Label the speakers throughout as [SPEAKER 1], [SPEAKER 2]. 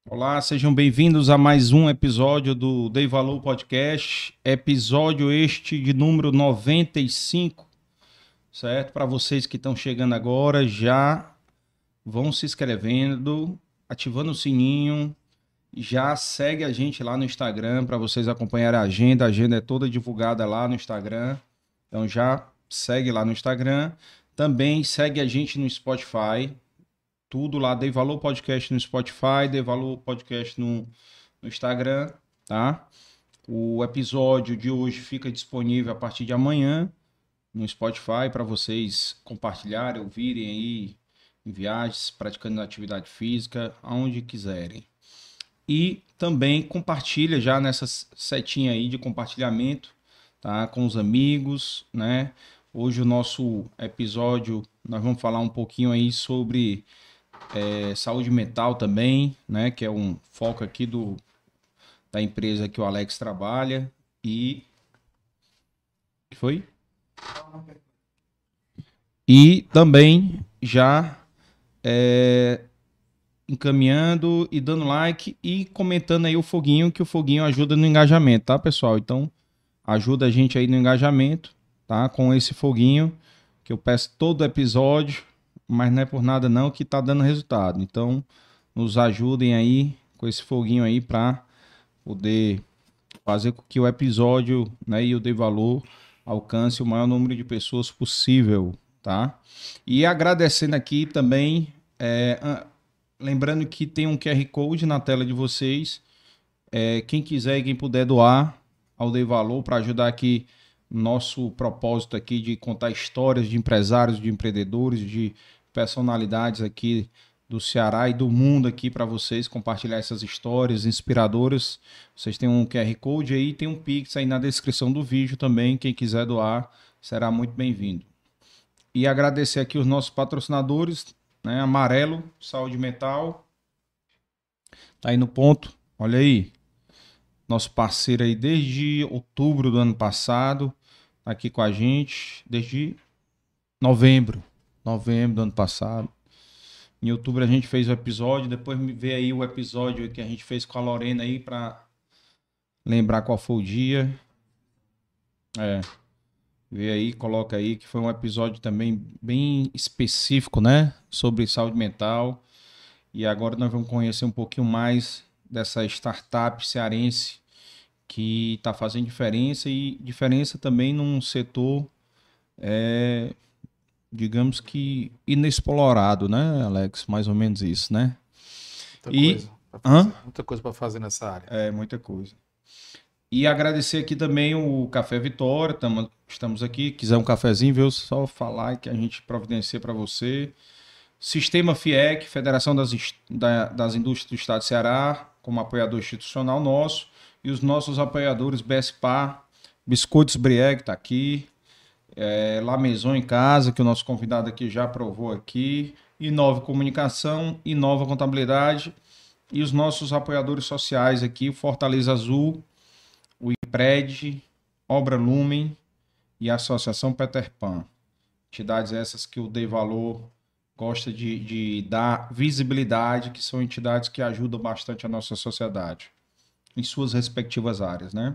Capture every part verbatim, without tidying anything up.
[SPEAKER 1] Olá, sejam bem-vindos a mais um episódio do Dei Valor Podcast, episódio este de número noventa e cinco, certo? Para vocês que estão chegando agora, já vão se inscrevendo, ativando o sininho, já segue a gente lá no Instagram para vocês acompanharem a agenda, a agenda é toda divulgada lá no Instagram, então já segue lá no Instagram, também segue a gente no Spotify. Tudo lá, Dei Valor Podcast no Spotify, Dei Valor Podcast no, no Instagram, tá? O episódio de hoje fica disponível a partir de amanhã no Spotify para vocês compartilharem, ouvirem aí em viagens, praticando atividade física, aonde quiserem. E também compartilha já nessa setinha aí de compartilhamento, tá? Com os amigos, né? Hoje o nosso episódio, nós vamos falar um pouquinho aí sobre É, saúde mental também, né? Que é um foco aqui do, da empresa que o Alex trabalha. E. Que foi? E também já é, encaminhando e dando like e comentando aí o foguinho, que o foguinho ajuda no engajamento, tá, pessoal? Então, ajuda a gente aí no engajamento, tá? Com esse foguinho, que eu peço todo episódio, mas não é por nada não que tá dando resultado. Então, nos ajudem aí com esse foguinho aí para poder fazer com que o episódio, né, e o Dei Valor alcance o maior número de pessoas possível, tá? E agradecendo aqui também, é, lembrando que tem um Q R Code na tela de vocês, é, quem quiser e quem puder doar ao Dei Valor para ajudar aqui nosso propósito aqui de contar histórias de empresários, de empreendedores, de personalidades aqui do Ceará e do mundo aqui para vocês, compartilhar essas histórias inspiradoras. Vocês têm um Q R Code aí, tem um Pix aí na descrição do vídeo também. Quem quiser doar será muito bem-vindo. E agradecer aqui os nossos patrocinadores, né? Amarelo, Saúde Mental, tá aí no ponto. Olha aí, nosso parceiro aí desde outubro do ano passado, tá aqui com a gente, desde novembro, novembro do ano passado. Em outubro a gente fez o episódio, depois me vê aí o episódio que a gente fez com a Lorena aí para lembrar qual foi o dia. É, vê aí, coloca aí que foi um episódio também bem específico, né, sobre saúde mental. E agora nós vamos conhecer um pouquinho mais dessa startup cearense que está fazendo diferença e diferença também num setor, é, digamos que inexplorado, né, Alex? Mais ou menos isso, né?
[SPEAKER 2] Muita
[SPEAKER 1] E
[SPEAKER 2] coisa para
[SPEAKER 1] hã?
[SPEAKER 2] fazer, muita coisa para fazer nessa área.
[SPEAKER 1] É muita coisa. E agradecer aqui também o Café Vitória, tamo, estamos aqui. Quiser um cafezinho, viu? Só falar que a gente providencia para você. Sistema FIEC, Federação das, da, das Indústrias do Estado de Ceará, como apoiador institucional nosso. E os nossos apoiadores B S P A, Biscoitos Brieg está aqui. É, La Maison em Casa, que o nosso convidado aqui já aprovou aqui. Inova Comunicação, Inova Contabilidade. E os nossos apoiadores sociais aqui, Fortaleza Azul, o IPRED, Obra Lumen e a Associação Peter Pan. Entidades essas que o Dei Valor gosta de, de dar visibilidade, que são entidades que ajudam bastante a nossa sociedade, em suas respectivas áreas, né?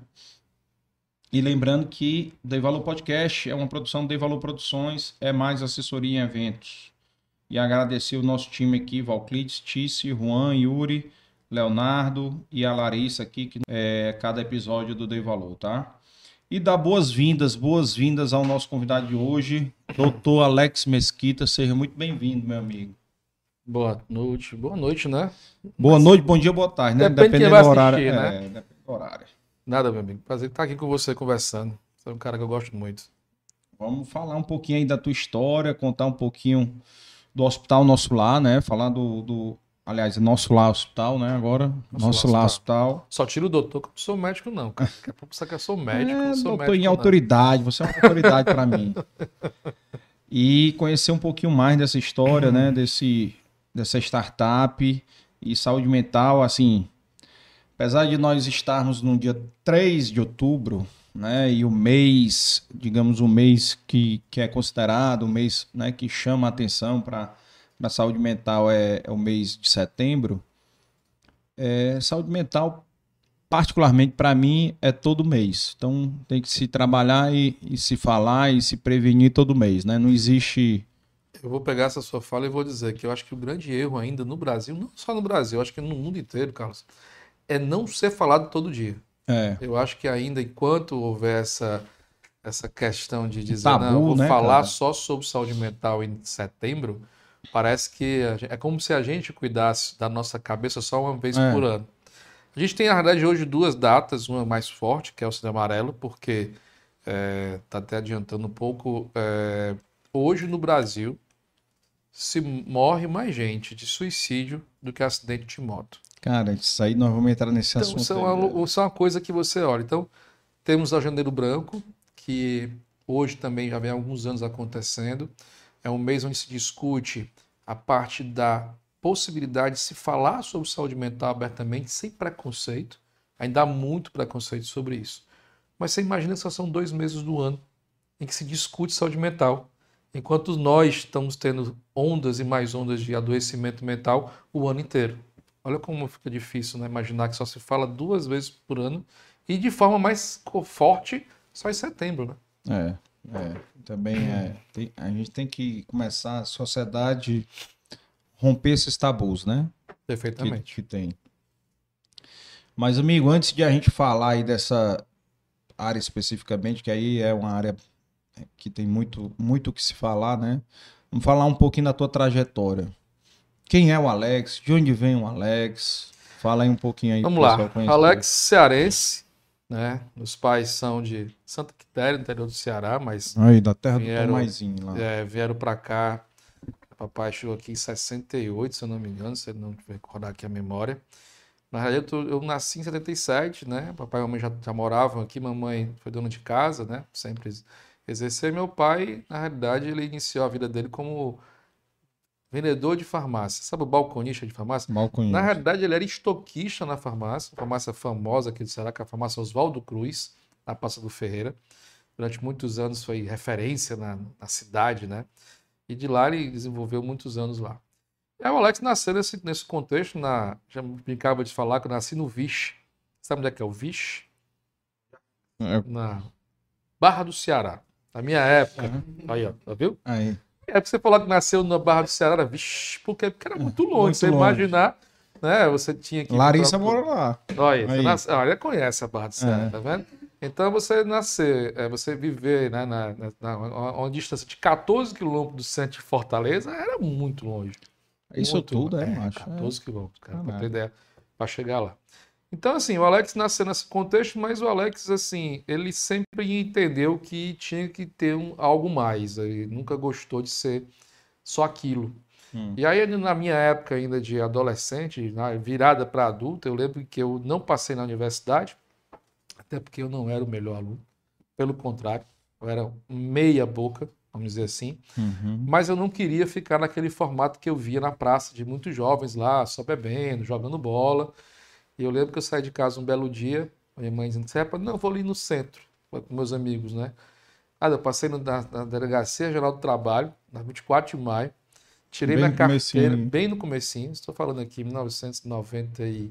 [SPEAKER 1] E lembrando que o Dei Valor Podcast é uma produção do Dei Valor Produções, é mais assessoria em eventos. E agradecer o nosso time aqui, Valclides, Tice, Juan, Yuri, Leonardo e a Larissa aqui, que é cada episódio do Dei Valor, tá? E dar boas-vindas, boas-vindas ao nosso convidado de hoje, doutor Alex Mesquita. Seja muito bem-vindo, meu amigo.
[SPEAKER 2] Boa noite, boa noite, né?
[SPEAKER 1] Boa
[SPEAKER 2] Mas
[SPEAKER 1] noite, bom dia, boa tarde, né?
[SPEAKER 2] depende de quem
[SPEAKER 1] Dependendo
[SPEAKER 2] vai
[SPEAKER 1] do horário.
[SPEAKER 2] assistir, né?
[SPEAKER 1] É, depende do horário.
[SPEAKER 2] Nada, meu amigo. Prazer estar aqui com você conversando. Você é um cara que eu gosto muito.
[SPEAKER 1] Vamos falar um pouquinho aí da tua história, contar um pouquinho do Hospital Nosso Lar, né? Falar do, do aliás, Nosso Lar Hospital, né? Agora,
[SPEAKER 2] Nosso
[SPEAKER 1] Nosso
[SPEAKER 2] laço
[SPEAKER 1] Lar
[SPEAKER 2] tá.
[SPEAKER 1] Hospital.
[SPEAKER 2] Só tiro o doutor, que eu não sou médico, não, cara. Daqui a pouco você quer sou médico, eu
[SPEAKER 1] É,
[SPEAKER 2] não sou
[SPEAKER 1] doutor em
[SPEAKER 2] médico, não.
[SPEAKER 1] autoridade, você é uma autoridade para mim. E conhecer um pouquinho mais dessa história, né? Desse, dessa startup e saúde mental, assim, apesar de nós estarmos no dia três de outubro, né, e o mês, digamos, o mês que, que é considerado, o mês, né, que chama a atenção para a saúde mental é, é o mês de setembro, É, saúde mental, particularmente para mim, é todo mês. Então tem que se trabalhar e, e se falar e se prevenir todo mês, né? Não existe.
[SPEAKER 2] Eu vou pegar essa sua fala e vou dizer que eu acho que o grande erro ainda no Brasil, não só no Brasil, eu acho que no mundo inteiro, Carlos, é não ser falado todo dia.
[SPEAKER 1] É,
[SPEAKER 2] Eu acho que ainda enquanto houver essa, essa questão de
[SPEAKER 1] um
[SPEAKER 2] dizer, não, eu
[SPEAKER 1] tabu,
[SPEAKER 2] vou
[SPEAKER 1] né,
[SPEAKER 2] falar
[SPEAKER 1] cara?
[SPEAKER 2] só sobre saúde mental em setembro, parece que a gen- é como se a gente cuidasse da nossa cabeça só uma vez por
[SPEAKER 1] É,
[SPEAKER 2] ano. A gente tem, na verdade, hoje duas datas, uma mais forte, que é o Setembro Amarelo, porque está até adiantando um pouco. é, hoje no Brasil se morre mais gente de suicídio do que acidente de moto.
[SPEAKER 1] cara, isso aí nós vamos entrar nesse
[SPEAKER 2] Então, isso é
[SPEAKER 1] assunto aí.
[SPEAKER 2] uma,
[SPEAKER 1] É.
[SPEAKER 2] isso é uma coisa que você olha. Então, temos o Janeiro Branco, que hoje também já vem há alguns anos acontecendo. É um mês onde se discute a parte da possibilidade de se falar sobre saúde mental abertamente, sem preconceito. Ainda há muito preconceito sobre isso. Mas você imagina que só são dois meses do ano em que se discute saúde mental, enquanto nós estamos tendo ondas e mais ondas de adoecimento mental o ano inteiro. Olha como fica difícil, né? Imaginar que só se fala duas vezes por ano e de forma mais forte só em setembro, né?
[SPEAKER 1] É, é, também é. Tem- a gente tem que começar a sociedade romper esses tabus, né? Que,
[SPEAKER 2] Perfeitamente.
[SPEAKER 1] que tem. Mas, amigo, antes de a gente falar aí dessa área especificamente, que aí é uma área que tem muito, muito o que se falar, né? Vamos falar um pouquinho da tua trajetória. Quem é o Alex? De onde vem o Alex? Fala aí um pouquinho aí pro
[SPEAKER 2] Vamos
[SPEAKER 1] pessoal
[SPEAKER 2] lá.
[SPEAKER 1] conhecer.
[SPEAKER 2] Alex cearense, né? Os pais são de Santa Quitéria, no interior do Ceará, mas
[SPEAKER 1] Aí, da terra do
[SPEAKER 2] vieram,
[SPEAKER 1] Tomaizinho lá.
[SPEAKER 2] é, vieram para cá. Papai chegou aqui em sessenta e oito, se eu não me engano, se eu não recordar aqui a memória. Na realidade, eu, tô- eu nasci em setenta e sete, né? Papai e mamãe já, já moravam aqui, mamãe foi dona de casa, né? Sempre ex- exerceu. E meu pai, na realidade, ele iniciou a vida dele como vendedor de farmácia. Sabe o balconista de farmácia?
[SPEAKER 1] Mal
[SPEAKER 2] Na
[SPEAKER 1] conheço.
[SPEAKER 2] realidade, ele era estoquista na farmácia, farmácia famosa aqui do Ceará, que é a farmácia Oswaldo Cruz, na Praça do Ferreira. Durante muitos anos foi referência na, na cidade, né? E de lá ele desenvolveu muitos anos lá. É, o Alex nasceu nesse, nesse contexto, na, já brincava de falar que eu nasci no Vixe. Sabe onde é que é o Vixe?
[SPEAKER 1] É,
[SPEAKER 2] Na Barra do Ceará. Na minha época.
[SPEAKER 1] aham.
[SPEAKER 2] Aí, ó, tá viu?
[SPEAKER 1] Aí.
[SPEAKER 2] É porque você falou que nasceu na Barra do Ceará, era Vixe, porque, porque era muito longe.
[SPEAKER 1] Muito
[SPEAKER 2] Você
[SPEAKER 1] longe.
[SPEAKER 2] imaginar, né? Você tinha que ir pro,
[SPEAKER 1] Larissa
[SPEAKER 2] pro...
[SPEAKER 1] mora lá.
[SPEAKER 2] Olha, você
[SPEAKER 1] Aí.
[SPEAKER 2] nasce... Olha, conhece a Barra do Ceará,
[SPEAKER 1] É.
[SPEAKER 2] tá vendo? Então você nascer, é, você viver, né, na, na, na uma distância de quatorze quilômetros do centro de Fortaleza era muito longe.
[SPEAKER 1] Isso
[SPEAKER 2] Muito longe.
[SPEAKER 1] tudo é,
[SPEAKER 2] É,
[SPEAKER 1] macho. É.
[SPEAKER 2] quatorze quilômetros, cara, pra ter
[SPEAKER 1] Caraca.
[SPEAKER 2] ideia, pra chegar lá. Então, assim, o Alex nasceu nesse contexto, mas o Alex, assim, ele sempre entendeu que tinha que ter um, algo mais. Ele nunca gostou de ser só aquilo.
[SPEAKER 1] Hum.
[SPEAKER 2] E aí, na minha época ainda de adolescente, na virada para adulto, eu lembro que eu não passei na universidade, até porque eu não era o melhor aluno. Pelo contrário, eu era meia boca, vamos dizer assim.
[SPEAKER 1] Uhum.
[SPEAKER 2] Mas eu não queria ficar naquele formato que eu via na praça, de muitos jovens lá, só bebendo, jogando bola. E eu lembro que eu saí de casa um belo dia, minha mãe dizendo, Sepa, não, eu vou ali no centro, com meus amigos, né? Ah, eu passei no- na, na Delegacia Geral do Trabalho, na vinte e quatro de maio, tirei
[SPEAKER 1] Bem
[SPEAKER 2] minha
[SPEAKER 1] no comecinho
[SPEAKER 2] carteira,
[SPEAKER 1] ali.
[SPEAKER 2] bem no comecinho, estou falando aqui em mil novecentos e noventa e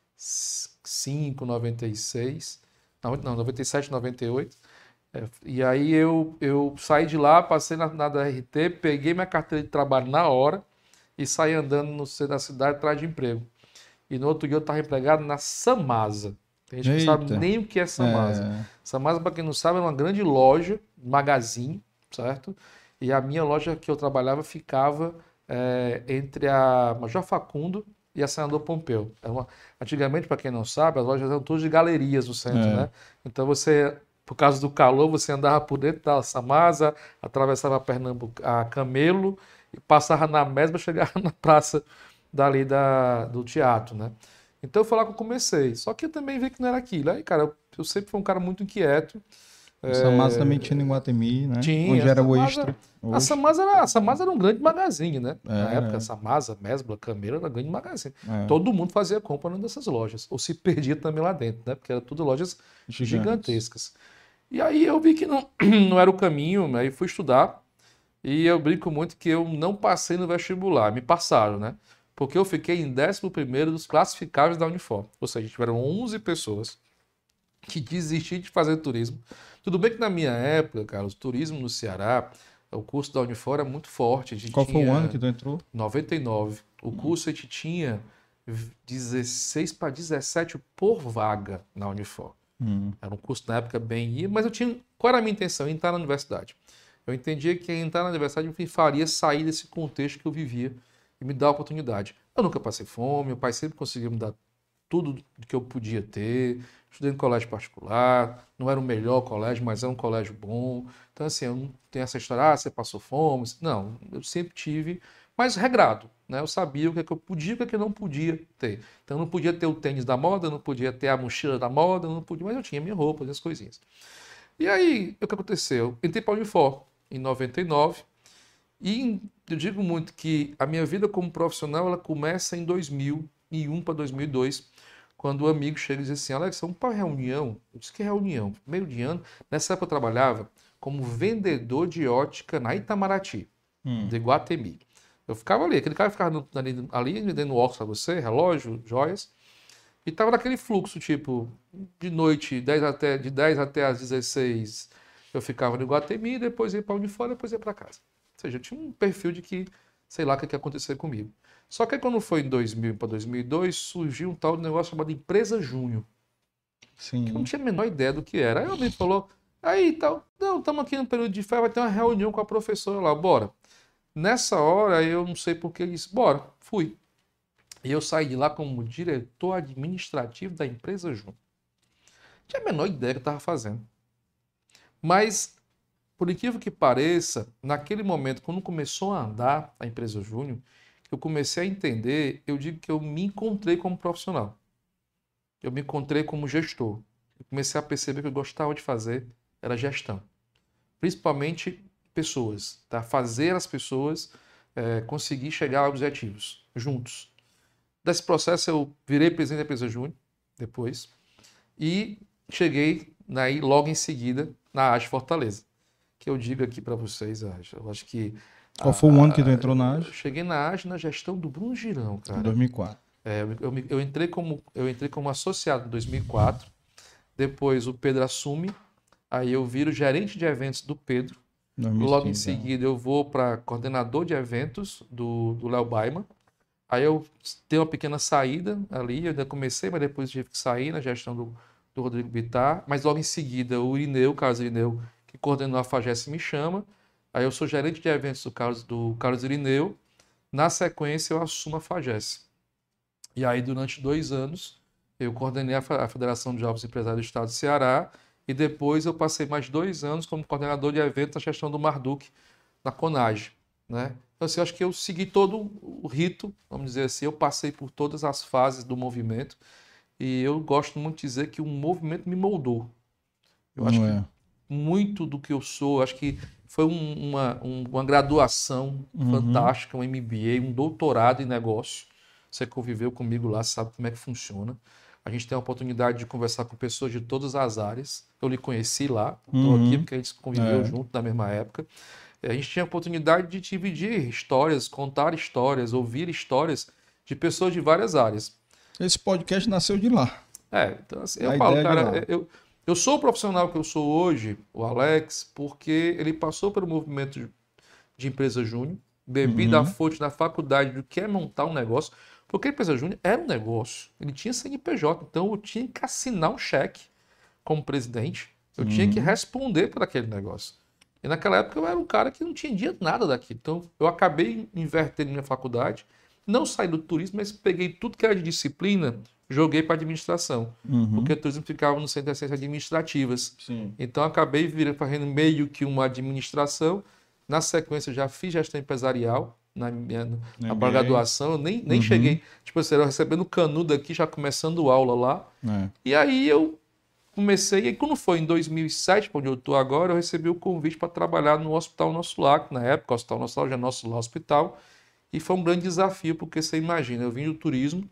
[SPEAKER 2] cinco, noventa e seis, não, não, noventa e sete, noventa e oito. É, e aí eu, eu saí de lá, passei na, na D R T, peguei minha carteira de trabalho na hora e saí andando no centro da cidade atrás de emprego. E no outro dia eu estava empregado na Samasa. Tem gente que não sabe
[SPEAKER 1] Eita.
[SPEAKER 2] nem o que é Samasa.
[SPEAKER 1] É.
[SPEAKER 2] Samasa, para quem não sabe, é uma grande loja, magazine, certo? E a minha loja que eu trabalhava ficava é, entre a Major Facundo e a Senador Pompeu. Era uma... Antigamente, para quem não sabe, as lojas eram todas de galerias no centro,
[SPEAKER 1] É.
[SPEAKER 2] né? Então você, por causa do calor, você andava por dentro da Samasa, atravessava a Pernambuco, a Camelo e passava na Mesma, chegava na praça dali da, do teatro, né? Então foi lá que eu comecei. Só que eu também vi que não era aquilo. Aí, cara, eu, eu sempre fui um cara muito inquieto.
[SPEAKER 1] O Samasa também
[SPEAKER 2] É,
[SPEAKER 1] tinha em Guatemi, né?
[SPEAKER 2] tinha,
[SPEAKER 1] Onde
[SPEAKER 2] a
[SPEAKER 1] era o
[SPEAKER 2] Samasa,
[SPEAKER 1] Extra.
[SPEAKER 2] a
[SPEAKER 1] Hoje.
[SPEAKER 2] Samasa era, a Samasa era um grande magazine, né? Na época, a
[SPEAKER 1] Era.
[SPEAKER 2] Samasa, Mesbla, Camelo era um grande magazine.
[SPEAKER 1] É.
[SPEAKER 2] Todo mundo fazia compra numa dessas lojas, ou se perdia também lá dentro, né? Porque eram tudo lojas
[SPEAKER 1] Gigantes.
[SPEAKER 2] gigantescas. E aí eu vi que não, não era o caminho, aí fui estudar. E eu brinco muito que eu não passei no vestibular, me passaram, né? porque eu fiquei em décimo primeiro dos classificáveis da Unifor. Ou seja, tiveram onze pessoas que desistiram de fazer turismo. Tudo bem que na minha época, Carlos, turismo no Ceará, o curso da Unifor era muito forte. A gente
[SPEAKER 1] Qual
[SPEAKER 2] tinha
[SPEAKER 1] foi o ano que tu entrou?
[SPEAKER 2] noventa e nove. O curso a gente tinha dezesseis para dezessete por vaga na Unifor.
[SPEAKER 1] Hum.
[SPEAKER 2] Era um curso na época bem ia, mas eu tinha. Qual era a minha intenção? Entrar na universidade. Eu entendia que entrar na universidade me faria sair desse contexto que eu vivia e me dar a oportunidade. Eu nunca passei fome, meu pai sempre conseguiu me dar tudo que eu podia ter. Estudei em colégio particular, não era o melhor colégio, mas era um colégio bom. Então, assim, eu não tenho essa história, ah, você passou fome. Não, eu sempre tive, mas regrado, né? Eu sabia o que, é que eu podia e o que, é que eu não podia ter. Então, eu não podia ter o tênis da moda, eu não podia ter a mochila da moda, eu não podia, mas eu tinha minha roupa, as coisinhas. E aí, o que aconteceu? Entrei para a Unifor em noventa e nove e eu digo muito que a minha vida como profissional ela começa em dois mil e um para dois mil e dois, quando o amigo chega e diz assim, Alex, vamos para reunião. Eu disse, que reunião? Meio de ano. Nessa época eu trabalhava como vendedor de ótica na Itamaraty,
[SPEAKER 1] Hum.
[SPEAKER 2] de Iguatemi. Eu ficava ali, aquele cara ficava no, ali, ali vendendo óculos para você, relógio, joias, e tava naquele fluxo, tipo, de noite, dez até, de dez até às dezesseis, eu ficava no Iguatemi, depois ia para a Unifor, depois ia para casa. Ou seja, eu tinha um perfil de que, sei lá o que ia acontecer comigo. Só que aí, quando foi em dois mil para dois mil e dois, surgiu um tal de negócio chamado Empresa Júnior.
[SPEAKER 1] Sim.
[SPEAKER 2] Que eu não tinha a menor ideia do que era. Aí alguém falou, aí tal, não, estamos aqui no período de férias, vai ter uma reunião com a professora lá, bora. Nessa hora, eu não sei porque ele disse, bora, fui. E eu saí de lá como diretor administrativo da Empresa Júnior. Não tinha a menor ideia do que eu estava fazendo. Mas, por incrível que pareça, naquele momento, quando começou a andar a Empresa Júnior, eu comecei a entender, eu digo que eu me encontrei como profissional. Eu me encontrei como gestor. Eu comecei a perceber que eu gostava de fazer era gestão. Principalmente pessoas, tá? Fazer as pessoas é, conseguir chegar a objetivos juntos. Desse processo eu virei presidente da Empresa Júnior depois e cheguei aí, logo em seguida na A G E Fortaleza. Que eu digo aqui para vocês, eu acho que
[SPEAKER 1] Qual foi o ano que tu entrou na A G E?
[SPEAKER 2] Eu cheguei na A G E na gestão do Bruno Girão, cara.
[SPEAKER 1] Em dois mil e quatro.
[SPEAKER 2] É, eu, eu, eu, entrei como, eu entrei como associado em dois mil e quatro. Depois o Pedro assume. Aí eu viro gerente de eventos do Pedro.
[SPEAKER 1] dois mil e cinco,
[SPEAKER 2] Logo em seguida eu vou para coordenador de eventos do Léo Baiman. Aí eu tenho uma pequena saída ali. Eu ainda comecei, mas depois tive que sair na gestão do, do Rodrigo Bittar. Mas logo em seguida o Irineu, o Carlos Irineu, que coordenou a FAGES, me chama. Aí eu sou gerente de eventos do Carlos, do Carlos Irineu. Na sequência, eu assumo a FAGES. E aí, durante dois anos, eu coordenei a Federação de Jovens Empresários do Estado do Ceará. E depois eu passei mais dois anos como coordenador de eventos na gestão do Marduk, na CONAGE. Né? Então, assim, eu acho que eu segui todo o rito, vamos dizer assim. Eu passei por todas as fases do movimento. E eu gosto muito de dizer que o movimento me moldou. Eu acho
[SPEAKER 1] Não é.
[SPEAKER 2] que muito do que eu sou, acho que foi um, uma, um, uma graduação
[SPEAKER 1] Uhum.
[SPEAKER 2] fantástica, um M B A, um doutorado em negócio. Você conviveu comigo lá, sabe como é que funciona. A gente tem a oportunidade de conversar com pessoas de todas as áreas. Eu lhe conheci lá, estou
[SPEAKER 1] Uhum.
[SPEAKER 2] aqui porque a gente conviveu
[SPEAKER 1] É.
[SPEAKER 2] junto na mesma época. A gente tinha a oportunidade de dividir histórias, contar histórias, ouvir histórias de pessoas de várias áreas.
[SPEAKER 1] Esse podcast nasceu de lá.
[SPEAKER 2] É, então assim, eu
[SPEAKER 1] A
[SPEAKER 2] falo,
[SPEAKER 1] ideia de lá.
[SPEAKER 2] cara, eu, eu sou o profissional que eu sou hoje, o Alex, porque ele passou pelo movimento de, de empresa júnior, bebi
[SPEAKER 1] Uhum.
[SPEAKER 2] da fonte na faculdade do que é montar um negócio, porque a empresa júnior era um negócio, ele tinha C N P J, então eu tinha que assinar um cheque como presidente, eu
[SPEAKER 1] Uhum.
[SPEAKER 2] tinha que responder por aquele negócio. E naquela época eu era um cara que não entendia nada daquilo, então eu acabei invertendo minha faculdade, não saí do turismo, mas peguei tudo que era de disciplina, joguei para administração,
[SPEAKER 1] Uhum.
[SPEAKER 2] porque o turismo ficava no centro de ciências administrativas.
[SPEAKER 1] Sim.
[SPEAKER 2] Então acabei virando, fazendo meio que uma administração. Na sequência já fiz gestão empresarial na minha na
[SPEAKER 1] M B A.
[SPEAKER 2] graduação, eu nem, nem
[SPEAKER 1] Uhum.
[SPEAKER 2] cheguei, tipo assim, eu recebendo canudo aqui, já começando aula lá.
[SPEAKER 1] É.
[SPEAKER 2] E aí eu comecei, e quando foi em dois mil e sete, onde eu estou agora, eu recebi o convite para trabalhar no Hospital Nosso Lar, na época, o Hospital Nosso Lar já é Nosso Lar Hospital, e foi um grande desafio, porque você imagina, eu vim do turismo,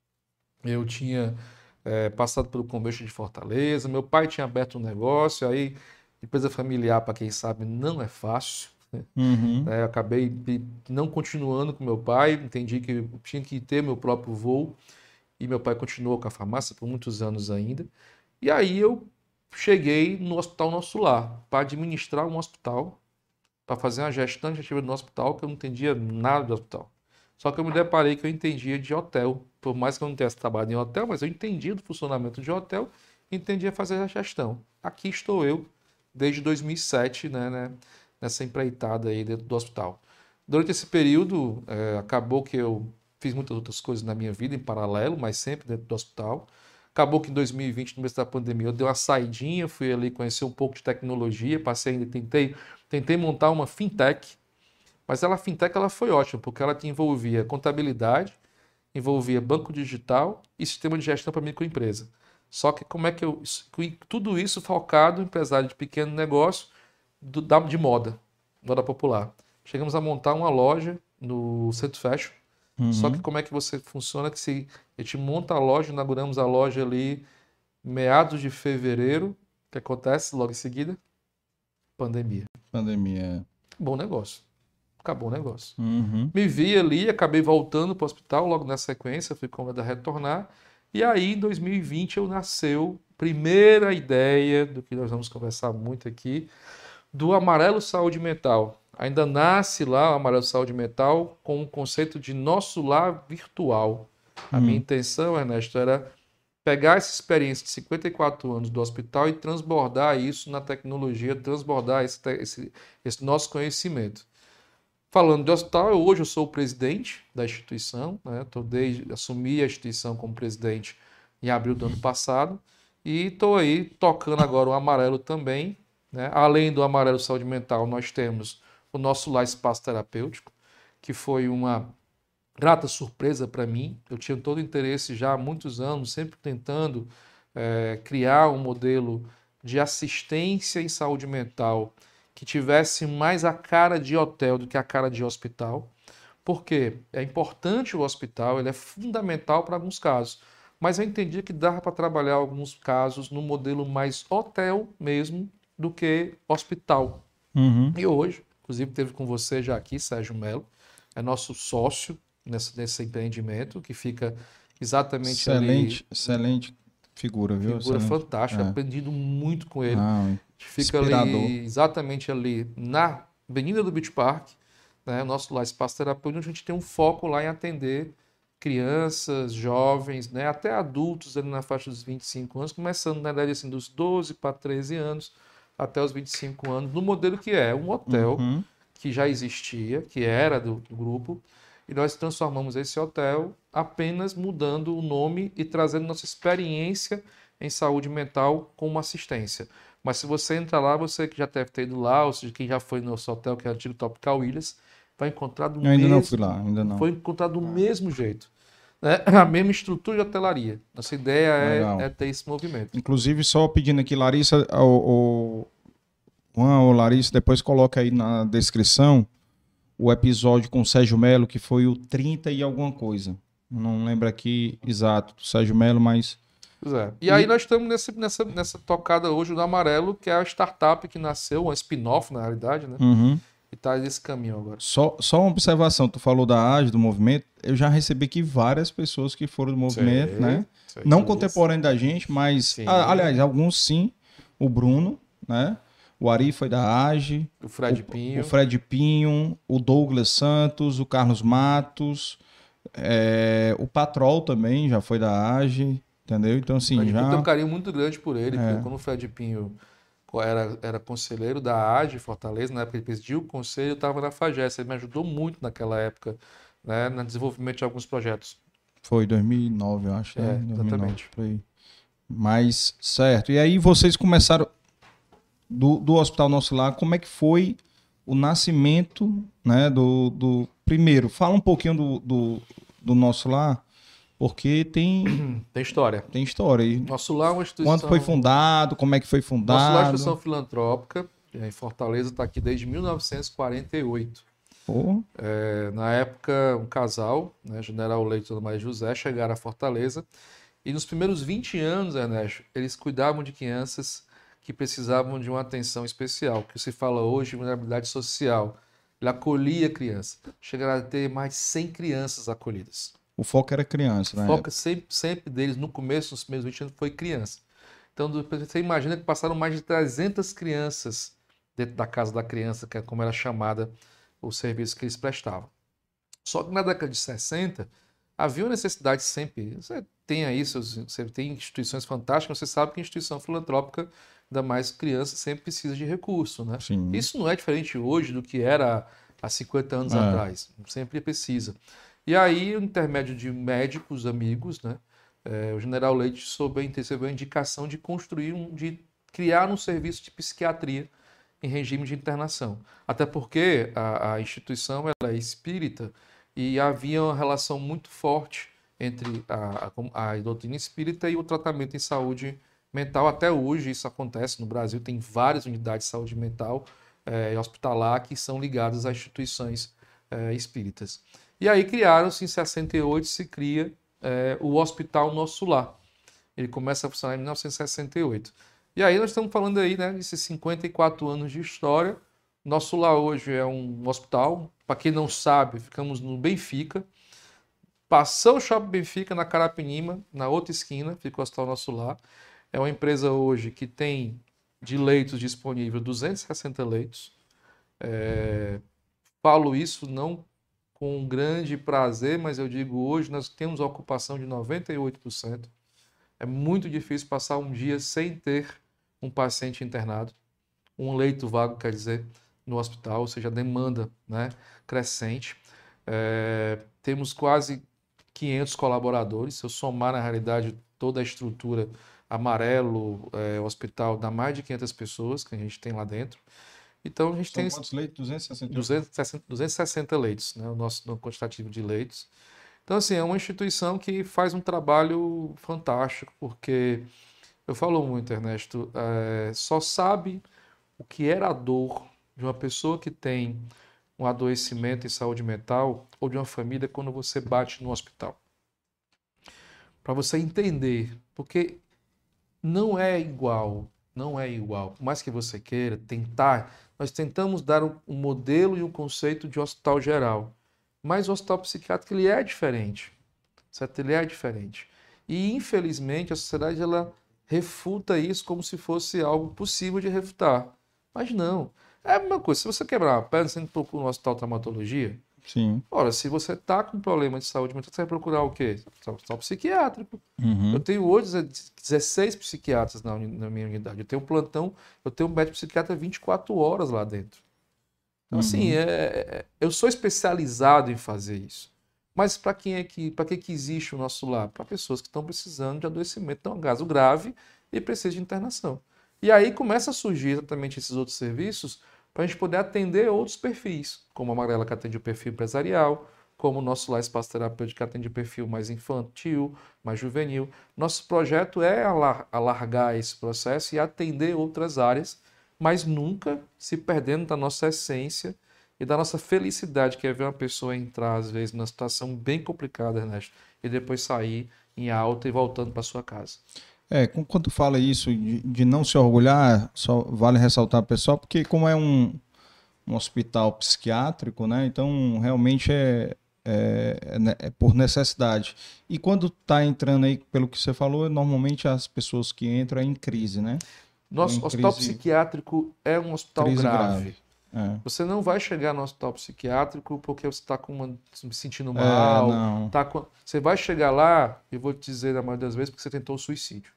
[SPEAKER 2] eu tinha é, passado pelo Convênio de Fortaleza, meu pai tinha aberto um negócio, aí empresa familiar, para quem sabe, não é fácil,
[SPEAKER 1] Uhum.
[SPEAKER 2] É, eu acabei não continuando com meu pai, entendi que eu tinha que ter meu próprio voo, e meu pai continuou com a farmácia por muitos anos ainda. E aí eu cheguei no Hospital Nosso Lar para administrar um hospital, para fazer uma gestão administrativa no hospital, que eu não entendia nada do hospital. Só que eu me deparei que eu entendia de hotel, por mais que eu não tivesse trabalhado em hotel, mas eu entendia do funcionamento de hotel, entendia fazer a gestão. Aqui estou eu, desde dois mil e sete, né, né, nessa empreitada aí dentro do hospital. Durante esse período, é, acabou que eu fiz muitas outras coisas na minha vida em paralelo, mas sempre dentro do hospital. Acabou que em dois mil e vinte, no mês da pandemia, eu dei uma saidinha, fui ali conhecer um pouco de tecnologia, passei ainda, tentei, tentei montar uma fintech, mas ela, a fintech ela foi ótima, porque ela te envolvia contabilidade, envolvia banco digital e sistema de gestão para microempresa. Só que como é que eu... Tudo isso focado em empresário de pequeno negócio do, de moda, moda popular. Chegamos a montar uma loja no Centro Fashion.
[SPEAKER 1] Uhum.
[SPEAKER 2] Só que como é que você funciona? Que se a gente monta a loja, inauguramos a loja ali meados de fevereiro, o que acontece logo em seguida? Pandemia.
[SPEAKER 1] Pandemia.
[SPEAKER 2] Bom negócio. Acabou o negócio.
[SPEAKER 1] Uhum.
[SPEAKER 2] Me vi ali, acabei voltando para o hospital, logo na sequência, fui convidado a retornar. E aí, em dois mil e vinte, eu nasceu a primeira ideia do que nós vamos conversar muito aqui, do Amarelo Saúde Mental. Ainda nasce lá o Amarelo Saúde Mental com o conceito de nosso lar virtual. A minha intenção, Ernesto, era pegar essa experiência de cinquenta e quatro anos do hospital e transbordar isso na tecnologia, transbordar esse, esse, esse nosso conhecimento. Falando de hospital, eu, hoje eu sou o presidente da instituição, né? Tô desde, assumi a instituição como presidente em abril do ano passado e estou aí tocando agora o Amarelo também, né? Além do Amarelo Saúde Mental, nós temos o nosso Lar Espaço Terapêutico, que foi uma grata surpresa para mim. Eu tinha todo o interesse já há muitos anos, sempre tentando é, criar um modelo de assistência em saúde mental que tivesse mais a cara de hotel do que a cara de hospital. Porque é importante o hospital, ele é fundamental para alguns casos. Mas eu entendi que dava para trabalhar alguns casos no modelo mais hotel mesmo do que hospital.
[SPEAKER 1] Uhum.
[SPEAKER 2] E hoje, inclusive teve com você já aqui, Sérgio Melo, é nosso sócio nesse, nesse empreendimento, que fica exatamente
[SPEAKER 1] excelente,
[SPEAKER 2] ali.
[SPEAKER 1] Excelente figura, viu?
[SPEAKER 2] Figura
[SPEAKER 1] Excelente.
[SPEAKER 2] fantástica,
[SPEAKER 1] É.
[SPEAKER 2] aprendido muito com ele.
[SPEAKER 1] Ah,
[SPEAKER 2] A gente fica
[SPEAKER 1] inspirador.
[SPEAKER 2] ali, exatamente ali na Avenida do Beach Park, né, nosso lá espaço terapêutico, onde a gente tem um foco lá em atender crianças, jovens, né, até adultos ali na faixa dos vinte e cinco anos, começando na idade assim, dos doze para treze anos, até os vinte e cinco anos, no modelo que é um hotel
[SPEAKER 1] Uhum.
[SPEAKER 2] que já existia, que era do, do grupo, e nós transformamos esse hotel apenas mudando o nome e trazendo nossa experiência em saúde mental como assistência. Mas se você entrar lá, você que já deve ter ido lá, ou seja, quem já foi no nosso hotel, que é o antigo Tropical Williams, vai encontrar do
[SPEAKER 1] Eu ainda
[SPEAKER 2] mesmo,
[SPEAKER 1] não fui lá, ainda não.
[SPEAKER 2] foi encontrar do mesmo jeito. Né? A mesma estrutura de hotelaria. Nossa ideia é, é ter esse movimento.
[SPEAKER 1] Inclusive, só pedindo aqui, Larissa, o, o Juan ou Larissa, depois coloca aí na descrição o episódio com o Sérgio Melo, que foi o trinta e alguma coisa. Não lembro aqui exato do Sérgio Melo, mas...
[SPEAKER 2] Pois é. E, e aí nós estamos nesse, nessa, nessa tocada hoje do Amarelo, que é a startup que nasceu, uma spin-off na realidade, né?
[SPEAKER 1] Uhum.
[SPEAKER 2] E está nesse caminho agora.
[SPEAKER 1] Só, só uma observação, tu falou da A G E, do movimento, eu já recebi aqui várias pessoas que foram do movimento, sei, né? Sei Não contemporâneo da gente, mas, a, aliás, alguns sim, o Bruno, né? O Ari foi da A G E,
[SPEAKER 2] o Fred
[SPEAKER 1] o,
[SPEAKER 2] Pinho,
[SPEAKER 1] o Fred Pinho, o Douglas Santos, o Carlos Matos, é, o Patrol também já foi da A G E, entendeu? Então, assim,
[SPEAKER 2] Fred
[SPEAKER 1] já...
[SPEAKER 2] Pinho tem um carinho muito grande por ele, é. Porque quando o Fred Pinho era, era conselheiro da A G E Fortaleza, na época ele presidiu o conselho, eu estava na FAGES, ele me ajudou muito naquela época, né, no desenvolvimento de alguns projetos.
[SPEAKER 1] Foi dois mil e nove, eu acho, né?
[SPEAKER 2] É, exatamente.
[SPEAKER 1] dois mil e nove, foi. Mas, certo. E aí vocês começaram... Do, do Hospital Nosso Lar, como é que foi o nascimento, né, do, do... Primeiro, fala um pouquinho do, do, do Nosso Lar, porque tem...
[SPEAKER 2] Tem história.
[SPEAKER 1] Tem história. E
[SPEAKER 2] Nosso Lar é uma instituição...
[SPEAKER 1] Quando foi fundado, como é que foi fundado?
[SPEAKER 2] Nosso Lar é uma instituição filantrópica, em Fortaleza, está aqui desde mil novecentos e quarenta e oito.
[SPEAKER 1] Oh.
[SPEAKER 2] É, na época, um casal, né, General Leite e Dona Maria José, chegaram a Fortaleza, e nos primeiros vinte anos, Ernesto, eles cuidavam de crianças que precisavam de uma atenção especial, que se fala hoje de vulnerabilidade social. Ele acolhia crianças. Chegaram a ter mais de cem crianças acolhidas.
[SPEAKER 1] O foco era criança,
[SPEAKER 2] O
[SPEAKER 1] né?
[SPEAKER 2] foco sempre, sempre deles, no começo, nos primeiros vinte anos, foi criança. Então, você imagina que passaram mais de trezentas crianças dentro da casa da criança, que é como era chamada o serviço que eles prestavam. Só que na década de sessenta, havia uma necessidade sempre. Você tem aí, você tem instituições fantásticas, você sabe que a instituição filantrópica, ainda mais criança, sempre precisa de recurso, né?
[SPEAKER 1] Sim.
[SPEAKER 2] Isso não é diferente hoje do que era há cinquenta anos
[SPEAKER 1] É.
[SPEAKER 2] atrás. Sempre precisa. E aí, o intermédio de médicos, amigos, né? É, o General Leite soube, recebeu a indicação de construir, um, de criar um serviço de psiquiatria em regime de internação. Até porque a, a instituição ela é espírita e havia uma relação muito forte entre a, a, a doutrina espírita e o tratamento em saúde mental. Até hoje isso acontece no Brasil, tem várias unidades de saúde mental é, e hospitalar que são ligadas a instituições é, espíritas. E aí criaram-se, em sessenta e oito, se cria é, o Hospital Nosso Lar. Ele começa a funcionar em mil novecentos e sessenta e oito. E aí nós estamos falando aí, né, desses cinquenta e quatro anos de história. Nosso Lar hoje é um hospital. Para quem não sabe, ficamos no Benfica. Passou o Shopping Benfica, na Carapinima, na outra esquina, fica o Hospital Nosso Lar. É uma empresa hoje que tem de leitos disponível duzentos e sessenta leitos. É... Falo isso não com um grande prazer, mas eu digo hoje nós temos a ocupação de noventa e oito por cento. É muito difícil passar um dia sem ter um paciente internado, um leito vago, quer dizer, no hospital, ou seja, a demanda, né, crescente. É, temos quase quinhentos colaboradores. Se eu somar, na realidade, toda a estrutura amarelo, é, o hospital, dá mais de quinhentas pessoas que a gente tem lá dentro. Então, a gente
[SPEAKER 1] São
[SPEAKER 2] tem
[SPEAKER 1] quantos leitos? duzentos e sessenta?
[SPEAKER 2] duzentos e sessenta, duzentos e sessenta leitos, né, o nosso no quantitativo de leitos. Então, assim, é uma instituição que faz um trabalho fantástico, porque, eu falo muito, Ernesto, é, só sabe o que era a dor de uma pessoa que tem um adoecimento em saúde mental ou de uma família quando você bate no hospital. Para você entender, porque não é igual, não é igual. Por mais que você queira tentar, nós tentamos dar um modelo e um conceito de hospital geral. Mas o hospital psiquiátrico ele é diferente, certo? Ele é diferente. E, infelizmente, a sociedade ela refuta isso como se fosse algo possível de refutar. Mas não. É a mesma coisa. Se você quebrar uma perna, você procura um hospital de traumatologia.
[SPEAKER 1] Sim.
[SPEAKER 2] Ora, se você está com problema de saúde mental, você vai procurar o quê? Hospital psiquiátrico.
[SPEAKER 1] Uhum.
[SPEAKER 2] Eu tenho hoje dezesseis psiquiatras na, na minha unidade. Eu tenho um plantão, eu tenho um médico psiquiatra vinte e quatro horas lá dentro. Então, assim,
[SPEAKER 1] Uhum.
[SPEAKER 2] é, eu sou especializado em fazer isso. Mas para quem é que, para que, que existe o nosso lar? Para pessoas que estão precisando de adoecimento, então, um caso grave e precisa de internação. E aí começa a surgir exatamente esses outros serviços para a gente poder atender outros perfis, como a Amarela que atende o perfil empresarial, como o nosso lar espaço terapêutico que atende o perfil mais infantil, mais juvenil. Nosso projeto é alargar esse processo e atender outras áreas, mas nunca se perdendo da nossa essência e da nossa felicidade, que é ver uma pessoa entrar, às vezes, numa situação bem complicada, Ernesto, e depois sair em alta e voltando para sua casa.
[SPEAKER 1] É, quando fala isso de, de não se orgulhar, só vale ressaltar, pessoal, porque como é um, um hospital psiquiátrico, né? Então realmente é, é, é, é por necessidade. E quando está entrando aí, pelo que você falou, normalmente as pessoas que entram é em crise, né?
[SPEAKER 2] Nosso
[SPEAKER 1] em
[SPEAKER 2] hospital
[SPEAKER 1] crise,
[SPEAKER 2] psiquiátrico é um hospital
[SPEAKER 1] crise
[SPEAKER 2] grave.
[SPEAKER 1] grave. É.
[SPEAKER 2] Você não vai chegar no hospital psiquiátrico porque você está se sentindo
[SPEAKER 1] É,
[SPEAKER 2] mal.
[SPEAKER 1] não.
[SPEAKER 2] Tá com... Você vai chegar lá, eu vou te dizer na maioria das vezes, porque você tentou suicídio.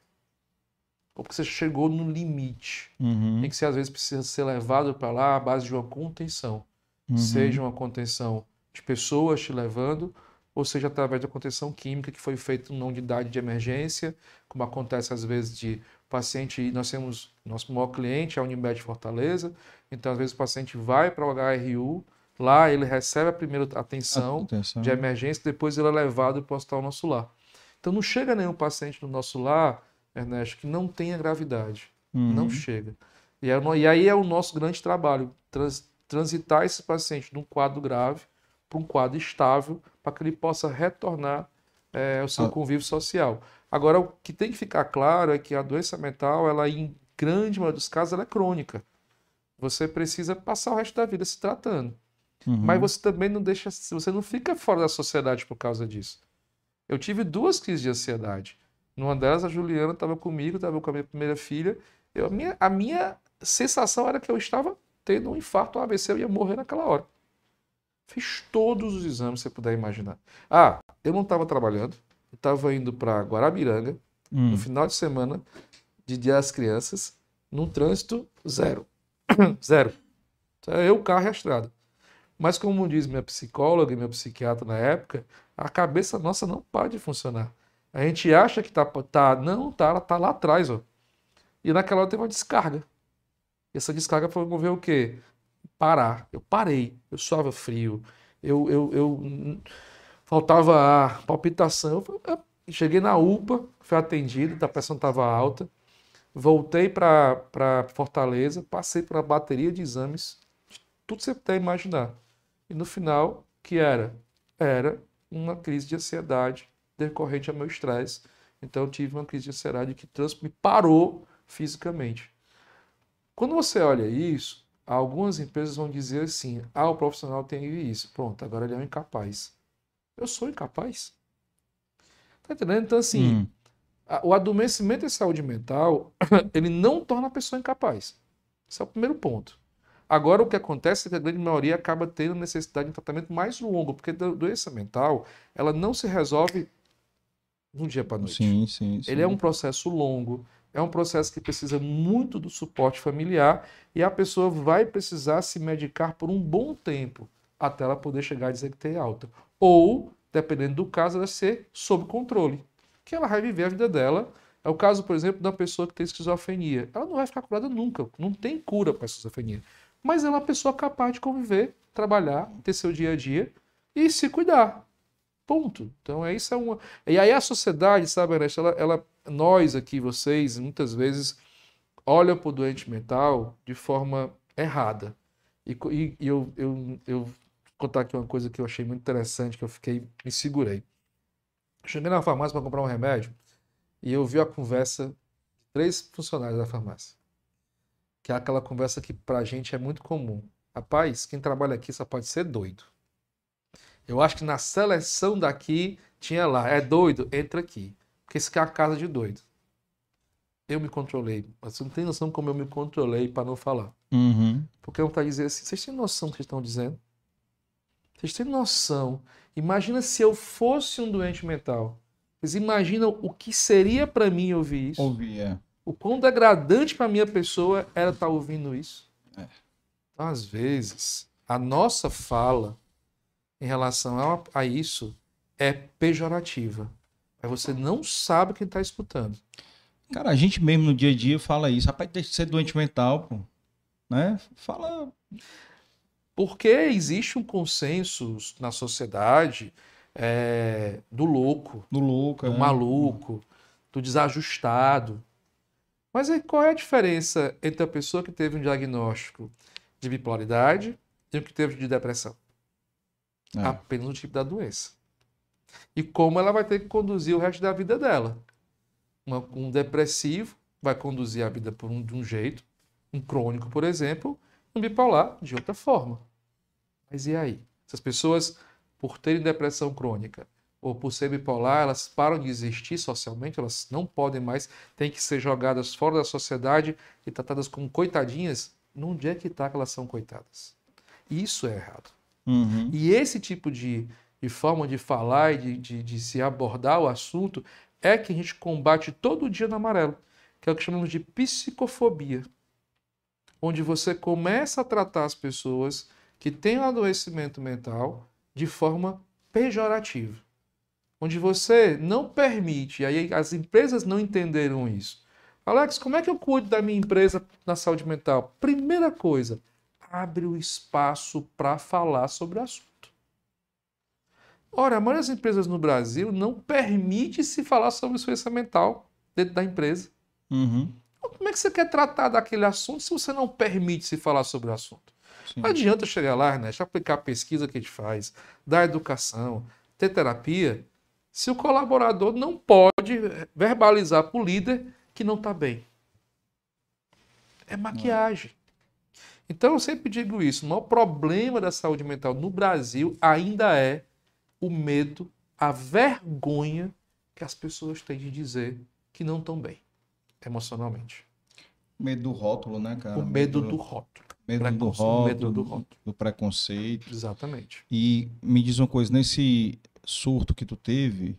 [SPEAKER 2] Ou porque você chegou no limite.
[SPEAKER 1] Uhum.
[SPEAKER 2] Em que você às vezes precisa ser levado para lá à base de uma contenção.
[SPEAKER 1] Uhum.
[SPEAKER 2] Seja uma contenção de pessoas te levando, ou seja através da contenção química que foi feita numa unidade de emergência, como acontece às vezes de paciente, nós temos, nosso maior cliente é a Unimed Fortaleza, então às vezes o paciente vai para o H R U, lá ele recebe a primeira atenção,
[SPEAKER 1] atenção
[SPEAKER 2] de emergência, depois ele é levado para o Hospital Nosso Lar. Então não chega nenhum paciente no nosso lar, Ernesto, que não tenha gravidade.
[SPEAKER 1] Uhum.
[SPEAKER 2] Não chega. E, é, e aí é o nosso grande trabalho, trans, transitar esse paciente de um quadro grave para um quadro estável, para que ele possa retornar é, ao seu
[SPEAKER 1] ah.
[SPEAKER 2] convívio social. Agora, o que tem que ficar claro é que a doença mental, ela em grande maioria dos casos, ela é crônica. Você precisa passar o resto da vida se tratando.
[SPEAKER 1] Uhum.
[SPEAKER 2] Mas você também não deixa, você não fica fora da sociedade por causa disso. Eu tive duas crises de ansiedade. Numa delas, a Juliana estava comigo, estava com a minha primeira filha. Eu, a, minha, a minha sensação era que eu estava tendo um infarto, um A V C, eu ia morrer naquela hora. Fiz todos os exames que você puder imaginar. Ah, eu não estava trabalhando, eu estava indo para Guarabiranga,
[SPEAKER 1] Hum.
[SPEAKER 2] no final de semana, de Dia das Crianças, num trânsito zero. Zero. Eu, o carro e a estrada. Mas como diz minha psicóloga e meu psiquiatra na época, a cabeça nossa não para de funcionar. A gente acha que tá, tá não tá, ela tá lá atrás, ó. E naquela hora teve uma descarga. E essa descarga foi mover o quê? Parar. Eu parei, eu suava frio, eu, eu, eu faltava ar, palpitação. Eu, eu cheguei na U P A, fui atendido, a pressão estava alta, voltei para Fortaleza, passei por uma bateria de exames, tudo que você puder imaginar. E no final, que era? Era uma crise de ansiedade decorrente ao meu estresse. Então eu tive uma crise de ansiedade que me parou fisicamente. Quando você olha isso, algumas empresas vão dizer assim, ah, o profissional tem isso. Pronto, agora ele é um incapaz. Eu sou incapaz? Tá entendendo? Então assim,
[SPEAKER 1] Hum.
[SPEAKER 2] a, o adoecimento em saúde mental, ele não torna a pessoa incapaz. Esse é o primeiro ponto. Agora, o que acontece é que a grande maioria acaba tendo necessidade de um tratamento mais longo, porque a doença mental, ela não se resolve de um dia para a noite.
[SPEAKER 1] Sim, sim, sim.
[SPEAKER 2] Ele é um processo longo, é um processo que precisa muito do suporte familiar e a pessoa vai precisar se medicar por um bom tempo até ela poder chegar a dizer que tem alta. Ou, dependendo do caso, ela ser sob controle, que ela vai viver a vida dela. É o caso, por exemplo, da pessoa que tem esquizofrenia. Ela não vai ficar curada nunca, não tem cura para a esquizofrenia. Mas ela é uma pessoa capaz de conviver, trabalhar, ter seu dia a dia e se cuidar. Ponto. Então, é isso é uma. E aí a sociedade, sabe, Ernesto, ela, ela, nós aqui, vocês, muitas vezes olham para o doente mental de forma errada. E, e, e eu, eu, eu vou contar aqui uma coisa que eu achei muito interessante, que eu fiquei, me segurei. Cheguei na farmácia para comprar um remédio e eu vi a conversa de três funcionários da farmácia. Que é aquela conversa que pra gente é muito comum. Rapaz, quem trabalha aqui só pode ser doido. Eu acho que na seleção daqui tinha lá, é doido, entra aqui. Porque isso aqui é a casa de doido. Eu me controlei. Você não tem noção como eu me controlei para não falar.
[SPEAKER 1] Uhum.
[SPEAKER 2] Porque eu estou dizendo assim, vocês têm noção do que vocês estão dizendo? Vocês têm noção? Imagina se eu fosse um doente mental. Vocês imaginam o que seria para mim ouvir isso?
[SPEAKER 1] Ouvir, é.
[SPEAKER 2] O quão degradante para a minha pessoa era estar ouvindo isso.
[SPEAKER 1] É.
[SPEAKER 2] Às vezes, a nossa fala em relação a, a isso é pejorativa. Mas você não sabe quem está escutando.
[SPEAKER 1] Cara, a gente mesmo no dia a dia fala isso. Rapaz, deixa de ser doente mental, pô. Né? Fala...
[SPEAKER 2] Porque existe um consenso na sociedade é, do louco,
[SPEAKER 1] do louco,
[SPEAKER 2] do
[SPEAKER 1] é.
[SPEAKER 2] maluco, do desajustado. Mas aí qual é a diferença entre a pessoa que teve um diagnóstico de bipolaridade e o que teve de depressão?
[SPEAKER 1] É.
[SPEAKER 2] Apenas o tipo da doença. E como ela vai ter que conduzir o resto da vida dela. Uma, um depressivo vai conduzir a vida por um, de um jeito, um crônico, por exemplo, um bipolar de outra forma. Mas e aí? Essas pessoas, por terem depressão crônica ou por ser bipolar, elas param de existir socialmente, elas não podem mais, têm que ser jogadas fora da sociedade e tratadas como coitadinhas. Onde é que está que elas são coitadas? Isso é errado.
[SPEAKER 1] Uhum.
[SPEAKER 2] E esse tipo de, de forma de falar e de, de, de se abordar o assunto é que a gente combate todo dia no amarelo, que é o que chamamos de psicofobia. Onde você começa a tratar as pessoas que têm um adoecimento mental de forma pejorativa. Onde você não permite, e aí as empresas não entenderam isso. Alex, como é que eu cuido da minha empresa na saúde mental? Primeira coisa, abre o espaço para falar sobre o assunto. Ora, a maioria das empresas no Brasil não permite se falar sobre doença mental dentro da empresa.
[SPEAKER 1] Uhum.
[SPEAKER 2] Como é que você quer tratar daquele assunto se você não permite se falar sobre o assunto?
[SPEAKER 1] Sim.
[SPEAKER 2] Não adianta chegar lá, né, aplicar a pesquisa que a gente faz, dar educação, ter terapia, se o colaborador não pode verbalizar para o líder que não está bem. É maquiagem. Então, eu sempre digo isso. O maior problema da saúde mental no Brasil ainda é o medo, a vergonha que as pessoas têm de dizer que não estão bem emocionalmente.
[SPEAKER 1] Medo do rótulo, né, cara?
[SPEAKER 2] O medo do rótulo.
[SPEAKER 1] Medo do
[SPEAKER 2] Preconce- o
[SPEAKER 1] rótulo,
[SPEAKER 2] medo do rótulo.
[SPEAKER 1] do preconceito.
[SPEAKER 2] Exatamente.
[SPEAKER 1] E me diz uma coisa, nesse surto que tu teve,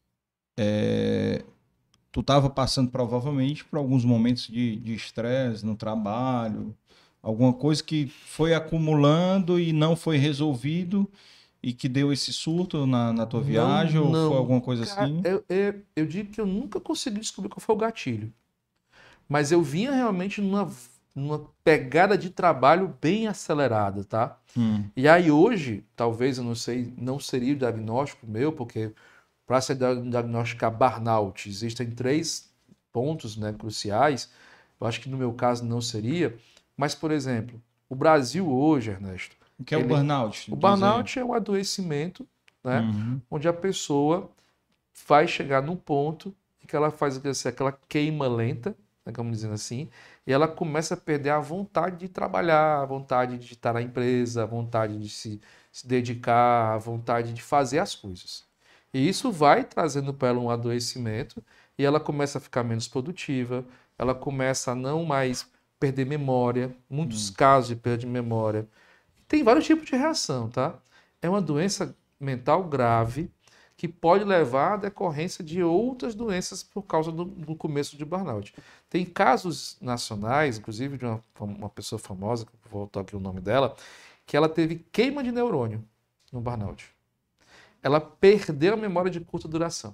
[SPEAKER 1] é, tu estava passando provavelmente por alguns momentos de de estresse no trabalho, alguma coisa que foi acumulando e não foi resolvido e que deu esse surto na, na tua viagem, ou foi alguma coisa
[SPEAKER 2] Cara,
[SPEAKER 1] assim?
[SPEAKER 2] eu, eu, eu digo que eu nunca consegui descobrir qual foi o gatilho. Mas eu vinha realmente numa, numa pegada de trabalho bem acelerada, tá?
[SPEAKER 1] Hum,
[SPEAKER 2] E aí hoje, talvez, eu não sei, não seria o diagnóstico meu, porque para se diagnosticar burnout, existem três pontos, né, cruciais. Eu acho que no meu caso não seria. Mas, por exemplo, o Brasil hoje, Ernesto,
[SPEAKER 1] o que é o
[SPEAKER 2] ele-
[SPEAKER 1] burnout?
[SPEAKER 2] o
[SPEAKER 1] Diz aí.
[SPEAKER 2] burnout é um adoecimento, né,
[SPEAKER 1] Uhum.
[SPEAKER 2] onde a pessoa vai chegar num ponto em que ela faz assim, aquela queima lenta, né, como dizendo assim, e ela começa a perder a vontade de trabalhar, a vontade de estar na empresa, a vontade de se, se dedicar, a vontade de fazer as coisas. E isso vai trazendo para ela um adoecimento e ela começa a ficar menos produtiva, ela começa a não mais perder memória, muitos
[SPEAKER 1] Hum.
[SPEAKER 2] casos de perda de memória. Tem vários tipos de reação, tá? É uma doença mental grave que pode levar à decorrência de outras doenças por causa do, do começo de burnout. Tem casos nacionais, inclusive de uma, uma pessoa famosa, que vou voltar aqui o nome dela, que ela teve queima de neurônio no burnout. Ela perdeu a memória de curta duração.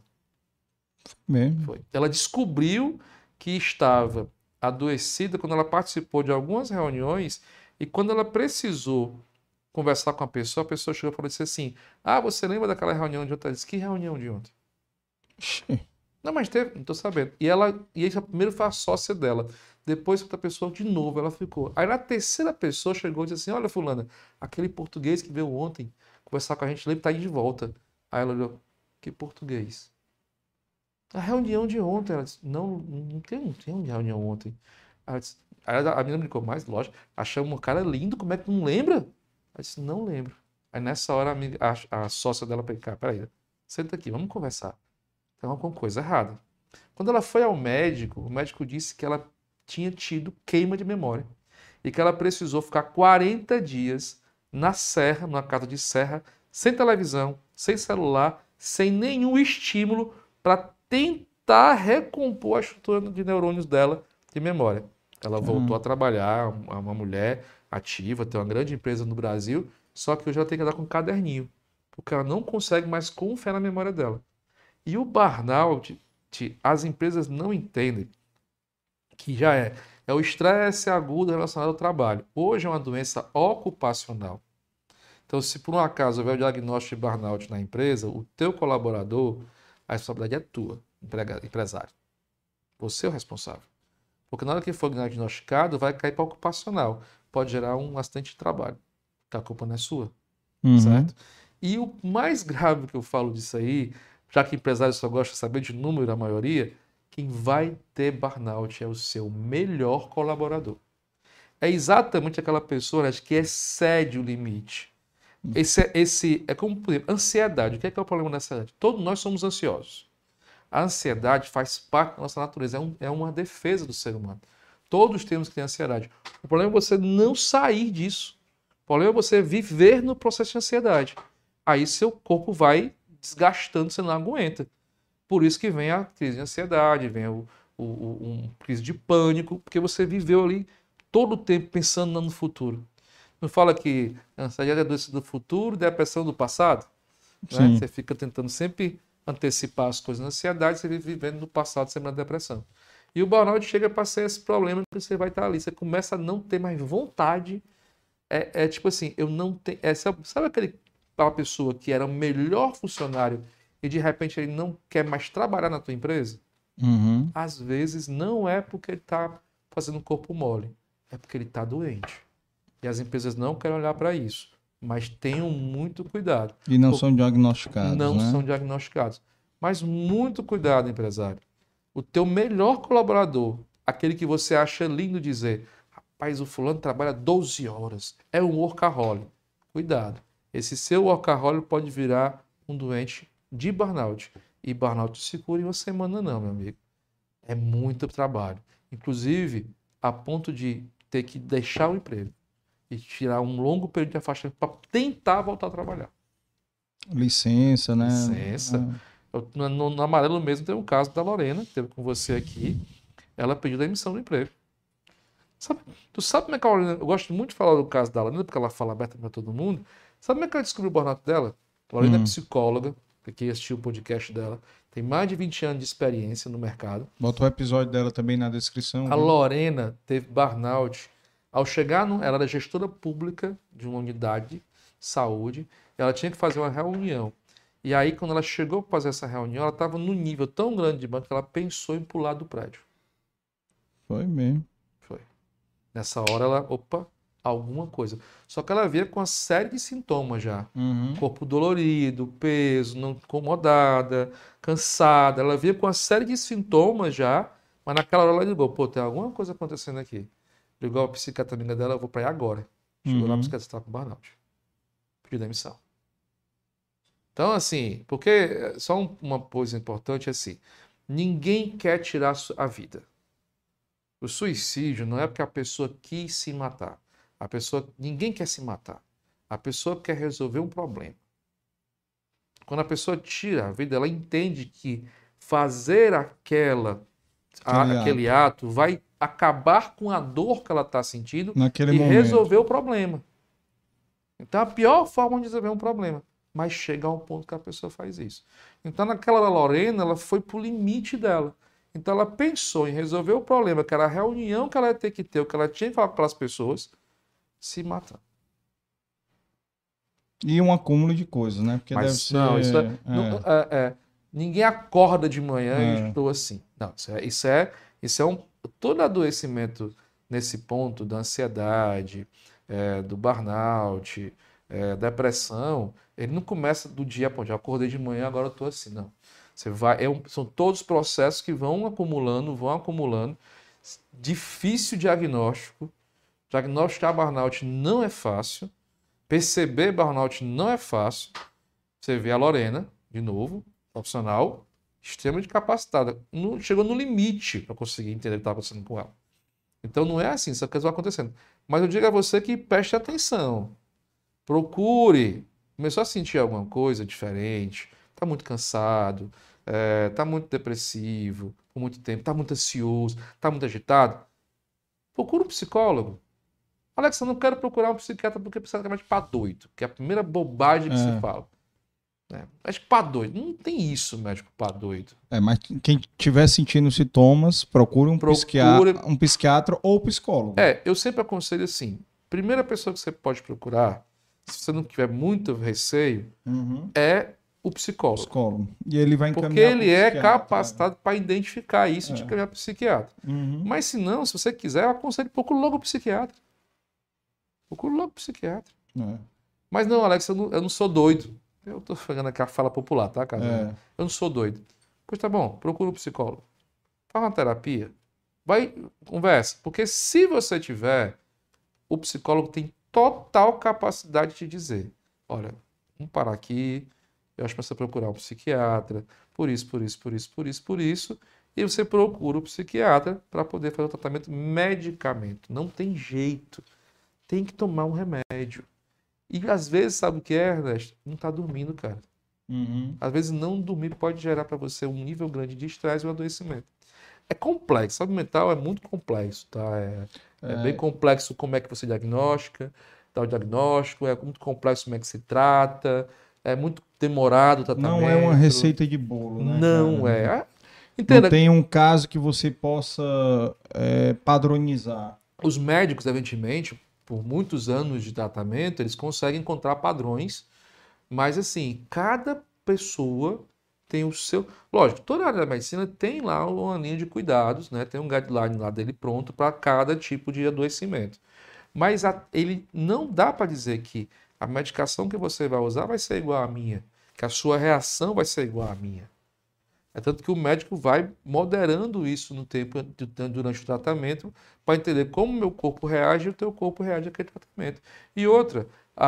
[SPEAKER 1] Mesmo.
[SPEAKER 2] Foi. Ela descobriu que estava adoecida quando ela participou de algumas reuniões e quando ela precisou conversar com a pessoa, a pessoa chegou e falou assim: ah, você lembra daquela reunião de ontem? Ela disse: que reunião de ontem?
[SPEAKER 1] Ixi.
[SPEAKER 2] Não, mas teve, não tô sabendo. E ela, e essa primeiro foi a sócia dela. Depois outra pessoa de novo, ela ficou. Aí na terceira pessoa chegou e disse assim: olha, fulana, aquele português que veio ontem conversar com a gente, lembra, tá aí de volta. Aí ela olhou: que português? A reunião de ontem. Ela disse: não, não tem, não tem reunião ontem. Aí, ela disse, aí a menina brincou: mais lógico, achamos um cara lindo, como é que não lembra? Ela disse: não lembro. Aí nessa hora a, amiga, a, a sócia dela falou: cara, peraí, senta aqui, vamos conversar. Tem alguma coisa errada. Quando ela foi ao médico, o médico disse que ela tinha tido queima de memória e que ela precisou ficar quarenta dias na serra, numa casa de serra, sem televisão, sem celular, sem nenhum estímulo para tentar recompor a estrutura de neurônios dela de memória. Ela voltou
[SPEAKER 1] Hum.
[SPEAKER 2] a trabalhar, uma uma mulher ativa, tem uma grande empresa no Brasil, só que hoje ela tem que andar com um caderninho, porque ela não consegue mais confiar na memória dela. E o burnout, as empresas não entendem que já é, é o estresse agudo relacionado ao trabalho. Hoje é uma doença ocupacional. Então, se por um acaso houver o diagnóstico de burnout na empresa, o teu colaborador, a responsabilidade é tua, empresário. Você é o responsável. Porque na hora que for diagnosticado, vai cair para ocupacional. Pode gerar um acidente de trabalho. Que a culpa não é sua.
[SPEAKER 1] Uhum.
[SPEAKER 2] Certo? E o mais grave que eu falo disso aí, já que empresário só gosta de saber de número, a maioria, quem vai ter burnout é o seu melhor colaborador. É exatamente aquela pessoa, né, que excede o limite. Esse, esse é como, por exemplo, ansiedade. O que é, que é o problema da ansiedade? Todos nós somos ansiosos. A ansiedade faz parte da nossa natureza, é, um, é uma defesa do ser humano. Todos temos que ter ansiedade. O problema é você não sair disso. O problema é você viver no processo de ansiedade. Aí seu corpo vai desgastando, você não aguenta. Por isso que vem a crise de ansiedade, vem o, o, o um crise de pânico, porque você viveu ali todo o tempo pensando no futuro. Não fala que a ansiedade é doença do futuro, depressão do passado? Né? Você fica tentando sempre antecipar as coisas na ansiedade, você vive vivendo no passado, sempre na depressão. E o burnout chega para ser esse problema que você vai estar ali. Você começa a não ter mais vontade. É, é tipo assim, eu não tenho... É, sabe, sabe aquele, aquela pessoa que era o melhor funcionário e de repente ele não quer mais trabalhar na tua empresa?
[SPEAKER 1] Uhum.
[SPEAKER 2] Às vezes não é porque ele está fazendo corpo mole, é porque ele está doente. E as empresas não querem olhar para isso. Mas tenham muito cuidado.
[SPEAKER 1] E não são diagnosticados,
[SPEAKER 2] Não
[SPEAKER 1] né?
[SPEAKER 2] são diagnosticados. Mas muito cuidado, empresário. O teu melhor colaborador, aquele que você acha lindo dizer, rapaz, o fulano trabalha doze horas, é um workaholic. Cuidado, esse seu workaholic pode virar um doente de burnout. E burnout se cura em uma semana não, meu amigo. É muito trabalho. Inclusive, a ponto de ter que deixar o emprego e tirar um longo período de afastamento para tentar voltar a trabalhar.
[SPEAKER 1] Licença, né?
[SPEAKER 2] Licença.
[SPEAKER 1] Ah.
[SPEAKER 2] Eu, no, no Amarelo mesmo tem um caso da Lorena, que teve com você aqui. Ela pediu demissão do emprego. Sabe, tu sabe como é que a Lorena... Eu gosto muito de falar do caso da Lorena, porque ela fala aberta para todo mundo. Sabe como é que ela descobriu o burnout dela? A Lorena hum. é psicóloga, que assistiu o podcast dela. Tem mais de vinte anos de experiência no mercado.
[SPEAKER 1] Bota o episódio dela também na descrição.
[SPEAKER 2] A
[SPEAKER 1] viu?
[SPEAKER 2] Lorena teve burnout. Ao chegar, no... ela era gestora pública de uma unidade de saúde. Ela tinha que fazer uma reunião. E aí, quando ela chegou para fazer essa reunião, ela estava num nível tão grande de banco que ela pensou em pular do prédio.
[SPEAKER 1] Foi mesmo.
[SPEAKER 2] Foi. Nessa hora, ela, opa, alguma coisa. Só que ela veio com uma série de sintomas já.
[SPEAKER 1] Uhum.
[SPEAKER 2] Corpo dolorido, peso, não incomodada, cansada. Ela veio com uma série de sintomas já, mas naquela hora ela ligou, pô, tem alguma coisa acontecendo aqui. Ligou a psiquiatra amiga dela, eu vou para aí agora. Chegou
[SPEAKER 1] uhum.
[SPEAKER 2] lá, a psiquiatra estava com burnout. Pediu demissão. Então, assim, porque só uma coisa importante é assim, ninguém quer tirar a vida. O suicídio não é porque a pessoa quis se matar. A pessoa, ninguém quer se matar. A pessoa quer resolver um problema. Quando a pessoa tira a vida, ela entende que fazer aquela,
[SPEAKER 1] aquele,
[SPEAKER 2] a, aquele ato. ato vai acabar com a dor que ela está sentindo
[SPEAKER 1] naquele
[SPEAKER 2] e
[SPEAKER 1] momento.
[SPEAKER 2] resolver o problema. Então, a pior forma de resolver um problema. Mas chega a um ponto que a pessoa faz isso. Então, naquela da Lorena, ela foi pro limite dela. Então, ela pensou em resolver o problema, que era a reunião que ela ia ter que ter, o que ela tinha que falar com aquelas pessoas, se matando.
[SPEAKER 1] E um acúmulo de coisas, né? Porque
[SPEAKER 2] Mas,
[SPEAKER 1] deve ser...
[SPEAKER 2] não, isso é,
[SPEAKER 1] é.
[SPEAKER 2] Não, é, é, ninguém acorda de manhã
[SPEAKER 1] É.
[SPEAKER 2] e estou assim. Não, isso é, isso é, isso é um... Todo adoecimento nesse ponto da ansiedade, é, do burnout, é, depressão, ele não começa do dia para onde eu acordei de manhã, agora eu estou assim, não. Você vai, é um, são todos processos que vão acumulando, vão acumulando. Difícil diagnóstico. Diagnosticar burnout não é fácil. Perceber burnout não é fácil. Você vê a Lorena, de novo, profissional, extremamente capacitada. No, chegou no limite para conseguir entender o que estava acontecendo com ela. Então não é assim, essas coisas vão acontecendo. Mas eu digo a você que preste atenção. Procure. Começou a sentir alguma coisa diferente. Está muito cansado. Está é, muito depressivo por muito tempo. Está muito ansioso. Está muito agitado. Procure um psicólogo. Alex, eu não quero procurar um psiquiatra porque psiquiatra é mais para doido. Que é a primeira bobagem que é. se fala. É, médico para doido. Não tem isso, médico para doido.
[SPEAKER 1] É, mas quem estiver sentindo sintomas, procure um, procure... Psiquiatra, um psiquiatra ou psicólogo.
[SPEAKER 2] É, eu sempre aconselho assim. Primeira pessoa que você pode procurar, se você não tiver muito receio,
[SPEAKER 1] uhum.
[SPEAKER 2] é o psicólogo.
[SPEAKER 1] psicólogo. E ele vai encaminhar.
[SPEAKER 2] Porque ele é capacitado para identificar isso
[SPEAKER 1] é.
[SPEAKER 2] e te encaminhar para o psiquiatra.
[SPEAKER 1] Uhum.
[SPEAKER 2] Mas se não, se você quiser, eu aconselho, procure logo o psiquiatra. Procure logo o psiquiatra.
[SPEAKER 1] É.
[SPEAKER 2] Mas não, Alex, eu não, eu não sou doido. Eu tô pegando aqui a fala popular, tá, cara?
[SPEAKER 1] É.
[SPEAKER 2] Eu não sou doido. Pois tá bom, procura um psicólogo. Faz uma terapia. Vai, conversa. Porque se você tiver, o psicólogo tem total capacidade de te dizer, olha, vamos parar aqui, eu acho que você procurar um psiquiatra, por isso, por isso, por isso, por isso, por isso, e você procura o psiquiatra para poder fazer o tratamento medicamento. Não tem jeito. Tem que tomar um remédio. E às vezes, sabe o que é, Ernesto? Não tá dormindo, cara.
[SPEAKER 1] Uhum.
[SPEAKER 2] Às vezes não dormir pode gerar para você um nível grande de estresse e um adoecimento. É complexo, saúde mental é muito complexo, tá? É, é... é bem complexo como é que você diagnostica, dá o diagnóstico, é muito complexo como é que se trata, é muito demorado o tratamento.
[SPEAKER 1] Não é uma receita de bolo, né?
[SPEAKER 2] Não
[SPEAKER 1] cara?
[SPEAKER 2] é. Entenda,
[SPEAKER 1] não tem um caso que você possa é, padronizar.
[SPEAKER 2] Os médicos, evidentemente, por muitos anos de tratamento, eles conseguem encontrar padrões, mas assim, cada pessoa tem o seu... Lógico, toda a área da medicina tem lá uma linha de cuidados, né? Tem um guideline lá dele pronto para cada tipo de adoecimento. Mas a... ele não dá para dizer que a medicação que você vai usar vai ser igual à minha, que a sua reação vai ser igual à minha. É tanto que o médico vai moderando isso no tempo, durante o tratamento, para entender como o meu corpo reage e o teu corpo reage àquele tratamento. E outra,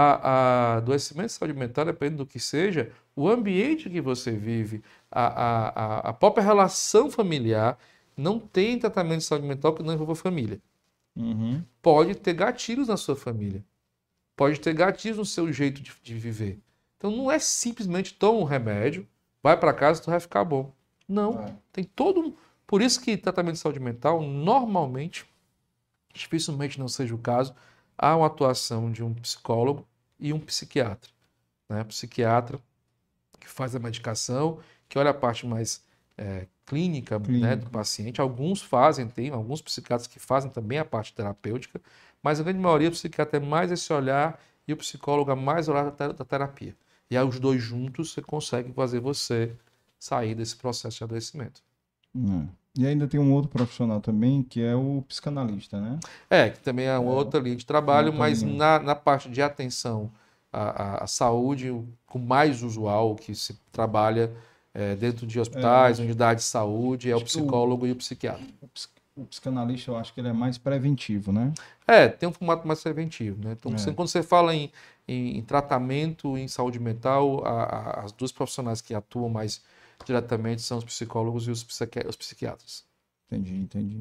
[SPEAKER 2] a, a adoecimento de saúde mental, depende do que seja, o ambiente que você vive, a, a, a própria relação familiar, não tem tratamento de saúde mental que não envolva família.
[SPEAKER 1] Uhum.
[SPEAKER 2] Pode ter gatilhos na sua família. Pode ter gatilhos no seu jeito de, de viver. Então não é simplesmente toma um remédio, vai para casa e tu vai ficar bom. Não,
[SPEAKER 1] É.
[SPEAKER 2] tem todo um... Por isso que tratamento de saúde mental, normalmente, dificilmente não seja o caso, há uma atuação de um psicólogo e um psiquiatra. Né? Psiquiatra que faz a medicação, que olha a parte mais é, clínica,
[SPEAKER 1] Clínica.
[SPEAKER 2] Né, do paciente. Alguns fazem, tem alguns psiquiatras que fazem também a parte terapêutica, mas a grande maioria, o psiquiatra é mais esse olhar e o psicólogo é mais olhar da terapia. E aí os dois juntos você consegue fazer você sair desse processo de adoecimento.
[SPEAKER 1] É. E ainda tem um outro profissional também, que é o psicanalista, né?
[SPEAKER 2] É, que também é uma
[SPEAKER 1] É,
[SPEAKER 2] outra linha de trabalho,
[SPEAKER 1] outra
[SPEAKER 2] mas
[SPEAKER 1] linha.
[SPEAKER 2] na, na parte de atenção à, à, à saúde, o com mais usual que se trabalha é, dentro de hospitais,
[SPEAKER 1] É,
[SPEAKER 2] unidades de saúde, é o
[SPEAKER 1] acho que o,
[SPEAKER 2] psicólogo e o psiquiatra.
[SPEAKER 1] o, ps- o psicanalista, eu acho que ele é mais preventivo, né?
[SPEAKER 2] É, tem um formato mais preventivo, né? Então, você-
[SPEAKER 1] É.
[SPEAKER 2] quando você fala em, em, em tratamento, em saúde mental, a- a- as duas profissionais que atuam mais diretamente são os psicólogos e os, psiqui- os psiquiatras.
[SPEAKER 1] Entendi, entendi.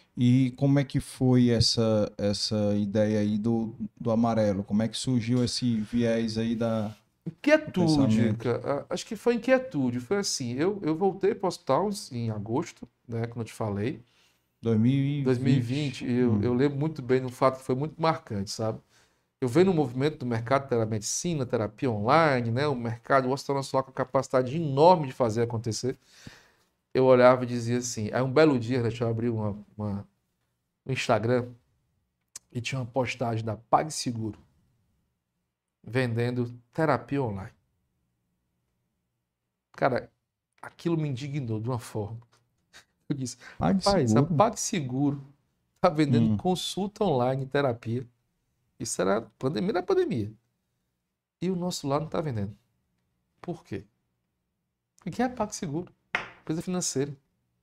[SPEAKER 1] E como é que foi essa, essa ideia aí do, do amarelo? Como é que surgiu esse viés aí da, do
[SPEAKER 2] Inquietude,
[SPEAKER 1] pensamento?
[SPEAKER 2] cara. Acho que foi inquietude. Foi assim, eu, eu voltei para o hospital em agosto, né, como eu te falei.
[SPEAKER 1] dois mil e vinte.
[SPEAKER 2] dois mil e vinte, eu,
[SPEAKER 1] Hum.
[SPEAKER 2] eu lembro muito bem de um fato que foi muito marcante, sabe? Eu venho no movimento do mercado da medicina, terapia online, né? O mercado, o Hospital Nacional com a capacidade enorme de fazer acontecer. Eu olhava e dizia assim, aí um belo dia, deixa eu abrir uma, uma, um Instagram e tinha uma postagem da PagSeguro vendendo terapia online. Cara, aquilo me indignou de uma forma. Eu disse, rapaz, a
[SPEAKER 1] PagSeguro?
[SPEAKER 2] PagSeguro está vendendo
[SPEAKER 1] Hum.
[SPEAKER 2] consulta online, terapia. Isso era pandemia da pandemia. E o nosso lado não está vendendo. Por quê? Porque é PagSeguro, empresa financeira.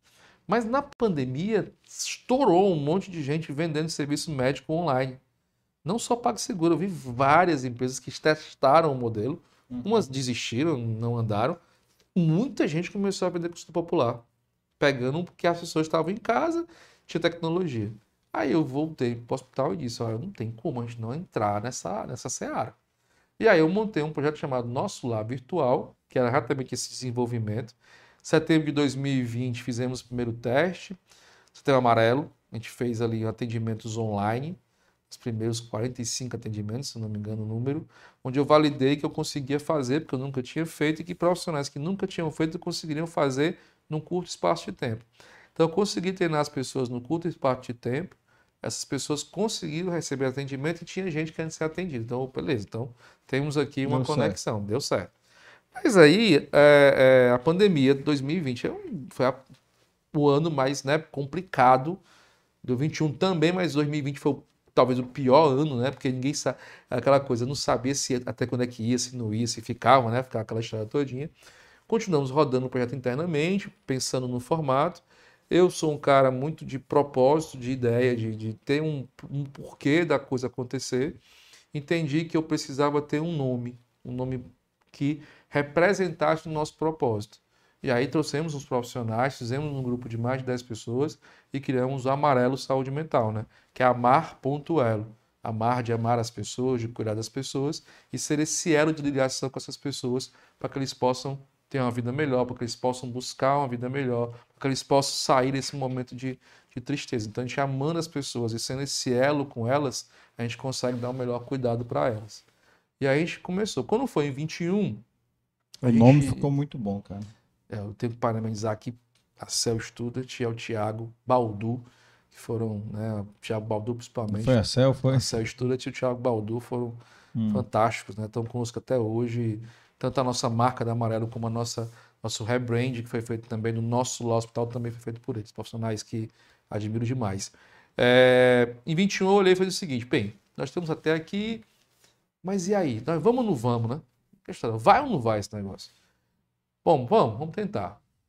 [SPEAKER 2] Mas na pandemia, estourou um monte de gente vendendo serviço médico online. Não só PagSeguro, eu vi várias empresas que testaram o modelo. Umas desistiram, não andaram. Muita gente começou a vender consulta popular, pegando porque as pessoas estavam em casa, tinha tecnologia. Aí eu voltei para o hospital e disse, olha, não tem como a gente não entrar nessa, nessa seara. E aí eu montei um projeto chamado Nosso Lar Virtual, que era exatamente esse desenvolvimento. Em setembro de dois mil e vinte fizemos o primeiro teste, Setembro Amarelo, a gente fez ali atendimentos online, os primeiros quarenta e cinco atendimentos, se não me engano o número, onde eu validei que eu conseguia fazer, porque eu nunca tinha feito, e que profissionais que nunca tinham feito conseguiriam fazer num curto espaço de tempo. Então eu consegui treinar as pessoas no curto espaço de tempo, essas pessoas conseguiram receber atendimento e tinha gente querendo ser atendido. Então, beleza, então temos aqui uma
[SPEAKER 1] Deu certo.
[SPEAKER 2] conexão, deu certo. Mas aí, é, é, a pandemia de dois mil e vinte é um- foi a- o ano mais, né, complicado do vinte e um também, mas dois mil e vinte foi o- talvez o pior ano, né? Porque ninguém sabe aquela coisa, não sabia se até quando é que ia, se não ia, se ficava, né? Ficava aquela história todinha. Continuamos rodando o projeto internamente, pensando no formato. Eu sou um cara muito de propósito, de ideia, de, de ter um, um porquê da coisa acontecer. Entendi que eu precisava ter um nome, um nome que representasse o nosso propósito. E aí trouxemos os profissionais, fizemos um grupo de mais de dez pessoas e criamos o Amarelo Saúde Mental, né? Que é amar.elo. Amar de amar as pessoas, de cuidar das pessoas e ser esse elo de ligação com essas pessoas para que eles possam ter uma vida melhor, para que eles possam buscar uma vida melhor, para que eles possam sair desse momento de, de tristeza. Então, a gente amando as pessoas e sendo esse elo com elas, a gente consegue dar o melhor cuidado para elas. E aí a gente começou. Quando foi em vinte e um, a
[SPEAKER 1] O nome
[SPEAKER 2] gente...
[SPEAKER 1] ficou muito bom, cara.
[SPEAKER 2] É, eu tenho que parabenizar aqui a Cell Student e ao Thiago Baldu, que foram, né, o Thiago Baldu principalmente.
[SPEAKER 1] Foi a Cel, foi?
[SPEAKER 2] A Cell Student e o Thiago Baldu foram
[SPEAKER 1] Hum.
[SPEAKER 2] fantásticos, né? Estão conosco até hoje. Tanto a nossa marca da Amarelo como a nossa nosso rebrand, que foi feito também no nosso hospital, também foi feito por eles. Profissionais que admiro demais. É, em vinte e um eu olhei e falei o seguinte, bem, nós estamos até aqui, mas e aí? Nós vamos ou não vamos, né? Vai ou não vai esse negócio? Bom, vamos, vamos tentar.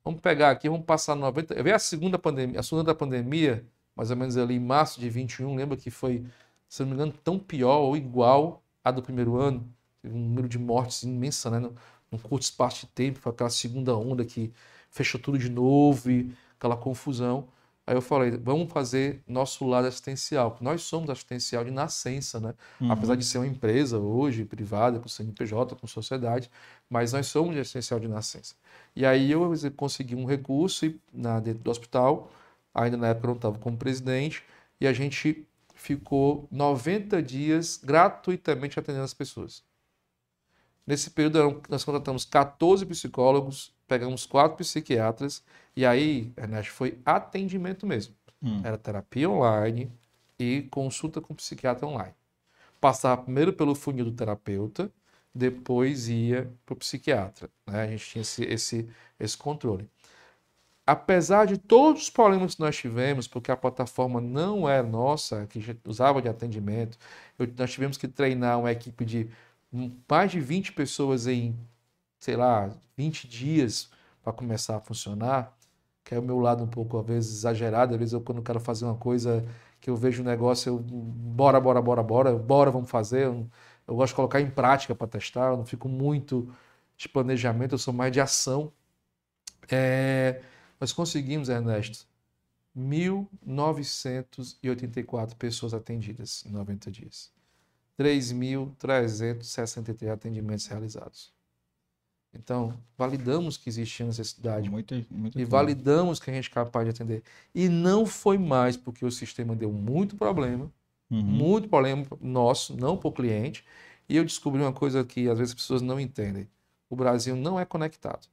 [SPEAKER 2] Vamos pegar aqui, vamos passar noventa... Veio a segunda pandemia, a segunda da pandemia, mais ou menos ali em março de vinte e um, lembra que foi, se não me engano, tão pior ou igual à do primeiro ano? Teve um número de mortes imensa, né? Num, num curto espaço de tempo, foi aquela segunda onda que fechou tudo de novo e aquela confusão. Aí eu falei, vamos fazer nosso lado assistencial, porque nós somos assistencial de nascença, né?
[SPEAKER 1] Uhum.
[SPEAKER 2] Apesar de ser uma empresa hoje, privada, com C N P J, com sociedade, mas nós somos de assistencial de nascença. E aí eu consegui um recurso e, na, dentro do hospital, ainda na época eu não estava como presidente, e a gente ficou noventa dias gratuitamente atendendo as pessoas. Nesse período nós contratamos quatorze psicólogos, pegamos quatro psiquiatras, e aí, Ernesto, foi atendimento mesmo. Hum. Era terapia online e consulta com psiquiatra online. Passava primeiro pelo funil do terapeuta, depois ia para o psiquiatra. Né? A gente tinha esse, esse, esse controle. Apesar de todos os problemas que nós tivemos, porque a plataforma não é nossa, que a gente usava de atendimento, eu, nós tivemos que treinar uma equipe de mais de vinte pessoas em, sei lá, vinte dias para começar a funcionar, que é o meu lado um pouco, às vezes, exagerado. Às vezes, eu, quando eu quero fazer uma coisa que eu vejo um negócio, eu bora, bora, bora, bora, bora, vamos fazer. Eu, eu gosto de colocar em prática para testar, eu não fico muito de planejamento, eu sou mais de ação. É, nós conseguimos, Ernesto, mil novecentas e oitenta e quatro pessoas atendidas em noventa dias. três mil trezentos e sessenta e três atendimentos realizados. Então, validamos que existia necessidade
[SPEAKER 1] muito, muito
[SPEAKER 2] e
[SPEAKER 1] bom.
[SPEAKER 2] validamos que a gente é capaz de atender. E não foi mais porque o sistema deu muito problema, uhum. muito problema nosso, não para o cliente. E eu descobri uma coisa que às vezes as pessoas não entendem. O Brasil não é conectado.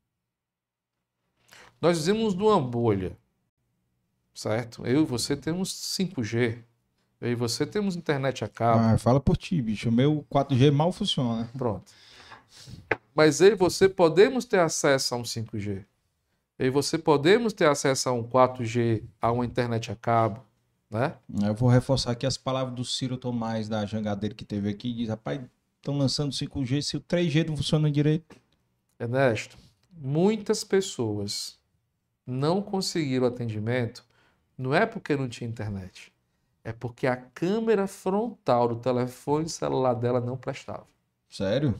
[SPEAKER 2] Nós vivemos numa bolha, certo? Eu e você temos cinco G. Eu e você temos internet a cabo.
[SPEAKER 1] Ah, fala por ti, bicho. O meu quatro G mal funciona.
[SPEAKER 2] Pronto. Mas eu e você podemos ter acesso a um cinco G. Eu e você podemos ter acesso a um quatro G, a uma internet a cabo, né?
[SPEAKER 1] Eu vou reforçar aqui as palavras do Ciro Tomás, da Jangadeiro, que teve aqui. Diz, rapaz, estão lançando cinco G, se o três G não funciona direito.
[SPEAKER 2] Ernesto, muitas pessoas não conseguiram atendimento, não é porque não tinha internet. É porque a câmera frontal do telefone celular dela não prestava.
[SPEAKER 1] Sério?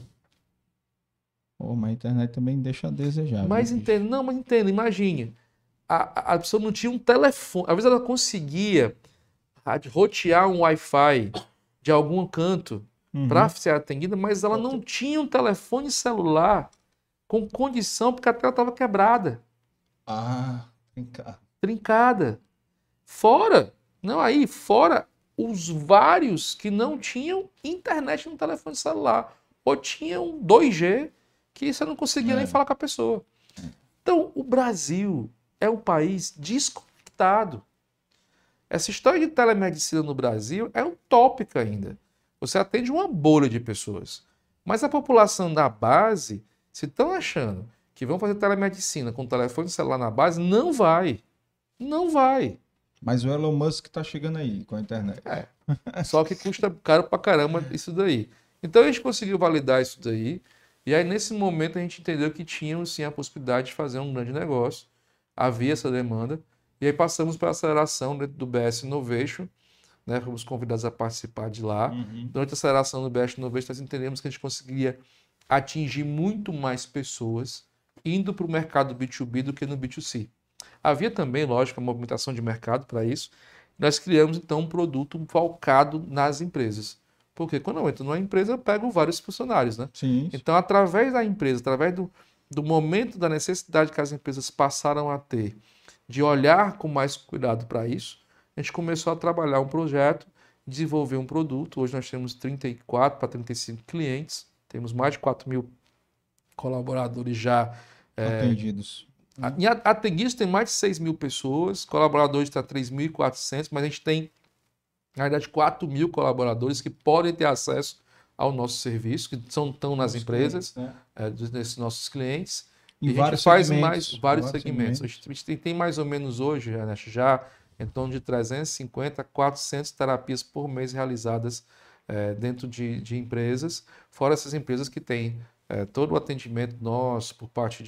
[SPEAKER 1] Oh, mas a internet também deixa a desejar.
[SPEAKER 2] Mas entenda, não, mas entenda, imagine. A, a pessoa não tinha um telefone. Às vezes ela conseguia rotear um Wi-Fi de algum canto uhum. para ser atendida, mas ela não tinha um telefone celular com condição, porque a tela estava quebrada.
[SPEAKER 1] Ah, trincada.
[SPEAKER 2] Trincada. Fora... Não, aí, fora os vários que não tinham internet no telefone celular. Ou tinham dois G, que você não conseguia é. nem falar com a pessoa. Então, o Brasil é um país desconectado. Essa história de telemedicina no Brasil é utópica ainda. Você atende uma bolha de pessoas. Mas a população da base, se estão achando que vão fazer telemedicina com telefone celular na base, não vai. Não vai.
[SPEAKER 1] Mas o Elon Musk está chegando aí com a internet.
[SPEAKER 2] É. Só que custa caro pra caramba isso daí. Então a gente conseguiu validar isso daí. E aí nesse momento a gente entendeu que tínhamos sim a possibilidade de fazer um grande negócio. Havia essa demanda. E aí passamos para a aceleração dentro do B S Innovation. Né? Fomos convidados a participar de lá. Uhum. Durante a aceleração do B S Innovation nós entendemos que a gente conseguiria atingir muito mais pessoas indo para o mercado B dois B do que no B dois C. Havia também, lógico, a movimentação de mercado para isso. Nós criamos, então, um produto focado nas empresas. Porque quando eu entro numa empresa, eu pego vários funcionários, né?
[SPEAKER 1] Sim.
[SPEAKER 2] Então, através da empresa, através do, do momento da necessidade que as empresas passaram a ter de olhar com mais cuidado para isso, a gente começou a trabalhar um projeto, desenvolver um produto. Hoje nós temos trinta e quatro para trinta e cinco clientes, temos mais de quatro mil colaboradores já
[SPEAKER 1] atendidos.
[SPEAKER 2] É, Em atendidos tem mais de seis mil pessoas, colaboradores está três mil e quatrocentos, mas a gente tem, na verdade, quatro mil colaboradores que podem ter acesso ao nosso serviço, que são, estão nas Os empresas, clientes, né? é, desses nossos clientes.
[SPEAKER 1] Em
[SPEAKER 2] e
[SPEAKER 1] vários
[SPEAKER 2] a gente faz
[SPEAKER 1] segmentos,
[SPEAKER 2] mais vários, vários segmentos. segmentos.
[SPEAKER 1] segmentos.
[SPEAKER 2] A gente tem, tem mais ou menos hoje, Ernesto, já em torno de trezentas e cinquenta, quatrocentas terapias por mês realizadas é, dentro de, de empresas, fora essas empresas que têm É, todo o atendimento nosso por parte de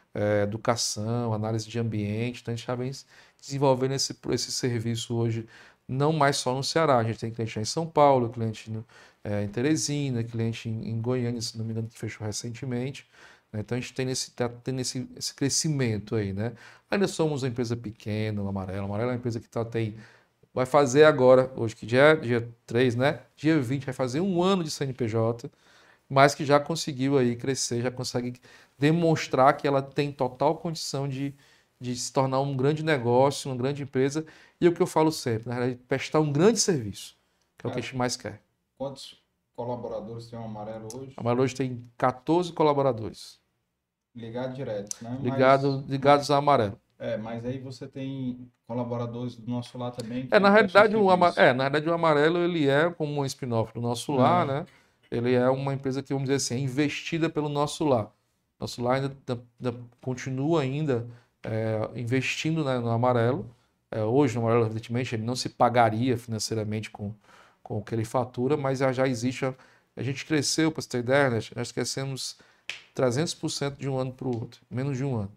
[SPEAKER 2] é, educação, análise de ambiente. Então, a gente já vem desenvolvendo esse, esse serviço hoje, não mais só no Ceará. A gente tem cliente em São Paulo, cliente no, é, em Teresina, cliente em, em Goiânia, se não me engano, que fechou recentemente. Né? Então, a gente tem esse, tá tendo esse, esse crescimento aí, né? Ainda somos uma empresa pequena, o Amarelo. O Amarelo é uma empresa que tá, tem... Vai fazer agora, hoje que dia é dia três, né? Dia vinte, vai fazer um ano de C N P J, mas que já conseguiu aí crescer, já consegue demonstrar que ela tem total condição de, de se tornar um grande negócio, uma grande empresa. E é o que eu falo sempre, na realidade, prestar um grande serviço, que é o que a gente mais quer.
[SPEAKER 1] Quantos colaboradores tem o Amarelo hoje?
[SPEAKER 2] A Amarelo hoje tem quatorze colaboradores.
[SPEAKER 1] Ligado direto, né?
[SPEAKER 2] Ligado,
[SPEAKER 1] Mas,
[SPEAKER 2] ligados a Amarelo.
[SPEAKER 1] É, mas aí você tem colaboradores do nosso llar também
[SPEAKER 2] É,
[SPEAKER 1] que
[SPEAKER 2] na
[SPEAKER 1] prestam
[SPEAKER 2] realidade, o, Ama-
[SPEAKER 1] serviço.
[SPEAKER 2] é, na realidade, o Amarelo ele é como um spin-off do nosso lar,
[SPEAKER 1] É.
[SPEAKER 2] né? Ele é uma empresa que, vamos dizer assim, é investida pelo nosso lar. Nosso lar ainda, ainda- ainda continua ainda é, investindo, né, no Amarelo. É, hoje, no Amarelo, evidentemente, ele não se pagaria financeiramente com, com o que ele fatura, mas já, já existe. A, a gente cresceu, para você ter ideia, né? Nós crescemos trezentos por cento de um ano para o outro, menos de um ano.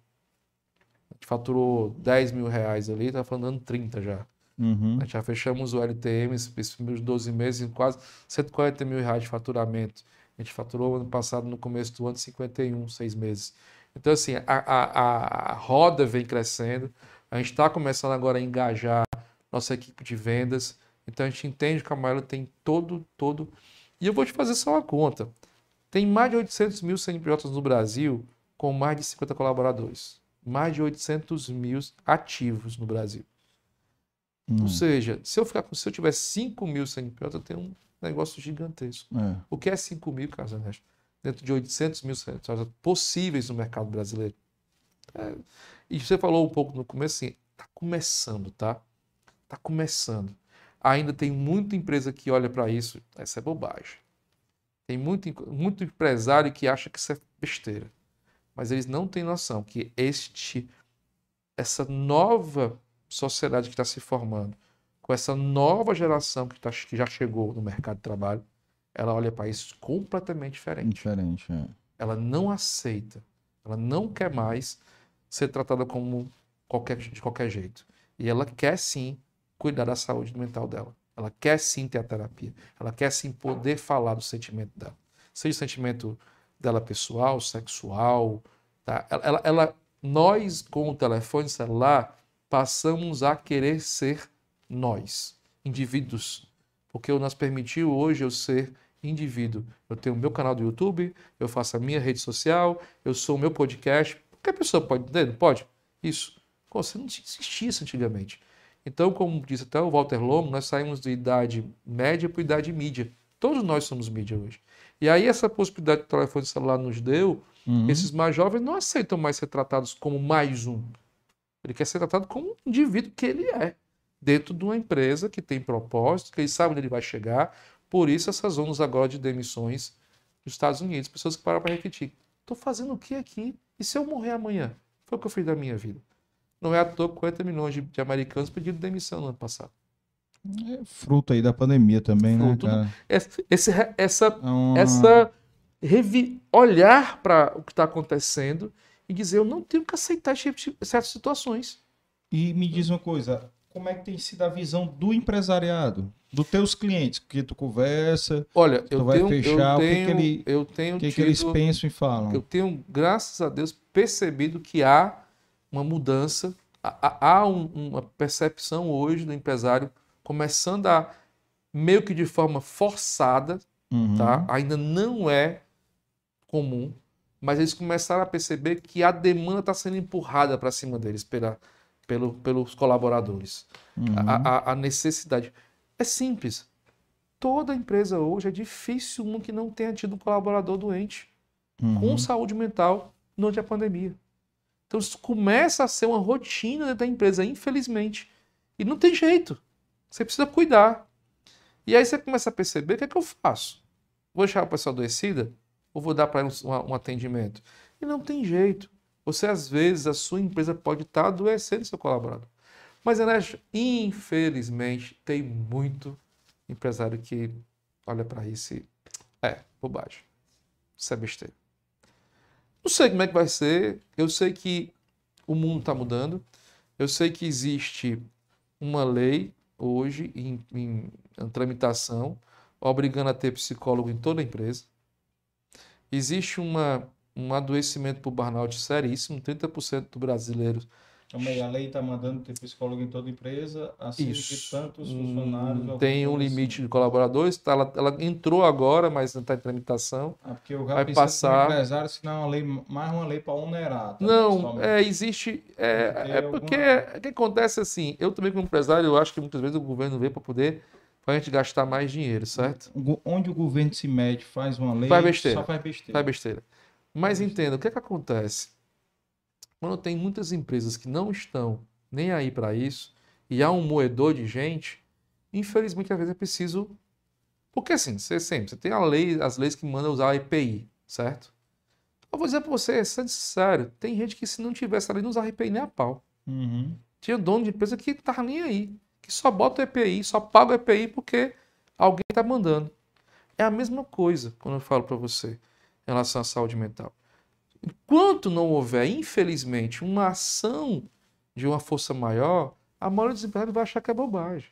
[SPEAKER 2] A gente faturou dez mil reais ali, está falando trinta já.
[SPEAKER 1] Uhum.
[SPEAKER 2] Nós já fechamos o L T M, esses primeiros doze meses, em quase cento e quarenta mil reais de faturamento. A gente faturou ano passado, no começo do ano, cinquenta e um, seis meses. Então, assim, a, a, a roda vem crescendo. A gente está começando agora a engajar nossa equipe de vendas. Então, a gente entende que a Amarelo tem todo, todo... E eu vou te fazer só uma conta. Tem mais de oitocentos mil C N P Js no Brasil com mais de cinquenta colaboradores. Mais de oitocentos mil ativos no Brasil.
[SPEAKER 1] Hum.
[SPEAKER 2] Ou seja, se eu, ficar, se eu tiver cinco mil C N P J, eu tenho um negócio gigantesco.
[SPEAKER 1] É.
[SPEAKER 2] O que é cinco mil, Carlos Ernesto? Dentro de oitocentos mil C N P J possíveis no mercado brasileiro. É, e você falou um pouco no começo, assim, tá começando, tá? Tá começando. Ainda tem muita empresa que olha para isso, essa é bobagem. Tem muito, muito empresário que acha que isso é besteira. Mas eles não têm noção que este, essa nova sociedade que está se formando, com essa nova geração que, tá, que já chegou no mercado de trabalho, ela olha para isso completamente diferente.
[SPEAKER 1] Diferente, é.
[SPEAKER 2] Ela não aceita, ela não quer mais ser tratada como qualquer, de qualquer jeito. E ela quer sim cuidar da saúde mental dela. Ela quer sim ter a terapia. Ela quer sim poder falar do sentimento dela. Seja o sentimento dela pessoal, sexual. Tá? Ela, ela, ela, nós, com o telefone celular, passamos a querer ser nós, indivíduos. Porque o nos permitiu hoje eu ser indivíduo. Eu tenho o meu canal do YouTube, eu faço a minha rede social, eu sou o meu podcast. Qualquer pessoa pode entender, não pode? Isso. Pô, você não existia isso antigamente. Então, como disse até o Walter Longo, nós saímos de idade média para idade mídia. Todos nós somos mídia hoje. E aí essa possibilidade que o telefone celular nos deu,
[SPEAKER 1] Uhum.
[SPEAKER 2] esses mais jovens não aceitam mais ser tratados como mais um. Ele quer ser tratado como um indivíduo que ele é, dentro de uma empresa que tem propósito, que ele sabe onde ele vai chegar. Por isso essas ondas agora de demissões nos Estados Unidos. Pessoas que param para refletir. Estou fazendo o que aqui? E se eu morrer amanhã? Foi o que eu fiz da minha vida. Não é à toa que quarenta milhões de, de americanos pediram demissão no ano passado.
[SPEAKER 1] É fruto aí da pandemia também,
[SPEAKER 2] Fruto
[SPEAKER 1] né,
[SPEAKER 2] do,
[SPEAKER 1] cara?
[SPEAKER 2] esse, esse, essa,
[SPEAKER 1] É uma...
[SPEAKER 2] essa revi, olhar para o que está acontecendo e dizer, eu não tenho que aceitar certas situações.
[SPEAKER 1] E me diz uma coisa, como é que tem sido a visão do empresariado, dos teus clientes, que tu conversa,
[SPEAKER 2] Olha,
[SPEAKER 1] tu
[SPEAKER 2] eu
[SPEAKER 1] vai
[SPEAKER 2] tenho,
[SPEAKER 1] fechar,
[SPEAKER 2] eu
[SPEAKER 1] o que,
[SPEAKER 2] tenho,
[SPEAKER 1] que, ele,
[SPEAKER 2] eu tenho
[SPEAKER 1] que,
[SPEAKER 2] tido,
[SPEAKER 1] que eles pensam e falam?
[SPEAKER 2] eu tenho, graças a Deus, percebido que há uma mudança, há, há um, uma percepção hoje do empresário começando a, meio que de forma forçada,
[SPEAKER 1] Uhum.
[SPEAKER 2] tá? Ainda não é comum, mas eles começaram a perceber que a demanda está sendo empurrada para cima deles pela, pelo, pelos colaboradores.
[SPEAKER 1] Uhum.
[SPEAKER 2] A, a, a necessidade. É simples. Toda empresa hoje é difícil um que não tenha tido um colaborador doente
[SPEAKER 1] Uhum.
[SPEAKER 2] com saúde mental durante a pandemia. Então isso começa a ser uma rotina dentro da empresa, infelizmente. E não tem jeito. Você precisa cuidar. E aí você começa a perceber, o que é que eu faço? Vou deixar a pessoa adoecida? Ou vou dar para ela um, um atendimento? E não tem jeito. Você, às vezes, a sua empresa pode estar adoecendo seu colaborador. Mas, Ernesto, infelizmente, tem muito empresário que olha para isso e... É, bobagem. Isso é besteira. Não sei como é que vai ser. Eu sei que o mundo está mudando. Eu sei que existe uma lei hoje em, em, em tramitação obrigando a ter psicólogo em toda a empresa. Existe uma, um adoecimento por burnout seríssimo. trinta por cento do brasileiro.
[SPEAKER 1] Também a lei está mandando ter psicólogo em toda empresa, acima
[SPEAKER 2] Isso.
[SPEAKER 1] de tantos funcionários.
[SPEAKER 2] Hum, tem um
[SPEAKER 1] coisa
[SPEAKER 2] limite
[SPEAKER 1] assim.
[SPEAKER 2] de colaboradores. Tá, ela, ela entrou agora, mas não está em tramitação.
[SPEAKER 1] Ah, porque eu já
[SPEAKER 2] Vai
[SPEAKER 1] pensei
[SPEAKER 2] passar.
[SPEAKER 1] que empresário, se não é uma lei, mais uma lei para onerar. Tá,
[SPEAKER 2] Não,
[SPEAKER 1] principalmente.
[SPEAKER 2] é, existe. É,
[SPEAKER 1] Tem que ter
[SPEAKER 2] é porque
[SPEAKER 1] alguma-
[SPEAKER 2] o que acontece assim, eu também como empresário, eu acho que muitas vezes o governo vem para poder para a gente gastar mais dinheiro, certo?
[SPEAKER 1] Gu- Onde o governo se mete, faz uma lei,
[SPEAKER 2] Faz
[SPEAKER 1] só
[SPEAKER 2] besteira.
[SPEAKER 1] faz besteira.
[SPEAKER 2] Faz besteira. Mas
[SPEAKER 1] Faz
[SPEAKER 2] entenda, o que é que acontece? Quando tem muitas empresas que não estão nem aí para isso, e há um moedor de gente, infelizmente às vezes é preciso. Porque assim, você sempre, você tem a lei, as leis que mandam usar a E P I, certo? Eu vou dizer para você, sendo sincero, tem gente que se não tivesse a lei não usava E P I nem a pau.
[SPEAKER 1] Uhum.
[SPEAKER 2] Tinha dono de empresa que não tava nem aí, que só bota o E P I, só paga o E P I porque alguém está mandando. É a mesma coisa quando eu falo para você em relação à saúde mental. Enquanto não houver, infelizmente, uma ação de uma força maior, a maioria dos empresários vai achar que é bobagem.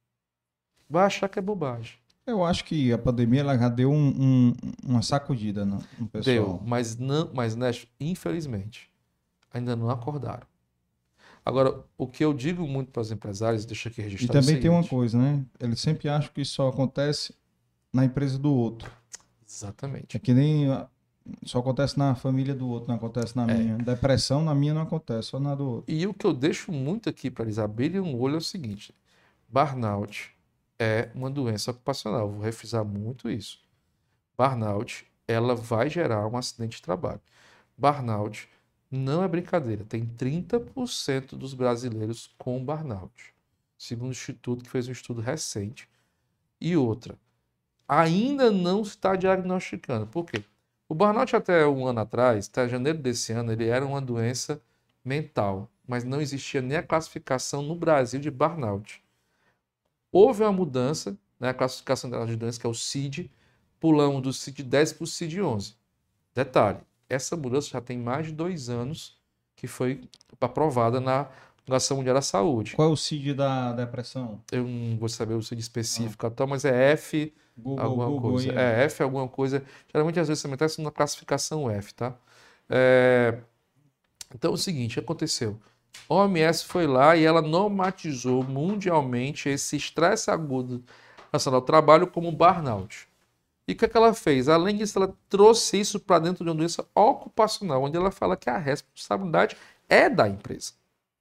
[SPEAKER 2] Vai achar que é bobagem.
[SPEAKER 1] Eu acho que a pandemia ela já deu um- um- uma sacudida no, no pessoal.
[SPEAKER 2] Deu, mas não, mas né, infelizmente, ainda não acordaram. Agora, o que eu digo muito para os empresários, deixa aqui
[SPEAKER 1] E
[SPEAKER 2] registrado
[SPEAKER 1] também
[SPEAKER 2] o
[SPEAKER 1] tem uma
[SPEAKER 2] seguinte.
[SPEAKER 1] coisa, né? Eles sempre acham que isso só acontece na empresa do outro.
[SPEAKER 2] Exatamente.
[SPEAKER 1] É que nem ah, só acontece na família do outro, não acontece na
[SPEAKER 2] É.
[SPEAKER 1] minha. Depressão na minha não acontece, só na do outro.
[SPEAKER 2] E o que eu deixo muito aqui para eles abrirem um olho é o seguinte: burnout é uma doença ocupacional. Vou refrisar muito isso. Burnout, ela vai gerar um acidente de trabalho. Burnout não é brincadeira. Tem trinta por cento dos brasileiros com burnout, segundo o Instituto que fez um estudo recente. E outra, ainda não está diagnosticando. Por quê? O burnout até um ano atrás, até janeiro desse ano, ele era uma doença mental, mas não existia nem a classificação no Brasil de burnout. Houve uma mudança, né, a classificação de doença, que é o C I D, pulamos do C I D dez para o C I D onze. Detalhe, essa mudança já tem mais de dois anos que foi aprovada na Organização Mundial da Saúde.
[SPEAKER 1] Qual é o C I D da depressão?
[SPEAKER 2] Eu não vou saber o C I D específico, ah. mas é F
[SPEAKER 1] Google,
[SPEAKER 2] alguma
[SPEAKER 1] Google,
[SPEAKER 2] coisa.
[SPEAKER 1] yeah.
[SPEAKER 2] É F alguma coisa. Geralmente às vezes também está na classificação F, tá? É... Então é o seguinte, o que aconteceu? A O M S foi lá e ela normatizou mundialmente esse estresse agudo relacionado ao trabalho como burnout. E o que, é que ela fez? Além disso, ela trouxe isso para dentro de uma doença ocupacional, onde ela fala que a responsabilidade é da empresa.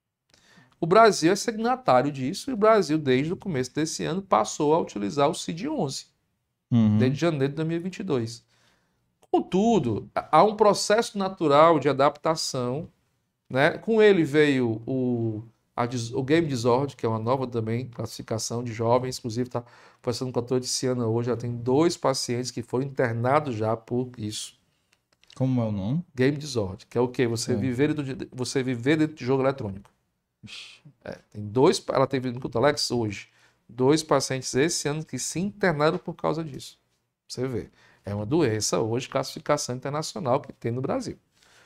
[SPEAKER 2] O Brasil é signatário disso e o Brasil, desde o começo desse ano, passou a utilizar o C I D onze,
[SPEAKER 1] Uhum.
[SPEAKER 2] desde janeiro de dois mil e vinte e dois. Contudo, há um processo natural de adaptação, né? Com ele veio o, a, o Game Disorder, que é uma nova também classificação de jovens, inclusive está passando com a Todiciana hoje, já tem dois pacientes que foram internados já por isso.
[SPEAKER 1] Como é o nome?
[SPEAKER 2] Game Disorder, que é o quê? Você,
[SPEAKER 1] É.
[SPEAKER 2] viver, dentro de, você viver dentro de jogo eletrônico. É, tem dois, ela teve no Alex hoje, dois pacientes esse ano que se internaram por causa disso. Você vê. É uma doença hoje, classificação internacional que tem no Brasil.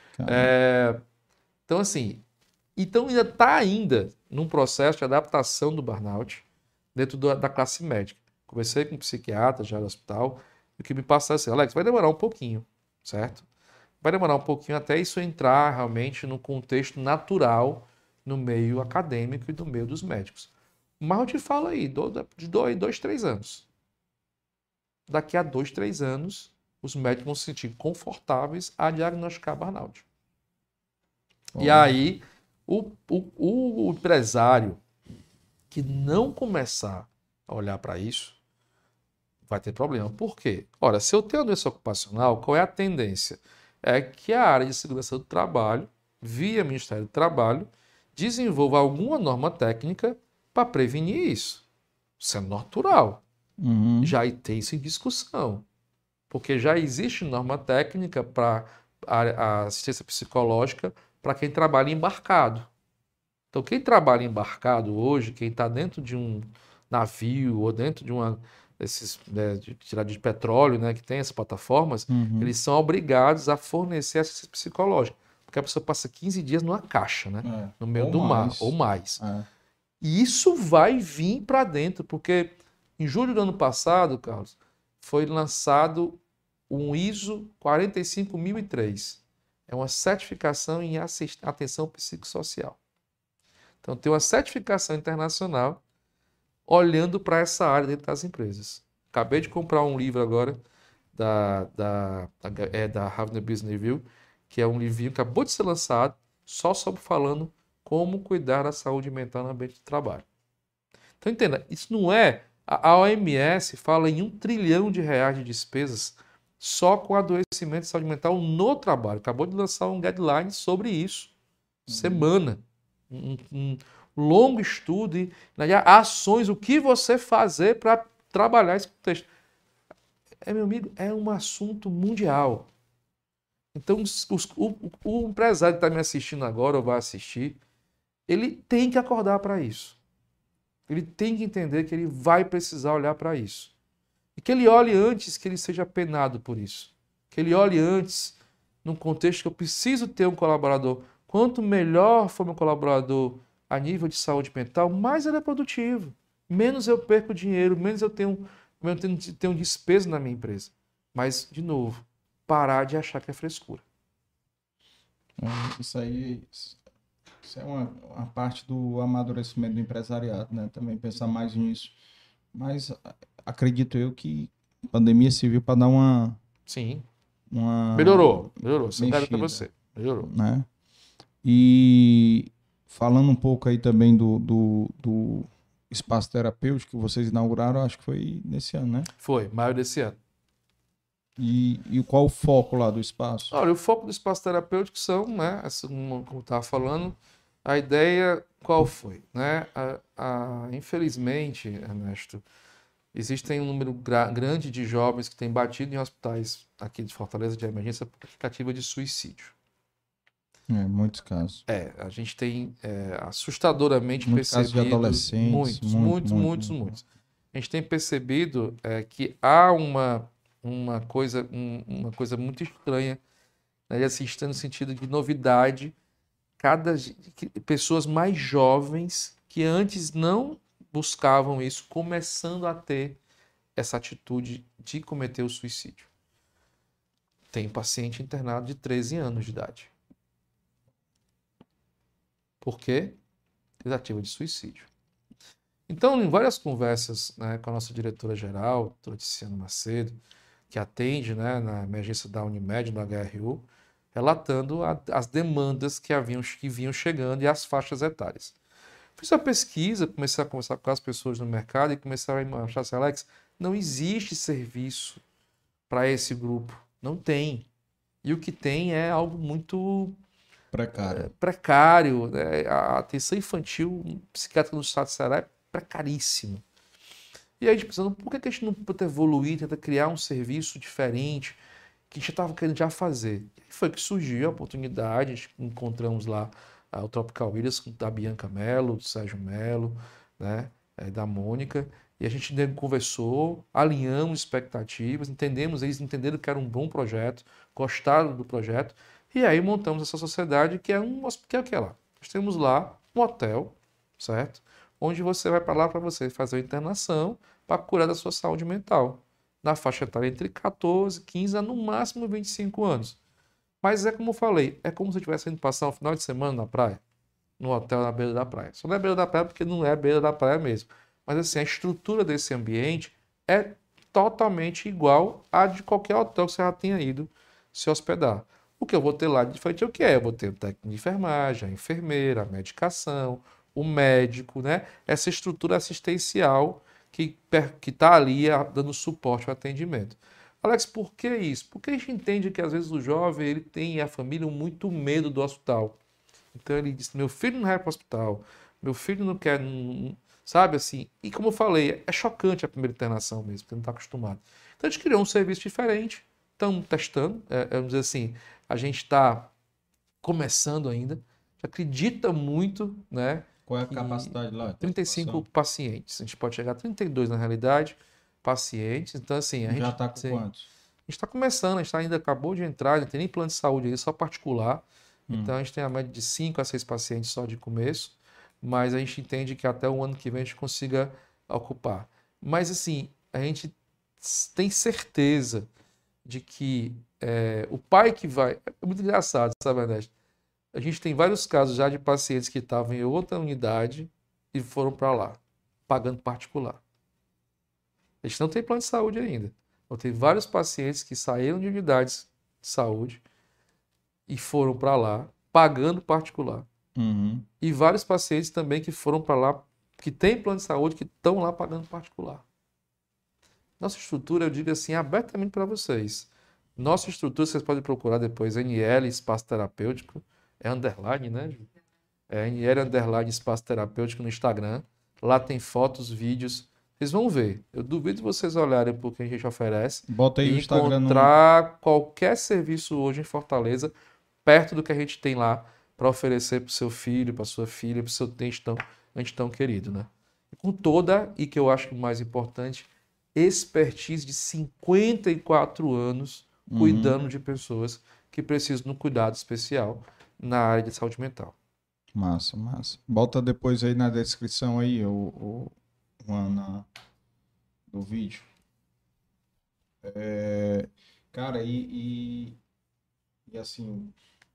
[SPEAKER 2] É, então, assim, então ainda está ainda num processo de adaptação do burnout dentro do, da classe médica. Conversei com um psiquiatra já no hospital, e o que me passa é assim, Alex, vai demorar um pouquinho, certo? Vai demorar um pouquinho até isso entrar realmente no contexto natural no meio acadêmico e no meio dos médicos. Mas eu te falo aí, de dois, dois, três anos. Daqui a dois, três anos, os médicos vão se sentir confortáveis a diagnosticar burnout. Bom. E aí, o, o, o empresário que não começar a olhar para isso, vai ter problema. Por quê? Ora, se eu tenho uma doença ocupacional, qual é a tendência? É que a área de segurança do trabalho, via Ministério do Trabalho, desenvolva alguma norma técnica para prevenir isso. Isso é natural.
[SPEAKER 1] Uhum.
[SPEAKER 2] Já tem isso em discussão. Porque já existe norma técnica para a assistência psicológica para quem trabalha embarcado. Então, quem trabalha embarcado hoje, quem está dentro de um navio ou dentro de uma, esses né, de tirar de petróleo, né, que tem essas plataformas,
[SPEAKER 1] Uhum.
[SPEAKER 2] eles são obrigados a fornecer assistência psicológica. Porque a pessoa passa quinze dias numa caixa, né?
[SPEAKER 1] É.
[SPEAKER 2] No meio
[SPEAKER 1] Ou
[SPEAKER 2] do mar,
[SPEAKER 1] mais.
[SPEAKER 2] ou mais.
[SPEAKER 1] É.
[SPEAKER 2] E isso vai vir para dentro, porque em julho do ano passado, Carlos, foi lançado um ISO quatro cinco mil e três. É uma certificação em assist... atenção psicossocial. Então, tem uma certificação internacional olhando para essa área dentro das empresas. Acabei de comprar um livro agora da, da, é, da Harvard Business Review, que é um livrinho que acabou de ser lançado, só sobre falando como cuidar da saúde mental no ambiente de trabalho. Então, entenda, isso não é... A O M S fala em um trilhão de reais de despesas só com adoecimento de saúde mental no trabalho. Acabou de lançar um guideline sobre isso. Uhum. Semana. Um, um longo estudo e né, ações, o que você fazer para trabalhar esse contexto. É, meu amigo, é um assunto mundial. Então, os, o, o empresário que está me assistindo agora ou vai assistir, ele tem que acordar para isso. Ele tem que entender que ele vai precisar olhar para isso. E que ele olhe antes que ele seja penado por isso. Que ele olhe antes, num contexto que eu preciso ter um colaborador. Quanto melhor for meu colaborador a nível de saúde mental, mais ele é produtivo. Menos eu perco dinheiro, menos eu tenho, eu tenho, tenho despesa na minha empresa. Mas, de novo, parar de achar que é frescura.
[SPEAKER 1] É, isso aí... Isso é uma, uma parte do amadurecimento do empresariado, né? Também pensar mais nisso. Mas acredito eu que a pandemia serviu para dar uma...
[SPEAKER 2] Sim.
[SPEAKER 1] Uma
[SPEAKER 2] melhorou. Melhorou. Isso eu quero para
[SPEAKER 1] mexida,
[SPEAKER 2] você. Melhorou.
[SPEAKER 1] Né? E falando um pouco aí também do, do, do espaço terapêutico que vocês inauguraram, acho que foi nesse ano, né?
[SPEAKER 2] Foi, maio desse ano.
[SPEAKER 1] E, e qual o foco lá do espaço?
[SPEAKER 2] Olha, o foco do espaço terapêutico são, né, como eu estava falando, a ideia qual foi? Né? A, a, infelizmente, Ernesto, existem um número gra- grande de jovens que têm batido em hospitais aqui de Fortaleza de emergência por tentativa de suicídio.
[SPEAKER 1] É, muitos casos.
[SPEAKER 2] É, a gente tem é, assustadoramente
[SPEAKER 1] muitos
[SPEAKER 2] percebido...
[SPEAKER 1] casos de adolescentes.
[SPEAKER 2] Muitos,
[SPEAKER 1] muito,
[SPEAKER 2] muitos,
[SPEAKER 1] muito,
[SPEAKER 2] muitos,
[SPEAKER 1] muito.
[SPEAKER 2] muitos. A gente tem percebido é, que há uma, uma, coisa, um, uma coisa muito estranha, né, assistendo no sentido de novidade, cada pessoas mais jovens que antes não buscavam isso, começando a ter essa atitude de cometer o suicídio. Tem paciente internado de treze anos de idade. Por quê? Tentativa de suicídio. Então, em várias conversas, né, com a nossa diretora-geral, a doutora Tiziana Macedo, que atende, né, na emergência da Unimed, no H R U, relatando a, as demandas que, haviam, que vinham chegando e as faixas etárias. Fiz a pesquisa, comecei a conversar com as pessoas no mercado e comecei a achar assim, Alex, não existe serviço para esse grupo. Não tem. E o que tem é algo muito
[SPEAKER 1] precário.
[SPEAKER 2] É, precário. Né? A atenção infantil psiquiátrica no estado de Ceará é precaríssimo. E aí a gente pensando, por que a gente não pode evoluir, tentar criar um serviço diferente que a gente estava querendo já fazer? E foi que surgiu a oportunidade, a gente encontramos lá uh, o Tropical Williams, da Bianca Mello, do Sérgio Mello, né, é, da Mônica, e a gente conversou, alinhamos expectativas, entendemos, eles entenderam que era um bom projeto, gostaram do projeto, e aí montamos essa sociedade que é um que é o que é lá. Nós temos lá um hotel, certo? Onde você vai para lá para você fazer uma internação para curar da sua saúde mental. Na faixa etária entre catorze, quinze a no máximo vinte e cinco anos. Mas é como eu falei, é como se eu estivesse indo passar um final de semana na praia, no hotel na beira da praia. Só não é beira da praia porque não é beira da praia mesmo. Mas assim, a estrutura desse ambiente é totalmente igual à de qualquer hotel que você já tenha ido se hospedar. O que eu vou ter lá de diferente é o que é? Eu vou ter o técnico de enfermagem, a enfermeira, a medicação, o médico, né? Essa estrutura assistencial que está ali dando suporte ao atendimento. Alex, por que isso? Porque a gente entende que às vezes o jovem ele tem e a família muito medo do hospital. Então ele diz, meu filho não vai para o hospital, meu filho não quer, não, sabe assim? E como eu falei, é chocante a primeira internação mesmo, porque não está acostumado. Então a gente criou um serviço diferente, estamos testando, é, vamos dizer assim, a gente está começando ainda, acredita muito, né?
[SPEAKER 1] Qual é a capacidade lá?
[SPEAKER 2] trinta e cinco pacientes, a gente pode chegar a trinta e dois na realidade, pacientes. Então, assim, a
[SPEAKER 1] Já
[SPEAKER 2] gente
[SPEAKER 1] está com
[SPEAKER 2] tem-
[SPEAKER 1] quantos?
[SPEAKER 2] a gente está começando, a gente tá ainda acabou de entrar, não tem nem plano de saúde aí, só particular.
[SPEAKER 1] Hum.
[SPEAKER 2] Então, a gente tem a média de cinco a seis pacientes só de começo, mas a gente entende que até o ano que vem a gente consiga ocupar. Mas, assim, a gente tem certeza de que é, o pai que vai... É muito engraçado, sabe, Ernesto? A gente tem vários casos já de pacientes que estavam em outra unidade e foram para lá, pagando particular. A gente não tem plano de saúde ainda. Eu tenho vários pacientes que saíram de unidades de saúde e foram para lá, pagando particular.
[SPEAKER 1] Uhum.
[SPEAKER 2] E vários pacientes também que foram para lá, que têm plano de saúde, que estão lá pagando particular. Nossa estrutura, eu digo assim, abertamente para vocês. Nossa estrutura, vocês podem procurar depois, N L Espaço Terapêutico, é underline, né, Ju? É N L underline Espaço Terapêutico no Instagram. Lá tem fotos, vídeos. Vocês vão ver. Eu duvido vocês olharem por que a gente oferece
[SPEAKER 1] Bota aí o
[SPEAKER 2] e
[SPEAKER 1] Instagram no...
[SPEAKER 2] encontrar qualquer serviço hoje em Fortaleza perto do que a gente tem lá para oferecer para o seu filho, para sua filha, para o seu ente tão, ente tão querido, né? E com toda, e que eu acho que o mais importante, expertise de cinquenta e quatro anos
[SPEAKER 1] Uhum.
[SPEAKER 2] cuidando de pessoas que precisam de um cuidado especial na área de saúde mental.
[SPEAKER 1] Massa, massa. Bota depois aí na descrição aí o, o, o Ana do vídeo. É, cara, e, e, e assim,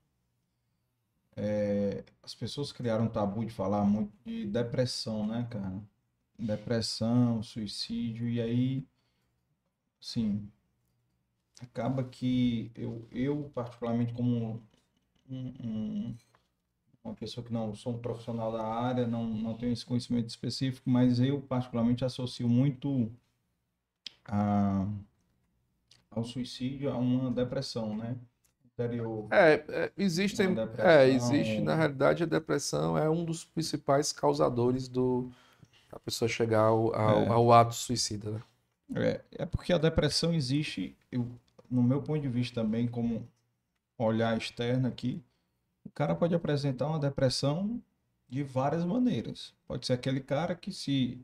[SPEAKER 1] é, as pessoas criaram um tabu de falar muito de depressão, né, cara? Depressão, suicídio, e aí, sim, acaba que eu, eu particularmente como um, um- uma pessoa que não sou um profissional da área, não, não tenho esse conhecimento específico, mas eu particularmente associo muito a, ao suicídio a uma depressão, né? Anterior,
[SPEAKER 2] É, é,
[SPEAKER 1] uma
[SPEAKER 2] existem, é, existe, na
[SPEAKER 1] depressão.
[SPEAKER 2] realidade, a depressão é um dos principais causadores do a pessoa chegar ao, ao,
[SPEAKER 1] É,
[SPEAKER 2] ao ato suicida, né?
[SPEAKER 1] é, é porque a depressão existe, eu, no meu ponto de vista também, como olhar externo aqui, o cara pode apresentar uma depressão de várias maneiras. Pode ser aquele cara que se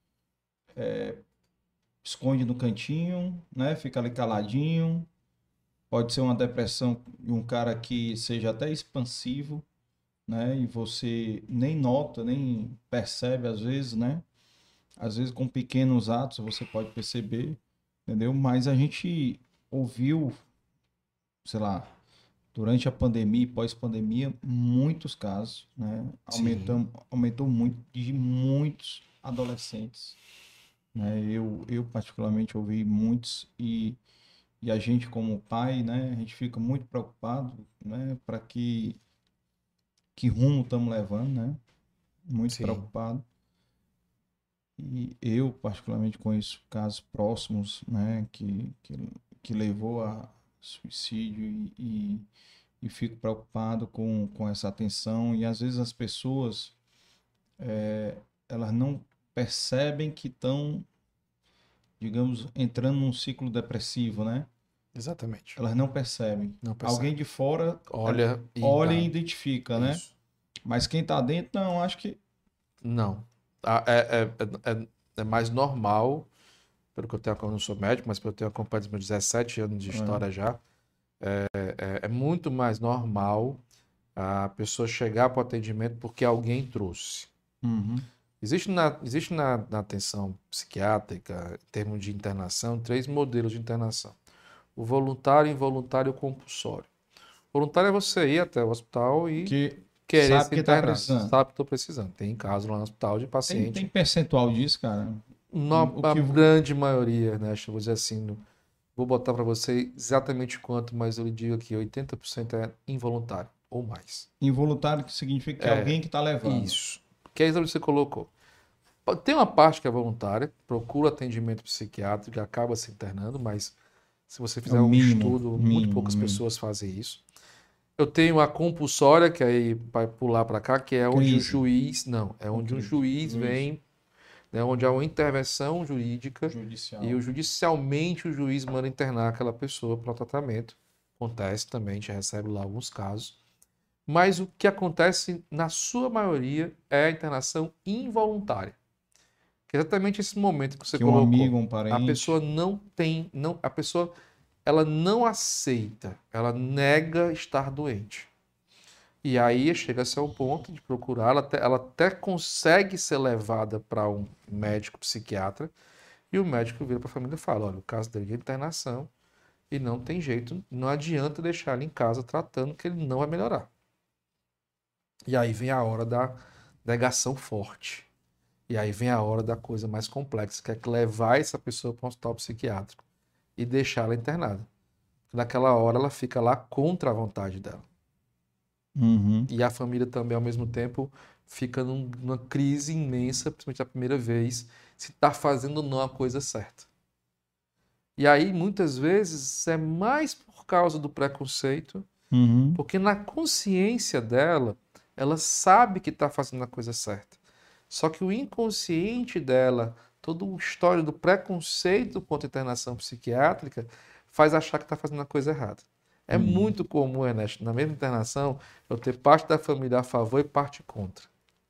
[SPEAKER 1] esconde no cantinho, né? Fica ali caladinho. Pode ser uma depressão de um cara que seja até expansivo, né? E você nem nota, nem percebe às vezes, né? Às vezes com pequenos atos você pode perceber, entendeu? Mas a gente ouviu, sei lá, durante a pandemia e pós-pandemia, muitos casos, né?
[SPEAKER 2] Sim.
[SPEAKER 1] Aumentam, aumentou muito de muitos adolescentes, né? Eu, eu particularmente ouvi muitos e, e a gente como pai, né? A gente fica muito preocupado, né? Para que que rumo estamos levando, né? Muito
[SPEAKER 2] Sim.
[SPEAKER 1] preocupado. E eu particularmente conheço casos próximos, né? Que que, que levou a suicídio e, e e fico preocupado com, com essa atenção e às vezes as pessoas é, elas não percebem que estão, digamos, entrando num ciclo depressivo, né?
[SPEAKER 2] Exatamente.
[SPEAKER 1] Elas não percebem.
[SPEAKER 2] Não percebe.
[SPEAKER 1] Alguém de fora ela
[SPEAKER 2] Olha e
[SPEAKER 1] olha
[SPEAKER 2] dá
[SPEAKER 1] e identifica, né?
[SPEAKER 2] isso.
[SPEAKER 1] Mas quem está dentro, não, acho que...
[SPEAKER 2] Não. Ah, É, é, é, é- é mais normal, pelo que eu tenho, eu não sou médico, mas pelo que eu tenho acompanhado dos meus dezessete anos de
[SPEAKER 1] É.
[SPEAKER 2] história já, é, é muito mais normal a pessoa chegar para o atendimento porque alguém trouxe.
[SPEAKER 1] Uhum.
[SPEAKER 2] Existe na, existe na, na atenção psiquiátrica, em termos de internação, três modelos de internação: o voluntário, involuntário e o compulsório. Voluntário é você ir até o hospital e
[SPEAKER 1] Que
[SPEAKER 2] querer
[SPEAKER 1] sabe
[SPEAKER 2] se
[SPEAKER 1] que está
[SPEAKER 2] internar.
[SPEAKER 1] precisando.
[SPEAKER 2] Sabe que estou precisando. Tem casos lá no hospital de
[SPEAKER 1] Tem, tem
[SPEAKER 2] paciente.
[SPEAKER 1] percentual disso, cara?
[SPEAKER 2] No-
[SPEAKER 1] O
[SPEAKER 2] a
[SPEAKER 1] que...
[SPEAKER 2] grande maioria, né? Vou dizer assim, no- vou botar para você exatamente quanto, mas eu lhe digo aqui, oitenta por cento é involuntário ou mais.
[SPEAKER 1] Involuntário que significa que é alguém que está levando.
[SPEAKER 2] Isso. Que é isso que você colocou. Tem uma parte que é voluntária, procura atendimento psiquiátrico e acaba se internando, mas se você
[SPEAKER 1] É o
[SPEAKER 2] fizer um
[SPEAKER 1] mínimo,
[SPEAKER 2] estudo, muito
[SPEAKER 1] mínimo,
[SPEAKER 2] poucas
[SPEAKER 1] mínimo.
[SPEAKER 2] pessoas fazem isso. Eu tenho a compulsória, que aí vai pular para cá, que é onde o
[SPEAKER 1] Crise.
[SPEAKER 2] juiz. Não, é onde um
[SPEAKER 1] Crise.
[SPEAKER 2] juiz
[SPEAKER 1] Juiz.
[SPEAKER 2] vem, né, onde há uma intervenção jurídica
[SPEAKER 1] Judicial.
[SPEAKER 2] e o, judicialmente o juiz manda internar aquela pessoa para o tratamento. Acontece também, a gente recebe lá alguns casos. Mas o que acontece, na sua maioria, é a internação involuntária. Que é exatamente esse momento que você
[SPEAKER 1] Que um
[SPEAKER 2] colocou.
[SPEAKER 1] amigo, um parente.
[SPEAKER 2] A pessoa não tem, não, a pessoa ela não aceita, ela nega estar doente. E aí chega-se ao ponto de procurar, ela até, ela até consegue ser levada para um médico psiquiatra, e o médico vira para a família e fala: olha, o caso dele é internação e não tem jeito, não adianta deixar ele em casa tratando que ele não vai melhorar. E aí vem a hora da negação forte. E aí vem a hora da coisa mais complexa, que é levar essa pessoa para um hospital psiquiátrico e deixá-la internada. Naquela hora ela fica lá contra a vontade dela.
[SPEAKER 1] Uhum.
[SPEAKER 2] E a família também, ao mesmo tempo, fica num- numa crise imensa, principalmente a primeira vez, se está fazendo ou não a coisa certa. E aí, muitas vezes, é mais por causa do preconceito,
[SPEAKER 1] Uhum.
[SPEAKER 2] porque na consciência dela, ela sabe que está fazendo a coisa certa. Só que o inconsciente dela, todo o histórico do preconceito contra a internação psiquiátrica, faz achar que está fazendo a coisa errada. É
[SPEAKER 1] Uhum.
[SPEAKER 2] muito comum, Ernesto, na mesma internação, eu ter parte da família a favor e parte contra.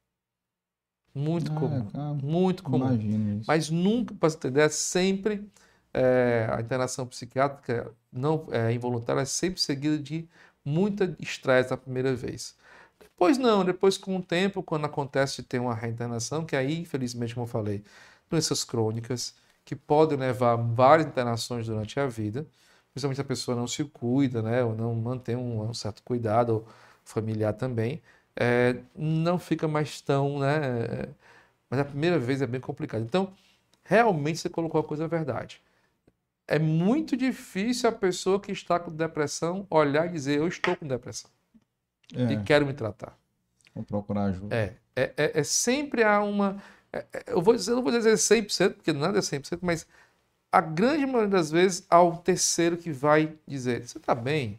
[SPEAKER 2] Muito
[SPEAKER 1] Ah,
[SPEAKER 2] comum.
[SPEAKER 1] cara,
[SPEAKER 2] Muito comum.
[SPEAKER 1] imagino isso.
[SPEAKER 2] Mas nunca, para você ter ideia, sempre é, a internação psiquiátrica não é, involuntária é sempre seguida de muita estresse na primeira vez. Depois não, depois com o tempo, quando acontece de ter uma reinternação, que aí, infelizmente, como eu falei, doenças crônicas, que podem levar a várias internações durante a vida, principalmente se a pessoa não se cuida, né, ou não mantém um, um certo cuidado, ou familiar também, é, não fica mais tão, né, mas a primeira vez é bem complicado. Então, realmente você colocou a coisa verdade. É muito difícil a pessoa que está com depressão olhar e dizer: eu estou com depressão e
[SPEAKER 1] É,
[SPEAKER 2] quero me tratar.
[SPEAKER 1] vou procurar ajuda.
[SPEAKER 2] É, é, é, é sempre há uma. é- é- eu vou dizer, eu não vou dizer cem por cento, porque nada é cem por cento, mas a grande maioria das vezes há um terceiro que vai dizer: você está bem?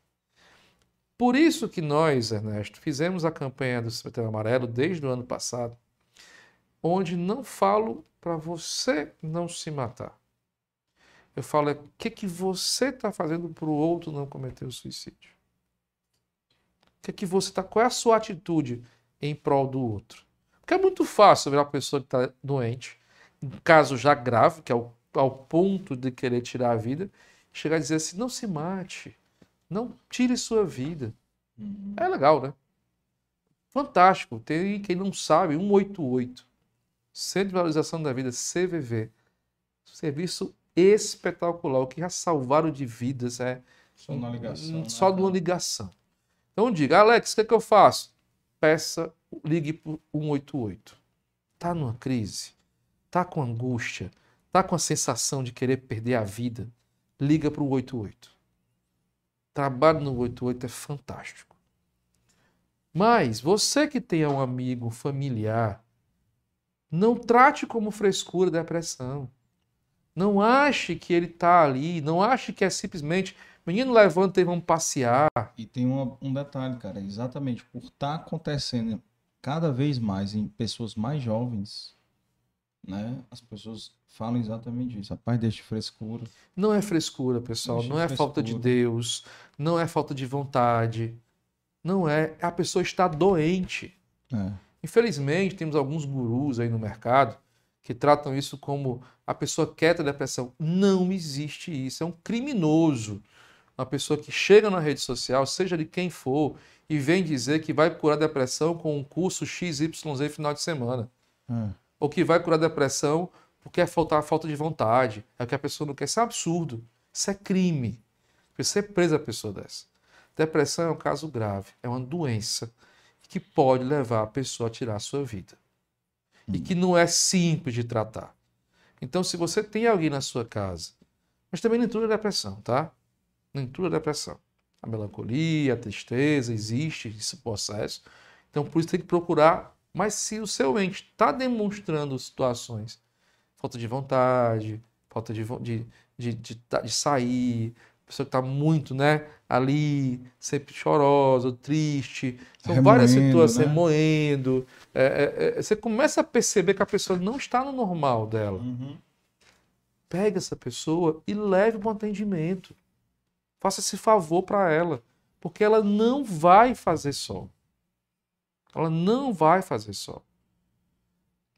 [SPEAKER 2] Por isso que nós, Ernesto, fizemos a campanha do Setembro Amarelo desde o ano passado, onde não falo para você não se matar. Eu falo é o que, que você está fazendo para o outro não cometer o suicídio. O que, que você está. Qual é a sua atitude em prol do outro? Porque é muito fácil ver uma pessoa que está doente, um caso já grave, que é ao, ao ponto de querer tirar a vida, chegar a dizer assim: não se mate, não tire sua vida. É legal, né? Fantástico. Tem quem não sabe, cento e oitenta e oito, Centro de Valorização da Vida, C V V. Serviço espetacular. O que já salvaram de vidas é
[SPEAKER 1] Só na ligação.
[SPEAKER 2] só
[SPEAKER 1] né,
[SPEAKER 2] numa
[SPEAKER 1] cara?
[SPEAKER 2] ligação. Então diga: Alex, o que é que eu faço? Peça, ligue para o cento e oitenta e oito. Tá numa crise? Tá com angústia? Tá com a sensação de querer perder a vida? Liga para o cento e oitenta e oito. Trabalho no cento e oitenta e oito é fantástico. Mas você que tenha um amigo, um familiar, não trate como frescura depressão. Não ache que ele está ali, não ache que é simplesmente: menino, levanta e vamos passear.
[SPEAKER 1] E tem uma- um detalhe, cara, exatamente por estar acontecendo cada vez mais em pessoas mais jovens, né? As pessoas falam exatamente isso. Rapaz, deixa frescura.
[SPEAKER 2] Não é frescura, pessoal,
[SPEAKER 1] Deixa
[SPEAKER 2] não é falta de
[SPEAKER 1] frescura.
[SPEAKER 2] Deus, não é falta de vontade, não é. A pessoa está doente.
[SPEAKER 1] É.
[SPEAKER 2] Infelizmente, temos alguns gurus aí no mercado que tratam isso como a pessoa quer ter depressão. Não existe isso, é um criminoso. Uma pessoa que chega na rede social, seja de quem for, e vem dizer que vai curar depressão com um curso X Y Z final de semana.
[SPEAKER 1] É.
[SPEAKER 2] Ou que vai curar depressão porque é faltar falta de vontade, é o que a pessoa não quer. Isso é um absurdo. Isso é crime. Você ser presa a pessoa dessa. Depressão é um caso grave, é uma doença que pode levar a pessoa a tirar a sua vida. E que não é simples de tratar. Então, se você tem alguém na sua casa, mas também nem tudo é depressão, tá? Nem tudo é depressão. A melancolia, a tristeza, existe esse processo. Então, por isso tem que procurar. Mas se o seu ente está demonstrando situações, falta de vontade, falta de, de, de, de, de sair, pessoa que está muito, né, ali, sempre chorosa, triste, são várias
[SPEAKER 1] Remoendo,
[SPEAKER 2] situações,
[SPEAKER 1] né?
[SPEAKER 2] moendo. É, é, é, você começa a perceber que a pessoa não está no normal dela.
[SPEAKER 1] Uhum.
[SPEAKER 2] Pega essa pessoa e leve para um atendimento. Faça esse favor para ela, porque ela não vai fazer só. Ela não vai fazer só.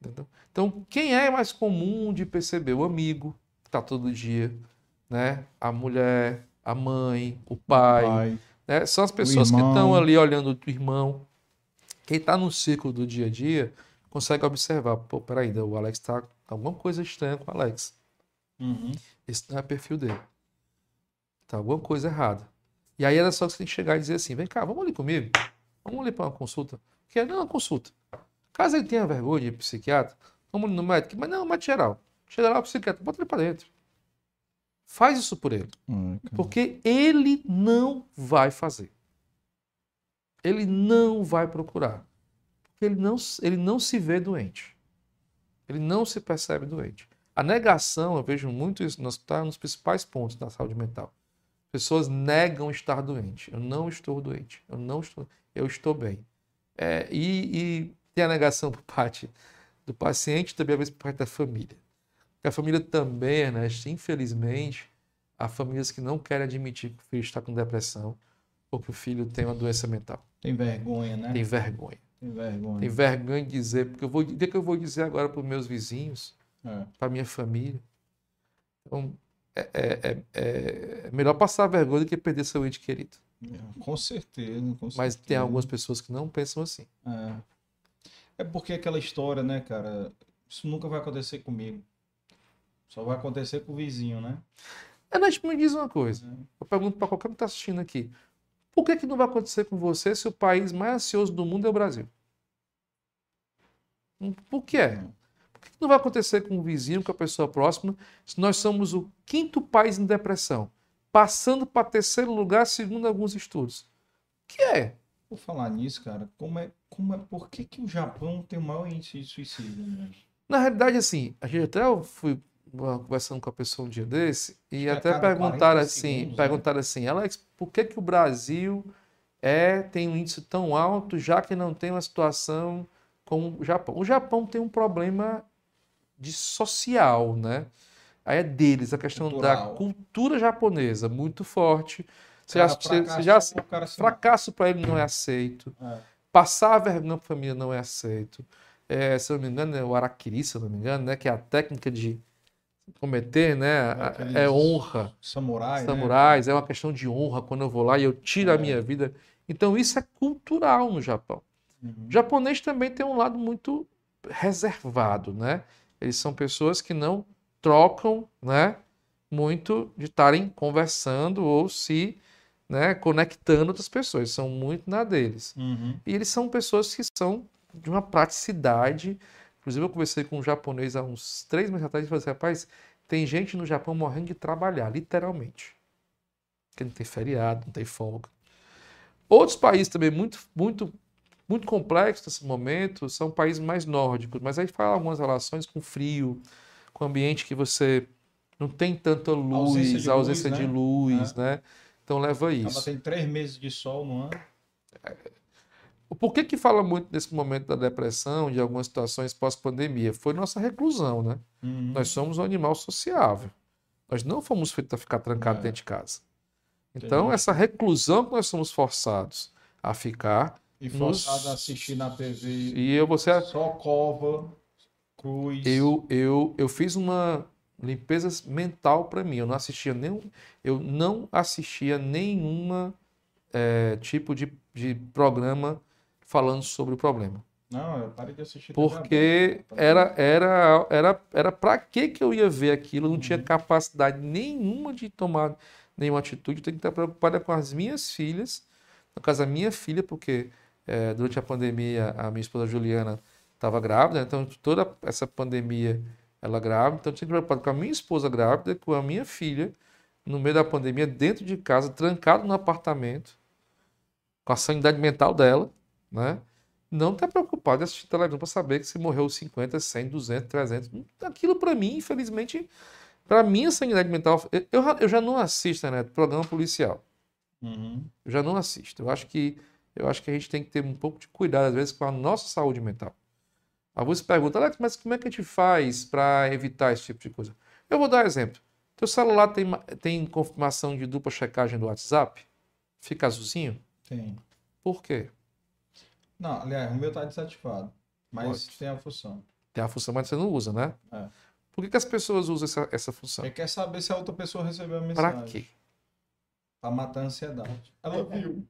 [SPEAKER 2] Entendeu? Então, quem é mais comum de perceber? O amigo, que está todo dia, né? A mulher, a mãe, o pai,
[SPEAKER 1] Pai,
[SPEAKER 2] né? São as
[SPEAKER 1] o
[SPEAKER 2] pessoas que estão
[SPEAKER 1] irmão.
[SPEAKER 2] ali olhando o irmão. Quem está no ciclo do dia a dia consegue observar. Pô, peraí, o Alex está alguma coisa estranha com o Alex.
[SPEAKER 1] Uhum.
[SPEAKER 2] Esse não é perfil dele. Tá alguma coisa errada. E aí era só que você tem que chegar e dizer assim, vem cá, vamos ali comigo. Vamos ali para uma consulta. Que é não uma consulta. Caso ele tenha vergonha de psiquiatra, vamos ali no médico. Mas não, médico geral. Chega lá o psiquiatra, bota ele para dentro. Faz isso por ele.
[SPEAKER 1] Hum,
[SPEAKER 2] Porque ele não vai fazer. Ele não vai procurar. Porque ele não, ele não se vê doente. Ele não se percebe doente. A negação, eu vejo muito isso, está nos principais pontos da saúde mental. Pessoas negam estar doente. Eu não estou doente. Eu não estou. Eu estou bem. É, e, e tem a negação por parte do paciente, também às vezes por parte da família. Porque a família também, Ernesto, infelizmente, há famílias que não querem admitir que o filho está com depressão ou que o filho tem uma doença mental.
[SPEAKER 1] Tem vergonha, né?
[SPEAKER 2] Tem vergonha.
[SPEAKER 1] Tem vergonha.
[SPEAKER 2] Tem vergonha de dizer, porque eu vou, o que eu vou dizer agora para os meus vizinhos,
[SPEAKER 1] É.
[SPEAKER 2] para a minha família. Então, é, é, é, é melhor passar vergonha do que perder seu ente querido.
[SPEAKER 1] Com certeza, com certeza.
[SPEAKER 2] Mas tem algumas pessoas que não pensam assim.
[SPEAKER 1] É. É porque aquela história, né, cara? Isso nunca vai acontecer comigo. Só vai acontecer com o vizinho, né?
[SPEAKER 2] Ernesto, me diz uma coisa.
[SPEAKER 1] É.
[SPEAKER 2] Eu pergunto para qualquer um que está assistindo aqui. Por que, que não vai acontecer com você se o país mais ansioso do mundo é o Brasil? Por que é? Por que não vai acontecer com o vizinho, com a pessoa próxima, se nós somos o quinto país em depressão, passando para terceiro lugar, segundo alguns estudos? O que é?
[SPEAKER 1] Por falar nisso, cara, como é, como é, por que, que o Japão tem o maior índice de suicídio, né?
[SPEAKER 2] Na realidade, assim, a gente até eu fui conversando com a pessoa um dia desse e
[SPEAKER 1] Que a
[SPEAKER 2] até
[SPEAKER 1] cada
[SPEAKER 2] perguntaram
[SPEAKER 1] quarenta
[SPEAKER 2] assim,
[SPEAKER 1] segundos,
[SPEAKER 2] perguntaram assim, Alex, por que que o Brasil é tem um índice tão alto, já que não tem uma situação como o Japão? O Japão tem um problema de social, né? Aí é deles, a questão da
[SPEAKER 1] Cultural.
[SPEAKER 2] cultura japonesa muito forte. Você
[SPEAKER 1] Cara,
[SPEAKER 2] já, você
[SPEAKER 1] fracassou,
[SPEAKER 2] já,
[SPEAKER 1] o cara se
[SPEAKER 2] fracasso para ele não é aceito.
[SPEAKER 1] É.
[SPEAKER 2] Passar a vergonha para a família não é aceito. É, se eu não me engano, é o harakiri, se eu não me engano, né? Que é a técnica de cometer, né?
[SPEAKER 1] Aqueles
[SPEAKER 2] É honra.
[SPEAKER 1] Samurai,
[SPEAKER 2] Samurais, é uma questão de honra quando eu vou lá e eu tiro
[SPEAKER 1] É.
[SPEAKER 2] a minha vida. Então isso é cultural no Japão.
[SPEAKER 1] né? Uhum.
[SPEAKER 2] O japonês também tem um lado muito reservado, né? Eles são pessoas que não trocam, né? Muito de estarem conversando ou se, né, conectando outras pessoas. São muito na deles.
[SPEAKER 1] Uhum.
[SPEAKER 2] E eles são pessoas que são de uma praticidade. Inclusive, eu conversei com um japonês há uns três meses atrás e falei assim, rapaz, tem gente no Japão morrendo de trabalhar, literalmente. Porque não tem feriado, não tem folga. Outros países também muito, muito, muito complexos nesse momento são países mais nórdicos, mas aí fala algumas relações com frio, com ambiente que você não tem tanta luz,
[SPEAKER 1] Ausência de
[SPEAKER 2] ausência
[SPEAKER 1] luz,
[SPEAKER 2] de
[SPEAKER 1] né?
[SPEAKER 2] luz, né? Então leva a
[SPEAKER 1] Ela
[SPEAKER 2] isso.
[SPEAKER 1] tem três meses de sol no ano.
[SPEAKER 2] Por que que fala muito nesse momento da depressão, de algumas situações pós-pandemia? Foi nossa reclusão, né?
[SPEAKER 1] Uhum.
[SPEAKER 2] Nós somos um animal sociável. Nós não fomos feitos para ficar trancados
[SPEAKER 1] É.
[SPEAKER 2] dentro de casa. Então,
[SPEAKER 1] Entendi.
[SPEAKER 2] essa reclusão que nós somos forçados a ficar.
[SPEAKER 1] E
[SPEAKER 2] nos-
[SPEAKER 1] forçado a assistir na T V
[SPEAKER 2] E eu, você,
[SPEAKER 1] só cova, cruz.
[SPEAKER 2] eu, eu, eu fiz uma limpeza mental para mim. Eu não assistia nenhum, eu não assistia nenhuma é, tipo de, de programa falando sobre o problema.
[SPEAKER 1] Não, eu parei de assistir. T V
[SPEAKER 2] Porque
[SPEAKER 1] aberta.
[SPEAKER 2] era era era era para que que eu ia ver aquilo? Eu não tinha
[SPEAKER 1] Uhum.
[SPEAKER 2] capacidade nenhuma de tomar nenhuma atitude. Eu tenho que estar preocupada com as minhas filhas, no caso a minha filha, porque eh, durante a pandemia a minha esposa Juliana estava grávida, então toda essa pandemia ela grávida, então eu tinha que estar preocupado com a minha esposa grávida, com a minha filha no meio da pandemia dentro de casa, trancado no apartamento, com a sanidade mental dela, né? Não tá preocupado em assistir televisão para saber que se morreu cinquenta, cem, duzentos, trezentos. Aquilo para mim, infelizmente, para minha sanidade mental, eu, eu já não assisto, né, programa policial.
[SPEAKER 1] Uhum.
[SPEAKER 2] Eu já não assisto. Eu acho que eu acho que a gente tem que ter um pouco de cuidado às vezes com a nossa saúde mental. Aí você pergunta, Alex, mas como é que a gente faz para evitar esse tipo de coisa? Eu vou dar um exemplo. Teu celular tem, tem confirmação de dupla checagem do WhatsApp? Fica azulzinho?
[SPEAKER 1] Tem.
[SPEAKER 2] Por quê?
[SPEAKER 1] Não, aliás, o meu tá desativado. Mas
[SPEAKER 2] Pode.
[SPEAKER 1] tem a função.
[SPEAKER 2] Tem a função, mas você não usa, né?
[SPEAKER 1] É.
[SPEAKER 2] Por que, que as pessoas usam essa, essa função?
[SPEAKER 1] Ele quer saber se a outra pessoa recebeu a
[SPEAKER 2] Pra
[SPEAKER 1] mensagem.
[SPEAKER 2] quê?
[SPEAKER 1] Pra matar a ansiedade. Ela viu.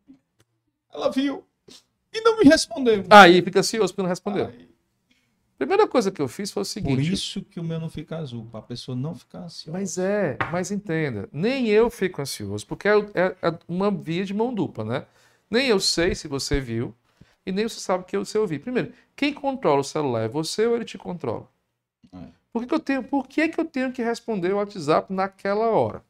[SPEAKER 1] Ela viu. E não me respondeu.
[SPEAKER 2] Aí fica ansioso porque não respondeu.
[SPEAKER 1] Aí.
[SPEAKER 2] Primeira coisa que eu fiz foi o seguinte.
[SPEAKER 1] Por isso que o meu não fica azul, pra pessoa não ficar ansiosa.
[SPEAKER 2] Mas é, mas entenda, nem eu fico ansioso, porque é, é- é uma via de mão dupla, né? Nem eu sei se você viu, e nem você sabe que eu, se eu vi. Primeiro, quem controla o celular é você ou ele te controla?
[SPEAKER 1] É.
[SPEAKER 2] Por que, que eu tenho, por que, que eu tenho que responder o WhatsApp naquela hora?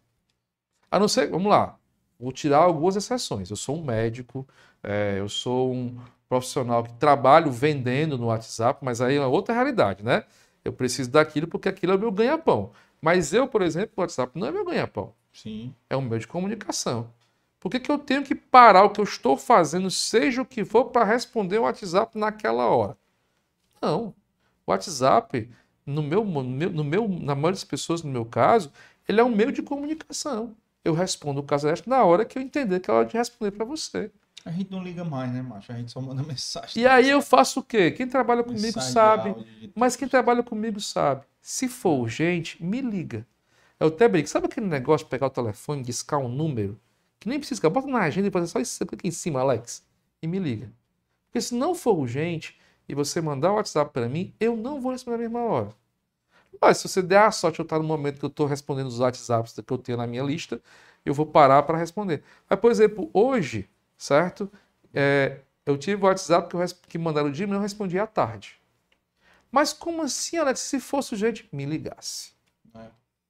[SPEAKER 2] A não ser, vamos lá, vou tirar algumas exceções. Eu sou um médico, é, eu sou um profissional que trabalho vendendo no WhatsApp, mas aí é outra realidade, né? Eu preciso daquilo porque aquilo é o meu ganha-pão. Mas eu, por exemplo, o WhatsApp não é meu ganha-pão.
[SPEAKER 1] Sim.
[SPEAKER 2] É um meio de comunicação. Por que, que eu tenho que parar o que eu estou fazendo, seja o que for, para responder o WhatsApp naquela hora? Não. O WhatsApp, no meu, no meu, no meu, na maioria das pessoas, no meu caso, ele é um meio de comunicação. Eu respondo o caso na hora que eu entender que é hora de responder para você.
[SPEAKER 1] A gente não liga mais, né, macho? A gente só manda mensagem.
[SPEAKER 2] E aí eu faço o quê? Quem trabalha comigo
[SPEAKER 1] Mensagem
[SPEAKER 2] sabe.
[SPEAKER 1] de áudio, de
[SPEAKER 2] Mas quem trabalha comigo sabe. Se for urgente, me liga. Eu até brinco. Sabe aquele negócio de pegar o telefone, discar um número? Que nem precisa, bota na agenda e fazer só isso aqui em cima, Alex. E me liga. Porque se não for urgente e você mandar o WhatsApp para mim, eu não vou responder na mesma hora. Mas se você der a sorte, eu estar no momento que eu estou respondendo os WhatsApps que eu tenho na minha lista, eu vou parar para responder. Mas, por exemplo, hoje, certo? É, eu tive o WhatsApp que, eu, que mandaram de manhã, eu respondi à tarde. Mas como assim, Alex? Se fosse urgente, me ligasse.
[SPEAKER 1] É.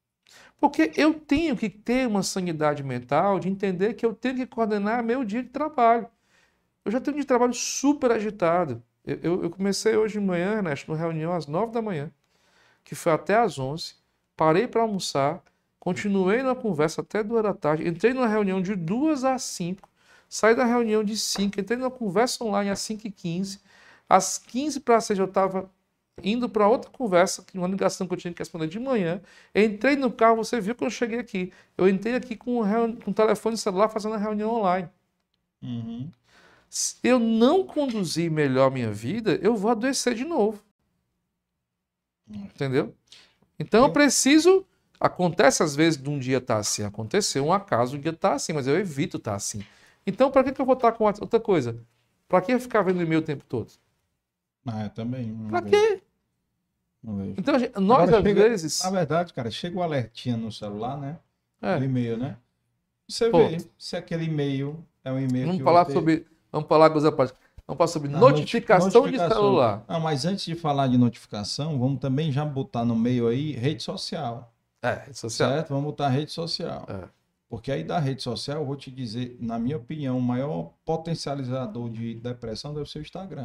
[SPEAKER 2] Porque eu tenho que ter uma sanidade mental de entender que eu tenho que coordenar meu dia de trabalho. Eu já tenho um dia de trabalho super agitado. Eu, eu, eu comecei hoje de manhã, Ernesto, numa reunião às nove da manhã, que foi até às onze. Parei para almoçar, continuei na conversa até duas da tarde, entrei numa reunião de duas às cinco, saí da reunião de cinco, entrei numa conversa online às cinco e quinze. Às quinze para seis eu estava indo para outra conversa, uma ligação que eu tinha que responder de manhã. Entrei no carro, você viu quando eu cheguei aqui. Eu entrei aqui com o com telefone celular fazendo a reunião online.
[SPEAKER 1] Uhum.
[SPEAKER 2] Se eu não conduzir melhor minha vida, eu vou adoecer de novo. Entendeu? Então eu preciso... Acontece às vezes de um dia estar assim. Aconteceu um acaso, um dia estar assim, mas eu evito estar assim. Então para que, que eu vou estar com outra coisa? Para que eu ficar vendo e-mail o tempo todo?
[SPEAKER 1] Ah, eu também.
[SPEAKER 2] Para quê?
[SPEAKER 1] Não vejo.
[SPEAKER 2] Então, nós
[SPEAKER 1] Agora,
[SPEAKER 2] às
[SPEAKER 1] chega,
[SPEAKER 2] vezes...
[SPEAKER 1] Na verdade, cara, chega o alertinha no celular, né?
[SPEAKER 2] É.
[SPEAKER 1] O e-mail, né? Você
[SPEAKER 2] Pô.
[SPEAKER 1] vê se aquele e-mail é um e-mail
[SPEAKER 2] Vamos
[SPEAKER 1] que
[SPEAKER 2] falar
[SPEAKER 1] você...
[SPEAKER 2] sobre... Vamos falar coisa prática. Vamos falar sobre
[SPEAKER 1] Ah,
[SPEAKER 2] notificação,
[SPEAKER 1] notificação
[SPEAKER 2] de celular.
[SPEAKER 1] Ah, mas antes de falar de notificação, vamos também já botar no meio aí rede social.
[SPEAKER 2] É, rede social.
[SPEAKER 1] Certo? Vamos botar rede social.
[SPEAKER 2] É.
[SPEAKER 1] Porque aí da rede social, eu vou te dizer, na minha opinião, o maior potencializador de depressão deve ser o Instagram.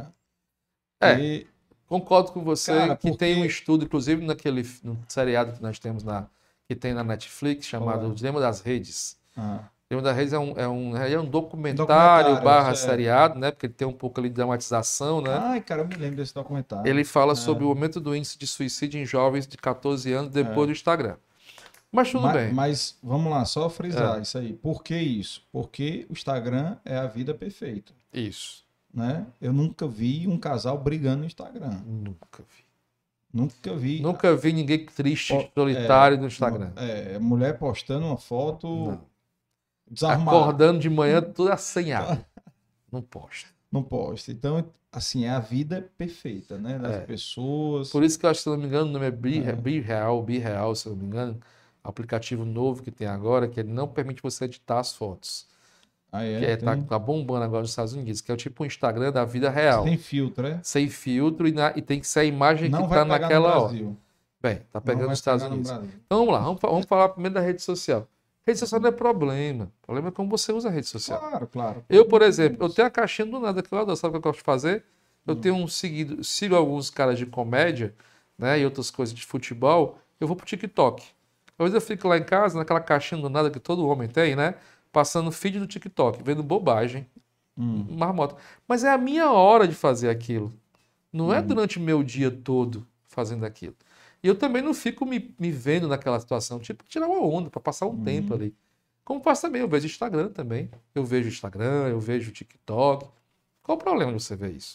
[SPEAKER 2] É.
[SPEAKER 1] E,
[SPEAKER 2] Concordo com você,
[SPEAKER 1] cara,
[SPEAKER 2] que
[SPEAKER 1] porque...
[SPEAKER 2] tem um estudo, inclusive naquele no seriado que nós temos na, que tem na Netflix, chamado
[SPEAKER 1] Olá.
[SPEAKER 2] O Dilema das Redes.
[SPEAKER 1] Ah.
[SPEAKER 2] O Dilema das Redes é um, é um, é um documentário,
[SPEAKER 1] Documentário,
[SPEAKER 2] barra
[SPEAKER 1] certo.
[SPEAKER 2] seriado, né? Porque ele tem um pouco ali de dramatização, né?
[SPEAKER 1] Ai, cara, eu me lembro desse documentário.
[SPEAKER 2] Ele fala
[SPEAKER 1] É.
[SPEAKER 2] sobre o aumento do índice de suicídio em jovens de catorze anos depois
[SPEAKER 1] É.
[SPEAKER 2] do Instagram. Mas tudo
[SPEAKER 1] mas,
[SPEAKER 2] bem.
[SPEAKER 1] Mas vamos lá, só frisar
[SPEAKER 2] É.
[SPEAKER 1] isso aí. Por que isso? Porque o Instagram é a vida perfeita.
[SPEAKER 2] Isso.
[SPEAKER 1] Né? Eu nunca vi um casal brigando no Instagram.
[SPEAKER 2] Nunca vi.
[SPEAKER 1] Nunca vi.
[SPEAKER 2] Nunca vi ninguém triste,
[SPEAKER 1] Ó,
[SPEAKER 2] solitário
[SPEAKER 1] é,
[SPEAKER 2] no Instagram.
[SPEAKER 1] É, mulher postando uma foto
[SPEAKER 2] Não.
[SPEAKER 1] desarmada.
[SPEAKER 2] Acordando de manhã tudo assanhado. Não posta.
[SPEAKER 1] Não posta. Então, assim, é a vida perfeita, né? Das
[SPEAKER 2] É.
[SPEAKER 1] pessoas.
[SPEAKER 2] Por isso que eu acho, se não me engano, o nome é Be,
[SPEAKER 1] É.
[SPEAKER 2] Be Real, Be Real, se eu não me engano. Aplicativo novo que tem agora, que ele não permite você editar as fotos.
[SPEAKER 1] Ah, é?
[SPEAKER 2] Que é, tá,
[SPEAKER 1] Tem-
[SPEAKER 2] tá bombando agora nos Estados Unidos, que é o tipo um Instagram da vida real.
[SPEAKER 1] Sem filtro, é?
[SPEAKER 2] Sem filtro e, na- e tem que ser a imagem
[SPEAKER 1] Não
[SPEAKER 2] que
[SPEAKER 1] vai
[SPEAKER 2] tá
[SPEAKER 1] pegar
[SPEAKER 2] naquela
[SPEAKER 1] no
[SPEAKER 2] hora.
[SPEAKER 1] Brasil.
[SPEAKER 2] Bem, tá
[SPEAKER 1] Não
[SPEAKER 2] pegando
[SPEAKER 1] vai
[SPEAKER 2] nos Estados
[SPEAKER 1] pegar no
[SPEAKER 2] Unidos.
[SPEAKER 1] Brasil.
[SPEAKER 2] Então vamos lá, vamos, fa- vamos falar primeiro da rede social. Rede social não é problema. O problema é como você usa a rede social.
[SPEAKER 1] Claro, claro.
[SPEAKER 2] Eu, por exemplo, eu tenho a caixinha do nada que eu adoro. Sabe o que eu gosto de fazer? Eu
[SPEAKER 1] Hum.
[SPEAKER 2] tenho um seguido, sigo alguns caras de comédia, né, e outras coisas de futebol. Eu vou pro TikTok. Às vezes eu fico lá em casa, naquela caixinha do nada que todo homem tem, né? Passando feed do TikTok, vendo bobagem,
[SPEAKER 1] Hum.
[SPEAKER 2] marmota. Mas é a minha hora de fazer aquilo. Não é
[SPEAKER 1] Hum.
[SPEAKER 2] durante o meu dia todo fazendo aquilo. E eu também não fico me, me vendo naquela situação, tipo, tirar uma onda, para passar um
[SPEAKER 1] Hum.
[SPEAKER 2] tempo ali. Como faço também, eu vejo Instagram também. Eu vejo Instagram, eu vejo TikTok. Qual o problema de você ver isso?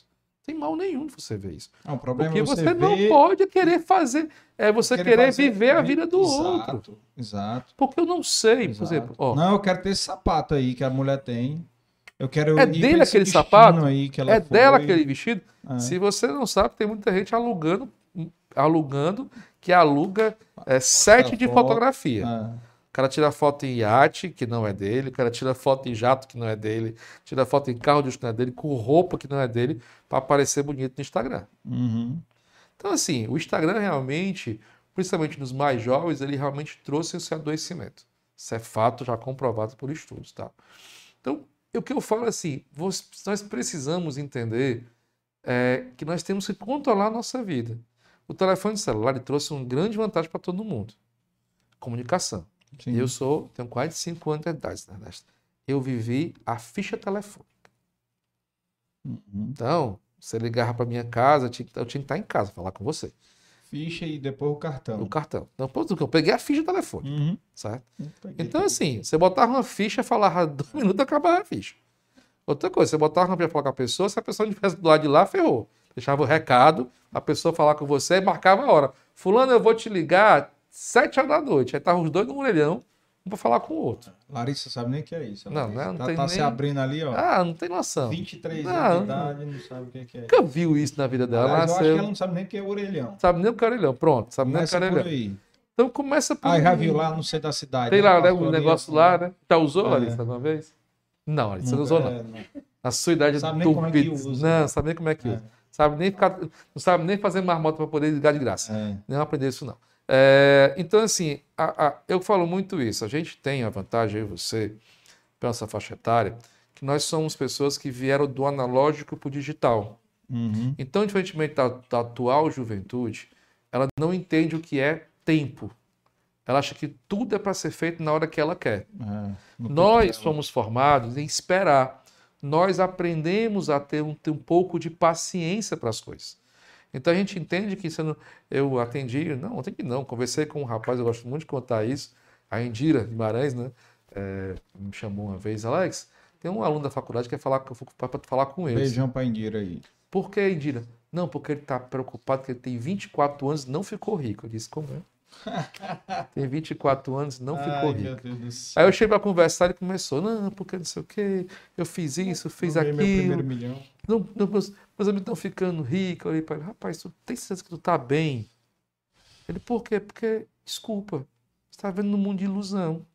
[SPEAKER 2] Tem mal nenhum de você ver isso.
[SPEAKER 1] Não, o problema
[SPEAKER 2] Porque
[SPEAKER 1] é você,
[SPEAKER 2] você
[SPEAKER 1] ver...
[SPEAKER 2] não pode querer fazer, é você
[SPEAKER 1] querer
[SPEAKER 2] querer
[SPEAKER 1] fazer...
[SPEAKER 2] viver a vida do
[SPEAKER 1] exato,
[SPEAKER 2] outro.
[SPEAKER 1] Exato.
[SPEAKER 2] Porque eu não sei,
[SPEAKER 1] Exato.
[SPEAKER 2] por exemplo, ó,
[SPEAKER 1] não, eu quero ter esse sapato aí que a mulher tem. Eu quero
[SPEAKER 2] é
[SPEAKER 1] ir
[SPEAKER 2] dele
[SPEAKER 1] pra esse
[SPEAKER 2] aquele
[SPEAKER 1] destino
[SPEAKER 2] sapato,
[SPEAKER 1] aí que ela
[SPEAKER 2] é
[SPEAKER 1] foi.
[SPEAKER 2] dela aquele vestido.
[SPEAKER 1] É.
[SPEAKER 2] Se você não sabe, tem muita gente alugando, alugando que aluga é, sete de
[SPEAKER 1] foto.
[SPEAKER 2] fotografia.
[SPEAKER 1] É.
[SPEAKER 2] O cara tira foto em iate, que não é dele, o cara tira foto em jato, que não é dele, tira foto em carro de luxo que não é dele, com roupa que não é dele, para aparecer bonito no Instagram.
[SPEAKER 1] Uhum.
[SPEAKER 2] Então, assim, o Instagram realmente, principalmente nos mais jovens, ele realmente trouxe esse adoecimento. Isso é fato já comprovado por estudos, tá? Então, o que eu falo é assim, nós precisamos entender é, que nós temos que controlar a nossa vida. O telefone celular ele trouxe uma grande vantagem para todo mundo. Comunicação.
[SPEAKER 1] Sim.
[SPEAKER 2] Eu sou, tenho quarenta e cinco anos de idade, né? Eu vivi a ficha telefônica.
[SPEAKER 1] Uhum.
[SPEAKER 2] Então, você ligava para minha casa, eu tinha, eu tinha que estar em casa, falar com você.
[SPEAKER 1] Ficha e depois o cartão.
[SPEAKER 2] O cartão. Então, eu peguei a ficha telefônica,
[SPEAKER 1] uhum.
[SPEAKER 2] certo? Então, assim, você botava uma ficha, falava dois minutos, acabava a ficha. Outra coisa, você botava uma ficha para falar com a pessoa, se a pessoa não estivesse do lado de lá, ferrou. Deixava o recado, a pessoa falar com você e marcava a hora. Fulano, eu vou te ligar sete horas da noite. Aí estavam os dois no orelhão, um para falar com o outro.
[SPEAKER 1] Larissa sabe nem o que é isso.
[SPEAKER 2] Não, não, não
[SPEAKER 1] tá,
[SPEAKER 2] tem
[SPEAKER 1] tá
[SPEAKER 2] nem...
[SPEAKER 1] se abrindo ali, ó.
[SPEAKER 2] Ah, não tem noção.
[SPEAKER 1] vinte e três
[SPEAKER 2] não,
[SPEAKER 1] anos de idade, não sabe o que é, que é.
[SPEAKER 2] Nunca viu isso na vida dela.
[SPEAKER 1] Aliás, eu
[SPEAKER 2] nasceu...
[SPEAKER 1] acho que ela não sabe nem o que é orelhão.
[SPEAKER 2] Sabe nem o que é orelhão. Pronto, sabe
[SPEAKER 1] começa
[SPEAKER 2] nem o que é orelhão.
[SPEAKER 1] Por aí.
[SPEAKER 2] Então começa por
[SPEAKER 1] Ah,
[SPEAKER 2] aí.
[SPEAKER 1] já viu lá no centro da cidade.
[SPEAKER 2] Tem
[SPEAKER 1] né?
[SPEAKER 2] lá, né, um
[SPEAKER 1] ali,
[SPEAKER 2] negócio
[SPEAKER 1] ó,
[SPEAKER 2] lá, né? Já usou,
[SPEAKER 1] É.
[SPEAKER 2] Larissa, alguma vez? Não, Larissa, você não
[SPEAKER 1] Nunca,
[SPEAKER 2] usou, não.
[SPEAKER 1] é, não.
[SPEAKER 2] Na sua idade
[SPEAKER 1] Sabe nem como é que usa.
[SPEAKER 2] Não, sabe nem como é que
[SPEAKER 1] É.
[SPEAKER 2] usa. Sabe nem ficar... Não sabe nem fazer marmota para poder ligar de graça.
[SPEAKER 1] É.
[SPEAKER 2] Não aprender isso, não. É, então, assim, a, a, eu falo muito isso. A gente tem a vantagem, eu e você, pela nossa faixa etária, que nós somos pessoas que vieram do analógico para o digital.
[SPEAKER 1] Uhum.
[SPEAKER 2] Então, diferentemente da, da atual juventude, ela não entende o que é tempo. Ela acha que tudo é para ser feito na hora que ela quer.
[SPEAKER 1] É, no
[SPEAKER 2] Nós
[SPEAKER 1] tempo
[SPEAKER 2] somos formados em esperar. Nós aprendemos a ter um, ter um pouco de paciência para as coisas. Então a gente entende que você não, eu atendi, não, ontem que não, conversei com um rapaz, eu gosto muito de contar isso, a Indira Guimarães, né? É, me chamou uma vez, Alex, tem um aluno da faculdade que quer falar, para falar com ele.
[SPEAKER 1] Beijão para Indira aí.
[SPEAKER 2] Por que, Indira? Não, porque ele está preocupado que ele tem vinte e quatro anos e não ficou rico. Eu disse, como é? Tem vinte e quatro anos e não
[SPEAKER 1] Ai,
[SPEAKER 2] ficou
[SPEAKER 1] meu
[SPEAKER 2] rico.
[SPEAKER 1] Deus do céu.
[SPEAKER 2] Aí eu cheguei para conversar e ele começou, não, porque não sei o quê, eu fiz isso, fiz
[SPEAKER 1] Eu ganhei meu
[SPEAKER 2] aquilo.
[SPEAKER 1] primeiro milhão.
[SPEAKER 2] Não, não, meus, meus amigos estão ficando ricos. Eu olhei para ele, rapaz, tu tem certeza que tu tá bem? Ele, por quê? Porque, desculpa, você está vivendo num mundo de ilusão.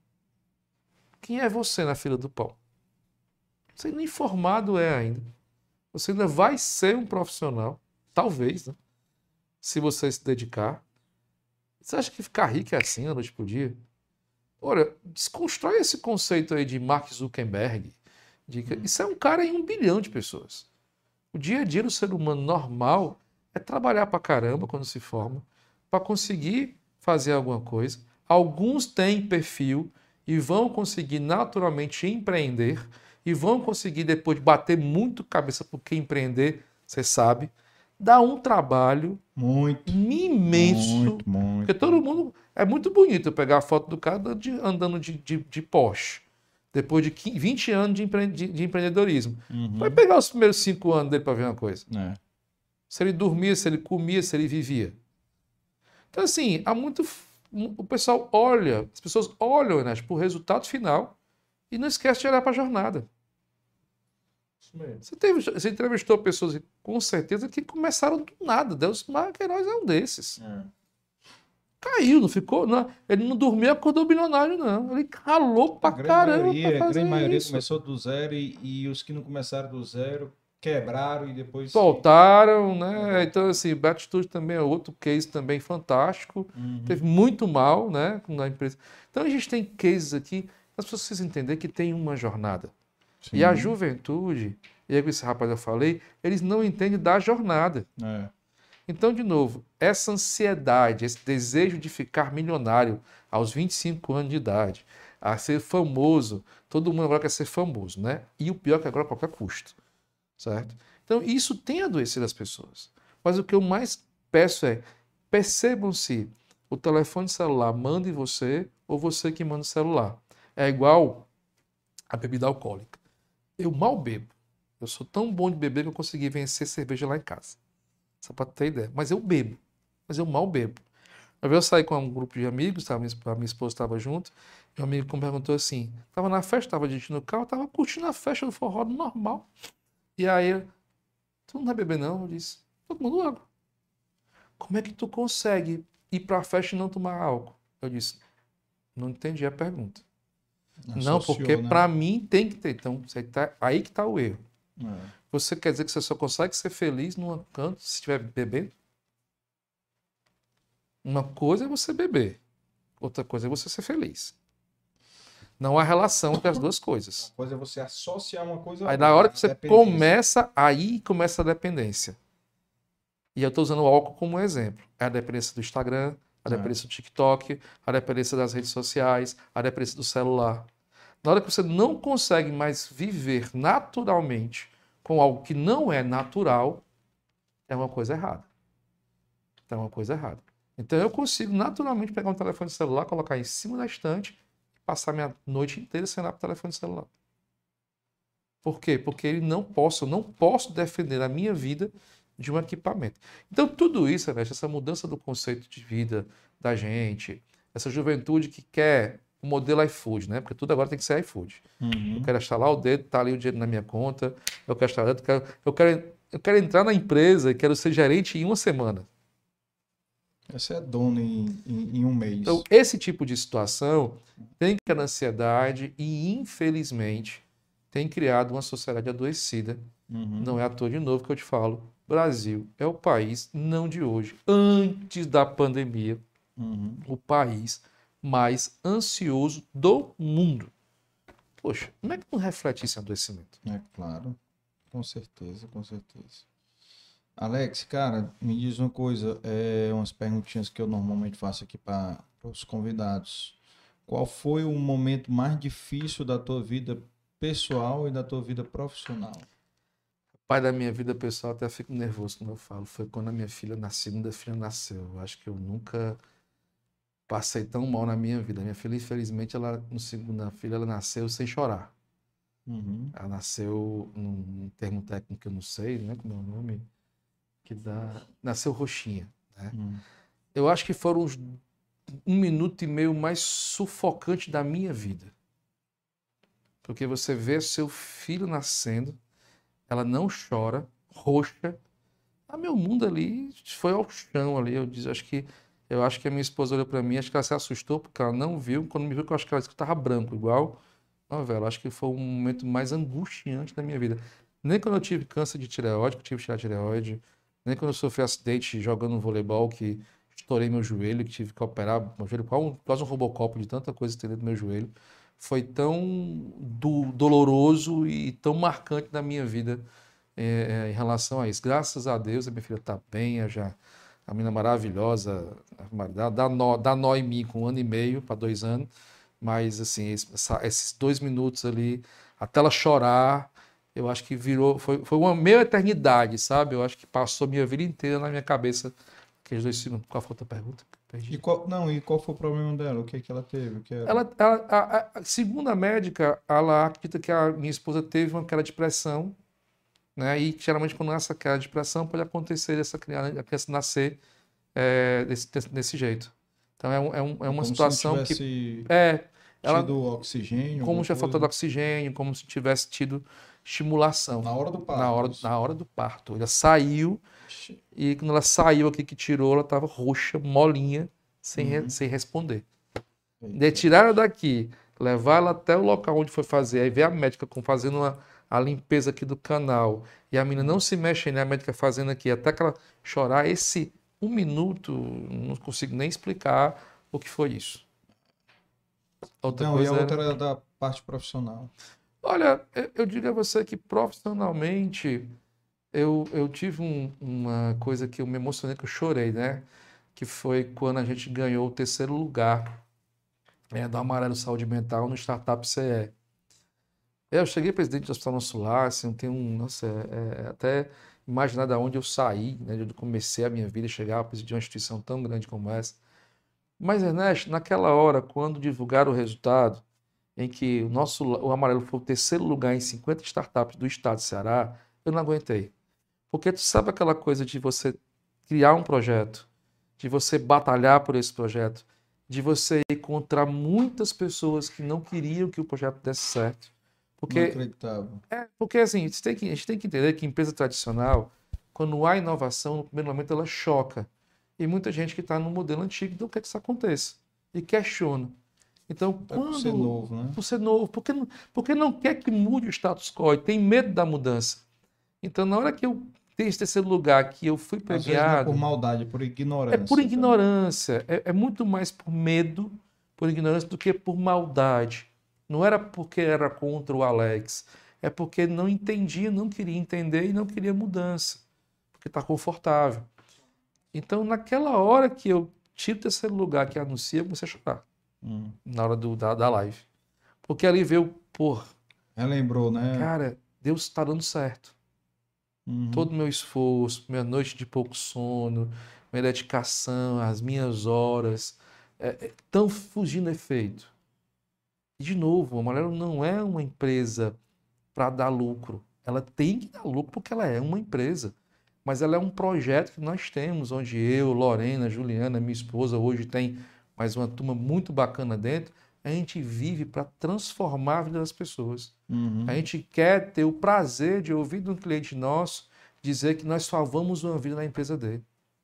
[SPEAKER 2] Quem é você na fila do pão? Você nem formado é ainda. Você ainda vai ser um profissional, talvez, né? Se você se dedicar. Você acha que ficar rico é assim, a noite por dia? Olha, desconstrói esse conceito aí de Mark Zuckerberg. De que isso é um cara em um bilhão de pessoas. O dia a dia do ser humano normal é trabalhar pra caramba quando se forma, para conseguir fazer alguma coisa. Alguns têm perfil e vão conseguir naturalmente empreender e vão conseguir depois bater muito cabeça porque empreender, você sabe, dá um trabalho
[SPEAKER 1] muito
[SPEAKER 2] imenso.
[SPEAKER 1] Muito, muito.
[SPEAKER 2] Porque todo mundo... É muito bonito pegar a foto do cara andando de, andando de, de, de Porsche. Depois de vinte anos de, empre, de, de empreendedorismo.
[SPEAKER 1] Uhum.
[SPEAKER 2] Vai pegar os primeiros cinco anos dele para ver uma coisa.
[SPEAKER 1] É.
[SPEAKER 2] Se ele dormia, se ele comia, se ele vivia. Então, assim, há muito... O pessoal olha, as pessoas olham, né, para o resultado final e não esquece de olhar para a jornada. Você, teve, você entrevistou pessoas, com certeza, que começaram do nada. Deus Queiroz é um desses. É. Caiu, não ficou. Não, ele não dormiu e acordou bilionário, não. Ele ralou pra
[SPEAKER 1] a
[SPEAKER 2] caramba.
[SPEAKER 1] Maioria,
[SPEAKER 2] pra fazer
[SPEAKER 1] a grande maioria
[SPEAKER 2] isso.
[SPEAKER 1] começou do zero e, e os que não começaram do zero quebraram e depois.
[SPEAKER 2] Voltaram, né? Então, assim, Batitude também é outro case também fantástico. Uhum. Teve muito mal, né? Na empresa. Então a gente tem cases aqui, as pessoas precisam entender que tem uma jornada. Sim. E a juventude, e aí com esse rapaz eu falei, eles não entendem da jornada.
[SPEAKER 1] É.
[SPEAKER 2] Então, de novo, essa ansiedade, esse desejo de ficar milionário aos vinte e cinco anos de idade, a ser famoso, todo mundo agora quer ser famoso, né? E o pior é que agora a qualquer custo, certo? Então, isso tem adoecido as pessoas. Mas o que eu mais peço é, percebam se o telefone celular manda em você ou você que manda o celular. É igual a bebida alcoólica. Eu mal bebo. Eu sou tão bom de beber que eu consegui vencer cerveja lá em casa. Só pra ter ideia. Mas eu bebo. Mas eu mal bebo. Uma vez eu saí com um grupo de amigos, tava, a minha esposa estava junto, e um amigo me perguntou assim, tava na festa, tava dirigindo o carro, tava curtindo a festa do forró normal. E aí, tu não vai beber não? Eu disse, tô tomando água. Como é que tu consegue ir pra festa e não tomar álcool? Eu disse, não entendi a pergunta. Não,
[SPEAKER 1] Associou,
[SPEAKER 2] porque
[SPEAKER 1] né?
[SPEAKER 2] pra mim tem que ter. Então, você tá, aí que tá o erro.
[SPEAKER 1] É.
[SPEAKER 2] Você quer dizer que você só consegue ser feliz num canto se estiver bebendo? Uma coisa é você beber, outra coisa é você ser feliz. Não há relação entre as duas coisas.
[SPEAKER 1] Uma coisa é você associar uma coisa a
[SPEAKER 2] Aí
[SPEAKER 1] outra,
[SPEAKER 2] na hora que
[SPEAKER 1] a
[SPEAKER 2] você
[SPEAKER 1] dependência.
[SPEAKER 2] começa, aí começa a dependência. E eu estou usando o álcool como exemplo. É a dependência do Instagram, a
[SPEAKER 1] É.
[SPEAKER 2] dependência do TikTok, a dependência das redes sociais, a dependência do celular. Na hora que você não consegue mais viver naturalmente com algo que não é natural, é uma coisa errada. É uma coisa errada. Então eu consigo naturalmente pegar um telefone celular, colocar em cima da estante e passar minha noite inteira sem olhar para o telefone celular. Por quê? Porque ele não posso, eu não posso defender a minha vida de um equipamento. Então tudo isso, né, essa mudança do conceito de vida da gente, essa juventude que quer o modelo iFood, né? Porque tudo agora tem que ser iFood.
[SPEAKER 1] Uhum.
[SPEAKER 2] Eu quero instalar o dedo, tá ali o dinheiro na minha conta, eu quero instalar, eu quero, eu quero, eu quero entrar na empresa e quero ser gerente em uma semana.
[SPEAKER 1] Você é dono em, em, em um mês.
[SPEAKER 2] Então, esse tipo de situação tem criado ansiedade e, infelizmente, tem criado uma sociedade adoecida.
[SPEAKER 1] Uhum.
[SPEAKER 2] Não é à toa de novo que eu te falo. Brasil é o país, não de hoje, antes da pandemia,
[SPEAKER 1] Uhum.
[SPEAKER 2] o país mais ansioso do mundo. Poxa, como é que não reflete esse adoecimento?
[SPEAKER 1] É claro, com certeza, com certeza. Alex, cara, me diz uma coisa, é, umas perguntinhas que eu normalmente faço aqui para os convidados. Qual foi o momento mais difícil da tua vida pessoal e da tua vida profissional?
[SPEAKER 2] Pai da minha vida pessoal, até fico nervoso quando eu falo. Foi quando a minha filha, na segunda filha, nasceu. Eu acho que eu nunca passei tão mal na minha vida. Minha filha, infelizmente, ela, no segunda filha, ela nasceu sem chorar.
[SPEAKER 1] Uhum.
[SPEAKER 2] Ela nasceu, num termo técnico que eu não sei, né? Como é o nome? Que dá... Nasceu roxinha, né?
[SPEAKER 1] Uhum.
[SPEAKER 2] Eu acho que foram os um minuto e meio mais sufocante da minha vida. Porque você vê seu filho nascendo, ela não chora, roxa. Ah, meu mundo ali foi ao chão ali. Eu disse, acho que eu acho que a minha esposa olhou para mim, acho que ela se assustou porque ela não viu. Quando me viu, que eu acho que ela disse que estava branco, igual novela. Acho que foi o momento mais angustiante da minha vida. Nem quando eu tive câncer de tireoide, que eu tive que tirar a tireoide, nem quando eu sofri acidente jogando voleibol, que estourei meu joelho, que tive que operar meu joelho, quase um, quase um robocop de tanta coisa que tem dentro do meu joelho. Foi tão do, doloroso e tão marcante na minha vida é, é, em relação a isso. Graças a Deus, a minha filha está bem, eu já, a menina maravilhosa, dá, dá, nó, dá nó em mim com um ano e meio para dois anos, mas assim, essa, esses dois minutos ali, até ela chorar, eu acho que virou, foi, foi uma meia eternidade, sabe? Eu acho que passou a minha vida inteira na minha cabeça aqueles dois segundos. Qual foi a outra pergunta? Perdi.
[SPEAKER 1] E qual, não, e qual foi o problema dela? O que é que ela teve? O que era?
[SPEAKER 2] Ela, ela, a, a, segundo a médica, ela acredita que a minha esposa teve uma queda de pressão, né? E geralmente quando essa queda de pressão pode acontecer essa criança, a criança nascer é, desse, desse jeito. Então é, um, é, um, é uma
[SPEAKER 1] Como
[SPEAKER 2] situação
[SPEAKER 1] se não tivesse
[SPEAKER 2] que é ela,
[SPEAKER 1] tido oxigênio,
[SPEAKER 2] como
[SPEAKER 1] alguma
[SPEAKER 2] já faltado
[SPEAKER 1] coisa?
[SPEAKER 2] oxigênio, como se tivesse tido estimulação
[SPEAKER 1] Na hora do parto.
[SPEAKER 2] na hora,
[SPEAKER 1] isso.
[SPEAKER 2] na hora do parto. Ela saiu e quando ela saiu aqui que tirou, ela estava roxa, molinha, sem, re-
[SPEAKER 1] Uhum.
[SPEAKER 2] sem responder.
[SPEAKER 1] Eita.
[SPEAKER 2] De tirar ela daqui, levar ela até o local onde foi fazer, aí ver a médica com, fazendo uma, a limpeza aqui do canal, e a menina não se mexe, né? A médica fazendo aqui, até que ela chorar, esse um minuto, não consigo nem explicar o que foi isso. Outra
[SPEAKER 1] Não, e a
[SPEAKER 2] coisa
[SPEAKER 1] outra
[SPEAKER 2] era...
[SPEAKER 1] era da parte profissional.
[SPEAKER 2] Olha, eu- eu digo a você que profissionalmente eu, eu tive um- uma coisa que eu me emocionei, que eu chorei, né? Que foi quando a gente ganhou o terceiro lugar é, do Amarelo Saúde Mental no Startup C E. Eu cheguei presidente do Hospital Nosso Lar, assim, eu tenho um, nossa, é, é, até imaginar de onde eu saí, né? De onde eu comecei a minha vida, chegar a presidir uma instituição tão grande como essa. Mas, Ernesto, naquela hora, quando divulgaram o resultado, em que o nosso o Amarelo foi o terceiro lugar em cinquenta startups do estado do Ceará, eu não aguentei. Porque tu sabe aquela coisa de você criar um projeto, de você batalhar por esse projeto, de você encontrar muitas pessoas que não queriam que o projeto desse certo. Porque,
[SPEAKER 1] Não acreditava.
[SPEAKER 2] é, porque assim, a gente, tem que, a gente tem que entender que empresa tradicional, quando há inovação, no primeiro momento ela choca. E muita gente que está no modelo antigo não quer que isso aconteça. E questiona. Então,
[SPEAKER 1] É
[SPEAKER 2] quando...
[SPEAKER 1] por ser novo, né?
[SPEAKER 2] Por ser novo. Porque, não- porque não quer que mude o status quo e tem medo da mudança. Então, na hora que eu tenho esse terceiro lugar, que eu fui
[SPEAKER 1] Às vezes não é por
[SPEAKER 2] premiado,
[SPEAKER 1] maldade, é por
[SPEAKER 2] é por
[SPEAKER 1] ignorância também.
[SPEAKER 2] ignorância. É, é muito mais por medo, por ignorância, do que por maldade. Não era porque era contra o Alex. É porque não entendia, não queria entender e não queria mudança. Porque está confortável. Então, naquela hora que eu tiro o terceiro lugar que anuncia, eu comecei a chorar.
[SPEAKER 1] Hum.
[SPEAKER 2] Na hora do, da, da live. Porque ali veio, pô,
[SPEAKER 1] Relembrou, né?
[SPEAKER 2] cara, Deus está dando certo.
[SPEAKER 1] Uhum.
[SPEAKER 2] Todo o meu esforço, minha noite de pouco sono, minha dedicação, as minhas horas, estão fugindo efeito. E, de novo, a Amarelo não é uma empresa para dar lucro. Ela tem que dar lucro porque ela é uma empresa. Mas ela é um projeto que nós temos, onde eu, Lorena, Juliana, minha esposa, hoje tem mais uma turma muito bacana dentro. A gente vive para transformar a vida das pessoas.
[SPEAKER 1] Uhum.
[SPEAKER 2] A gente quer ter o prazer de ouvir de um cliente nosso dizer que nós salvamos uma vida na empresa dele.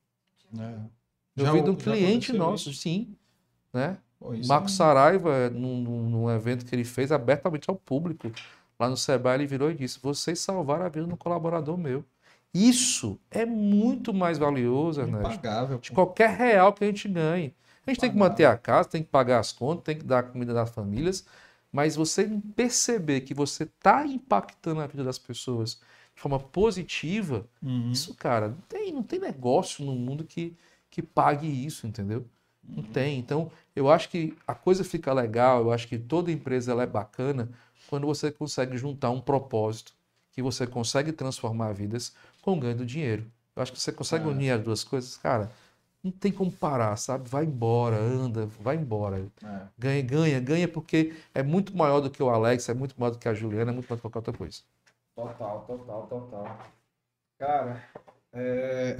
[SPEAKER 1] É.
[SPEAKER 2] Eu
[SPEAKER 1] Já,
[SPEAKER 2] ouvi de um
[SPEAKER 1] já
[SPEAKER 2] cliente
[SPEAKER 1] aconteceu
[SPEAKER 2] nosso,
[SPEAKER 1] isso?
[SPEAKER 2] sim. Né?
[SPEAKER 1] Pô, isso
[SPEAKER 2] Marcos
[SPEAKER 1] é-
[SPEAKER 2] Saraiva, num, num, num evento que ele fez abertamente ao público, lá no Sebrae, ele virou e disse: vocês salvaram a vida de um colaborador meu. Isso é muito mais valioso, Ernesto,
[SPEAKER 1] impagável.
[SPEAKER 2] de
[SPEAKER 1] Pô.
[SPEAKER 2] qualquer real que a gente ganhe. A gente tem que manter a casa, tem que pagar as contas, tem que dar comida das famílias, mas você perceber que você está impactando a vida das pessoas de forma positiva,
[SPEAKER 1] Uhum.
[SPEAKER 2] isso, cara, não tem, não tem negócio no mundo que, que pague isso, entendeu? Não tem. Então, eu acho que a coisa fica legal, eu acho que toda empresa ela é bacana quando você consegue juntar um propósito, que você consegue transformar vidas com ganho do dinheiro. Eu acho que você consegue
[SPEAKER 1] É.
[SPEAKER 2] unir as duas coisas, cara, não tem como parar, sabe? Vai embora, anda, vai embora.
[SPEAKER 1] É.
[SPEAKER 2] Ganha, ganha, ganha, porque é muito maior do que o Alex, é muito maior do que a Juliana, é muito maior do que qualquer outra coisa.
[SPEAKER 1] Total, total, total. Cara, é...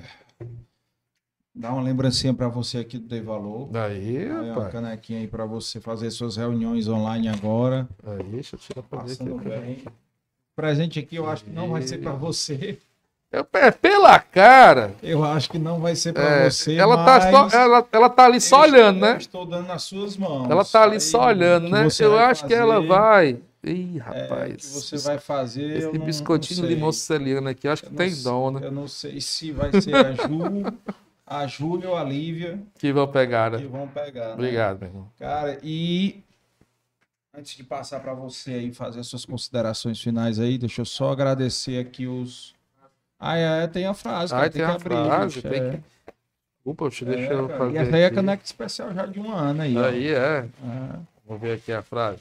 [SPEAKER 1] dá uma lembrancinha pra você aqui do Dei Valor.
[SPEAKER 2] Aí,
[SPEAKER 1] Aí uma
[SPEAKER 2] rapaz.
[SPEAKER 1] canequinha aí pra você fazer suas reuniões online agora.
[SPEAKER 2] Aí, deixa eu tirar pra ver
[SPEAKER 1] Passando
[SPEAKER 2] aqui.
[SPEAKER 1] bem. Presente aqui eu acho que não vai ser pra você.
[SPEAKER 2] Eu- é pela cara.
[SPEAKER 1] Eu acho que não vai ser pra
[SPEAKER 2] É,
[SPEAKER 1] você,
[SPEAKER 2] ela,
[SPEAKER 1] mas...
[SPEAKER 2] tá só, ela, ela tá ali só
[SPEAKER 1] eu
[SPEAKER 2] olhando,
[SPEAKER 1] estou,
[SPEAKER 2] né?
[SPEAKER 1] eu estou dando nas suas mãos.
[SPEAKER 2] Ela tá ali
[SPEAKER 1] Aí,
[SPEAKER 2] só olhando,
[SPEAKER 1] que
[SPEAKER 2] né?
[SPEAKER 1] você
[SPEAKER 2] Eu
[SPEAKER 1] vai
[SPEAKER 2] acho que ela
[SPEAKER 1] fazer,
[SPEAKER 2] vai. Ih,
[SPEAKER 1] é,
[SPEAKER 2] rapaz.
[SPEAKER 1] que você vai fazer, eu
[SPEAKER 2] Esse
[SPEAKER 1] não, não
[SPEAKER 2] biscoitinho
[SPEAKER 1] sei.
[SPEAKER 2] limão siciliano aqui, eu acho que
[SPEAKER 1] Eu não,
[SPEAKER 2] tem
[SPEAKER 1] sei-
[SPEAKER 2] dom, né?
[SPEAKER 1] eu não sei se vai ser a Ju, a Júlia ou a Lívia
[SPEAKER 2] Que vão pegar,
[SPEAKER 1] que
[SPEAKER 2] né?
[SPEAKER 1] vão pegar, né?
[SPEAKER 2] Obrigado, meu irmão.
[SPEAKER 1] Cara, e antes de passar para você aí fazer as suas considerações finais aí, deixa eu só agradecer aqui os... Ah, é, tem a frase, cara,
[SPEAKER 2] Aí
[SPEAKER 1] tem
[SPEAKER 2] tem
[SPEAKER 1] que
[SPEAKER 2] a
[SPEAKER 1] abrir,
[SPEAKER 2] frase,
[SPEAKER 1] bicho,
[SPEAKER 2] tem
[SPEAKER 1] é.
[SPEAKER 2] que. Opa, deixa,
[SPEAKER 1] É,
[SPEAKER 2] deixa eu
[SPEAKER 1] cara,
[SPEAKER 2] fazer.
[SPEAKER 1] e essa aí é a
[SPEAKER 2] aqui.
[SPEAKER 1] caneca especial já de um ano aí, ó.
[SPEAKER 2] Aí é.
[SPEAKER 1] É.
[SPEAKER 2] Vamos ver aqui a frase.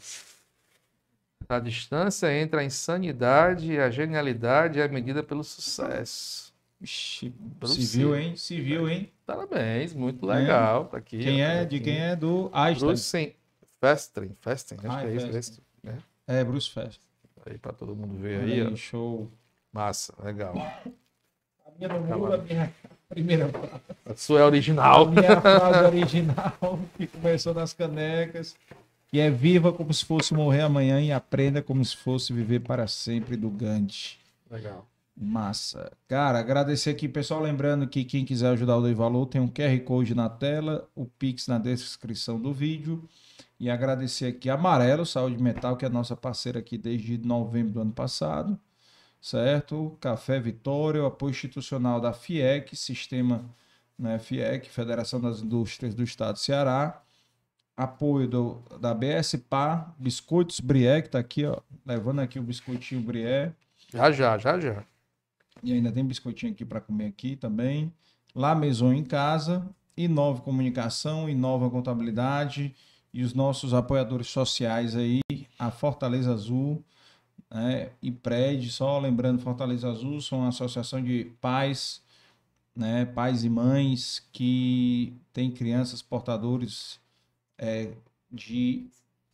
[SPEAKER 2] A distância entre a insanidade e a genialidade é medida pelo sucesso.
[SPEAKER 1] Ixi,
[SPEAKER 2] Pelo
[SPEAKER 1] se viu,
[SPEAKER 2] seu.
[SPEAKER 1] hein? Se viu, hein?
[SPEAKER 2] Parabéns, muito legal. Tá aqui.
[SPEAKER 1] Quem
[SPEAKER 2] ó,
[SPEAKER 1] é?
[SPEAKER 2] tá
[SPEAKER 1] De
[SPEAKER 2] aqui.
[SPEAKER 1] quem é? Do Einstein.
[SPEAKER 2] Bruce Festen, Festen, acho
[SPEAKER 1] Ah,
[SPEAKER 2] que é
[SPEAKER 1] é
[SPEAKER 2] isso, é
[SPEAKER 1] Festen.
[SPEAKER 2] isso, né?
[SPEAKER 1] É, Bruce Fest.
[SPEAKER 2] Aí para todo mundo ver
[SPEAKER 1] Olha
[SPEAKER 2] aí,
[SPEAKER 1] aí,
[SPEAKER 2] ó.
[SPEAKER 1] show.
[SPEAKER 2] Massa, legal.
[SPEAKER 1] A minha no muro, a minha primeira frase.
[SPEAKER 2] A sua é
[SPEAKER 1] A
[SPEAKER 2] original.
[SPEAKER 1] minha frase original, que começou nas canecas, que é viva como se fosse morrer amanhã e aprenda como se fosse viver para sempre, do Gandhi.
[SPEAKER 2] Legal.
[SPEAKER 1] Massa. Cara, agradecer aqui, pessoal. Lembrando que quem quiser ajudar o Dei Valor, tem um Q R Code na tela, o Pix na descrição do vídeo. E agradecer aqui a Amarelo Saúde Mental, que é a nossa parceira aqui desde novembro do ano passado. Certo? Café Vitória, o apoio institucional da FIEC, Sistema, né, FIEC, Federação das Indústrias do Estado do Ceará. Apoio do, da B S P A, Biscoitos Brié, que está aqui, ó, levando aqui o biscoitinho Brié.
[SPEAKER 2] Já, já, já, já.
[SPEAKER 1] E ainda tem biscoitinho aqui para comer aqui também. La Maison em Casa, Inova Comunicação, Inova Contabilidade e os nossos apoiadores sociais aí, a Fortaleza Azul, né, e Pred, só lembrando, Fortaleza Azul são uma associação de pais, né, pais e mães que têm crianças portadores é, de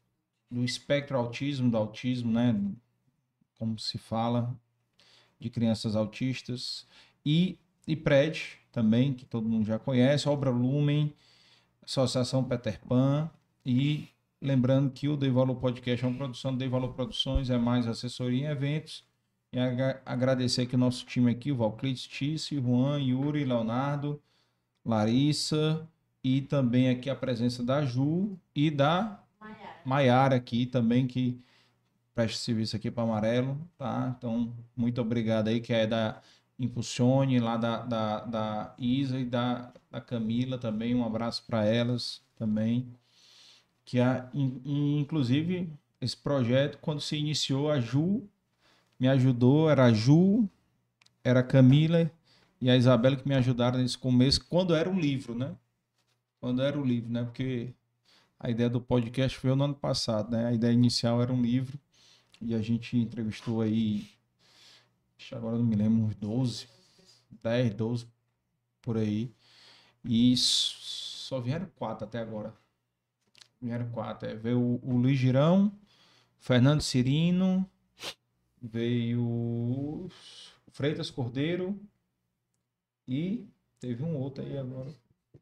[SPEAKER 1] do espectro autismo, do autismo, né? Como se fala, de crianças autistas. E IPRED também, que todo mundo já conhece, Obra Lumen, Associação Peter Pan. E lembrando que o Dei Valor Podcast é uma produção do Dei Valor Produções, é mais assessoria em eventos. E ag- agradecer aqui o nosso time aqui, o Valclides, Tice, Juan, Yuri, Leonardo, Larissa, e também aqui a presença da Ju e da Maiara aqui também, que presta serviço aqui para Amarelo, tá? Então, muito obrigado aí, que é da Impulsione, lá da, da, da Isa e da, da Camila também, um abraço para elas também. Que a, in, in- inclusive, esse projeto, quando se iniciou, a Ju me ajudou, era a Ju, era a Camila e a Isabela que me ajudaram nesse começo, quando era o livro, né? Quando era o livro, né? Porque a ideia do podcast foi no ano passado, né? A ideia inicial era um livro e a gente entrevistou aí, agora não me lembro, uns doze, dez, doze por aí. E só vieram quatro até agora. Vieram quatro. É, veio o, o Luiz Girão, Fernando Cirino, veio o Freitas Cordeiro e teve um outro aí agora.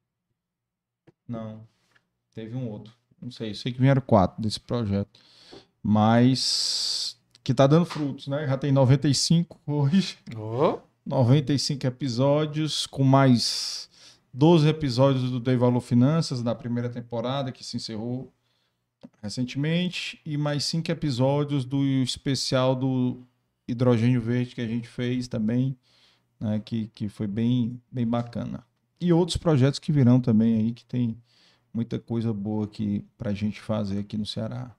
[SPEAKER 1] Não, teve um outro. Não sei, sei que vieram quatro desse projeto. Mas que tá dando frutos, né? Já tem noventa e cinco hoje.
[SPEAKER 2] Oh.
[SPEAKER 1] noventa e cinco episódios, com mais doze episódios do Dei Valor Finanças, da primeira temporada, que se encerrou recentemente, e mais cinco episódios do especial do Hidrogênio Verde que a gente fez também, né? Que, que foi bem, bem bacana. E outros projetos que virão também aí, que tem muita coisa boa aqui pra gente fazer aqui no Ceará.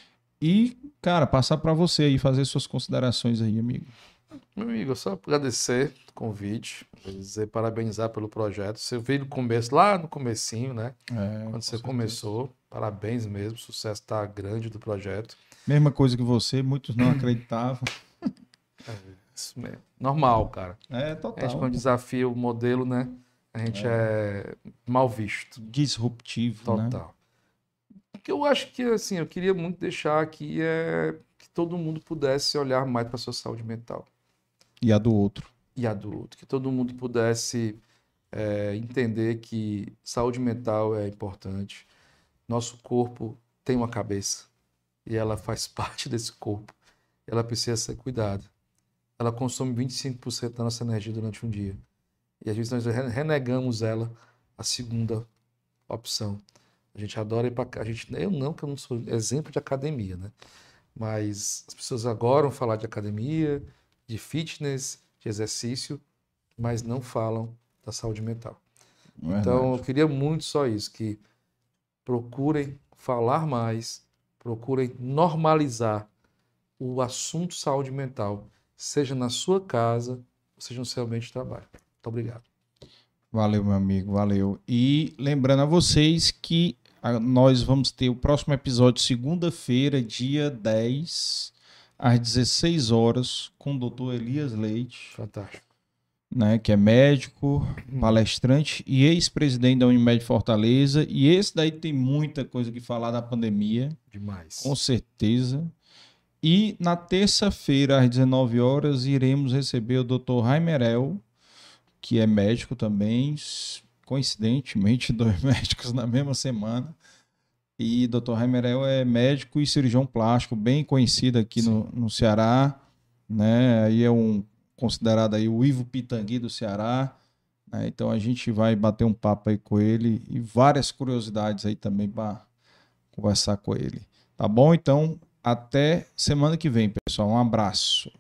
[SPEAKER 1] E, cara, passar para você aí, fazer suas considerações aí, amigo.
[SPEAKER 2] Meu amigo, só agradecer o convite, dizer parabenizar pelo projeto. Você veio no começo, lá no comecinho, né?
[SPEAKER 1] É,
[SPEAKER 2] Quando
[SPEAKER 1] com
[SPEAKER 2] você
[SPEAKER 1] certeza.
[SPEAKER 2] Começou, parabéns mesmo, o sucesso tá grande do projeto.
[SPEAKER 1] Mesma coisa que você, muitos não acreditavam.
[SPEAKER 2] É isso mesmo. Normal, cara.
[SPEAKER 1] É,
[SPEAKER 2] A gente,
[SPEAKER 1] total.
[SPEAKER 2] quando desafia o modelo, né? A gente é, mal visto.
[SPEAKER 1] Disruptivo, né?
[SPEAKER 2] Total. O que eu acho que, assim, eu queria muito deixar aqui é que todo mundo pudesse olhar mais para a sua saúde mental
[SPEAKER 1] E a do outro.
[SPEAKER 2] e a do outro. Que todo mundo pudesse é, entender que saúde mental é importante. Nosso corpo tem uma cabeça e ela faz parte desse corpo. Ela precisa ser cuidada. Ela consome vinte e cinco por cento da nossa energia durante um dia. E às vezes nós renegamos ela, a segunda opção. A gente adora ir para... A gente, eu não, que eu não sou exemplo de academia, né? Mas as pessoas adoram falar de academia, de fitness, de exercício, mas não falam da saúde mental.
[SPEAKER 1] Verdade.
[SPEAKER 2] Então, eu queria muito só isso, que procurem falar mais, procurem normalizar o assunto saúde mental, seja na sua casa, seja no seu ambiente de trabalho. Muito obrigado.
[SPEAKER 1] Valeu, meu amigo, valeu. E lembrando a vocês que nós vamos ter o próximo episódio segunda-feira, dia dez, às dezesseis horas, com o doutor Elias Leite.
[SPEAKER 2] Fantástico.
[SPEAKER 1] Né, que é médico, palestrante e ex-presidente da Unimed Fortaleza. E esse daí tem muita coisa que falar da pandemia.
[SPEAKER 2] Demais.
[SPEAKER 1] Com certeza. E na terça-feira, às dezenove horas, iremos receber o doutor Raimerel, que é médico também. Coincidentemente, dois médicos na mesma semana. E doutor Raimerel é médico e cirurgião plástico, bem conhecido aqui no, no Ceará. Né? Aí é um considerado aí o Ivo Pitangui do Ceará, né? Então a gente vai bater um papo aí com ele e várias curiosidades aí também para conversar com ele, tá bom? Então até semana que vem, pessoal, um abraço.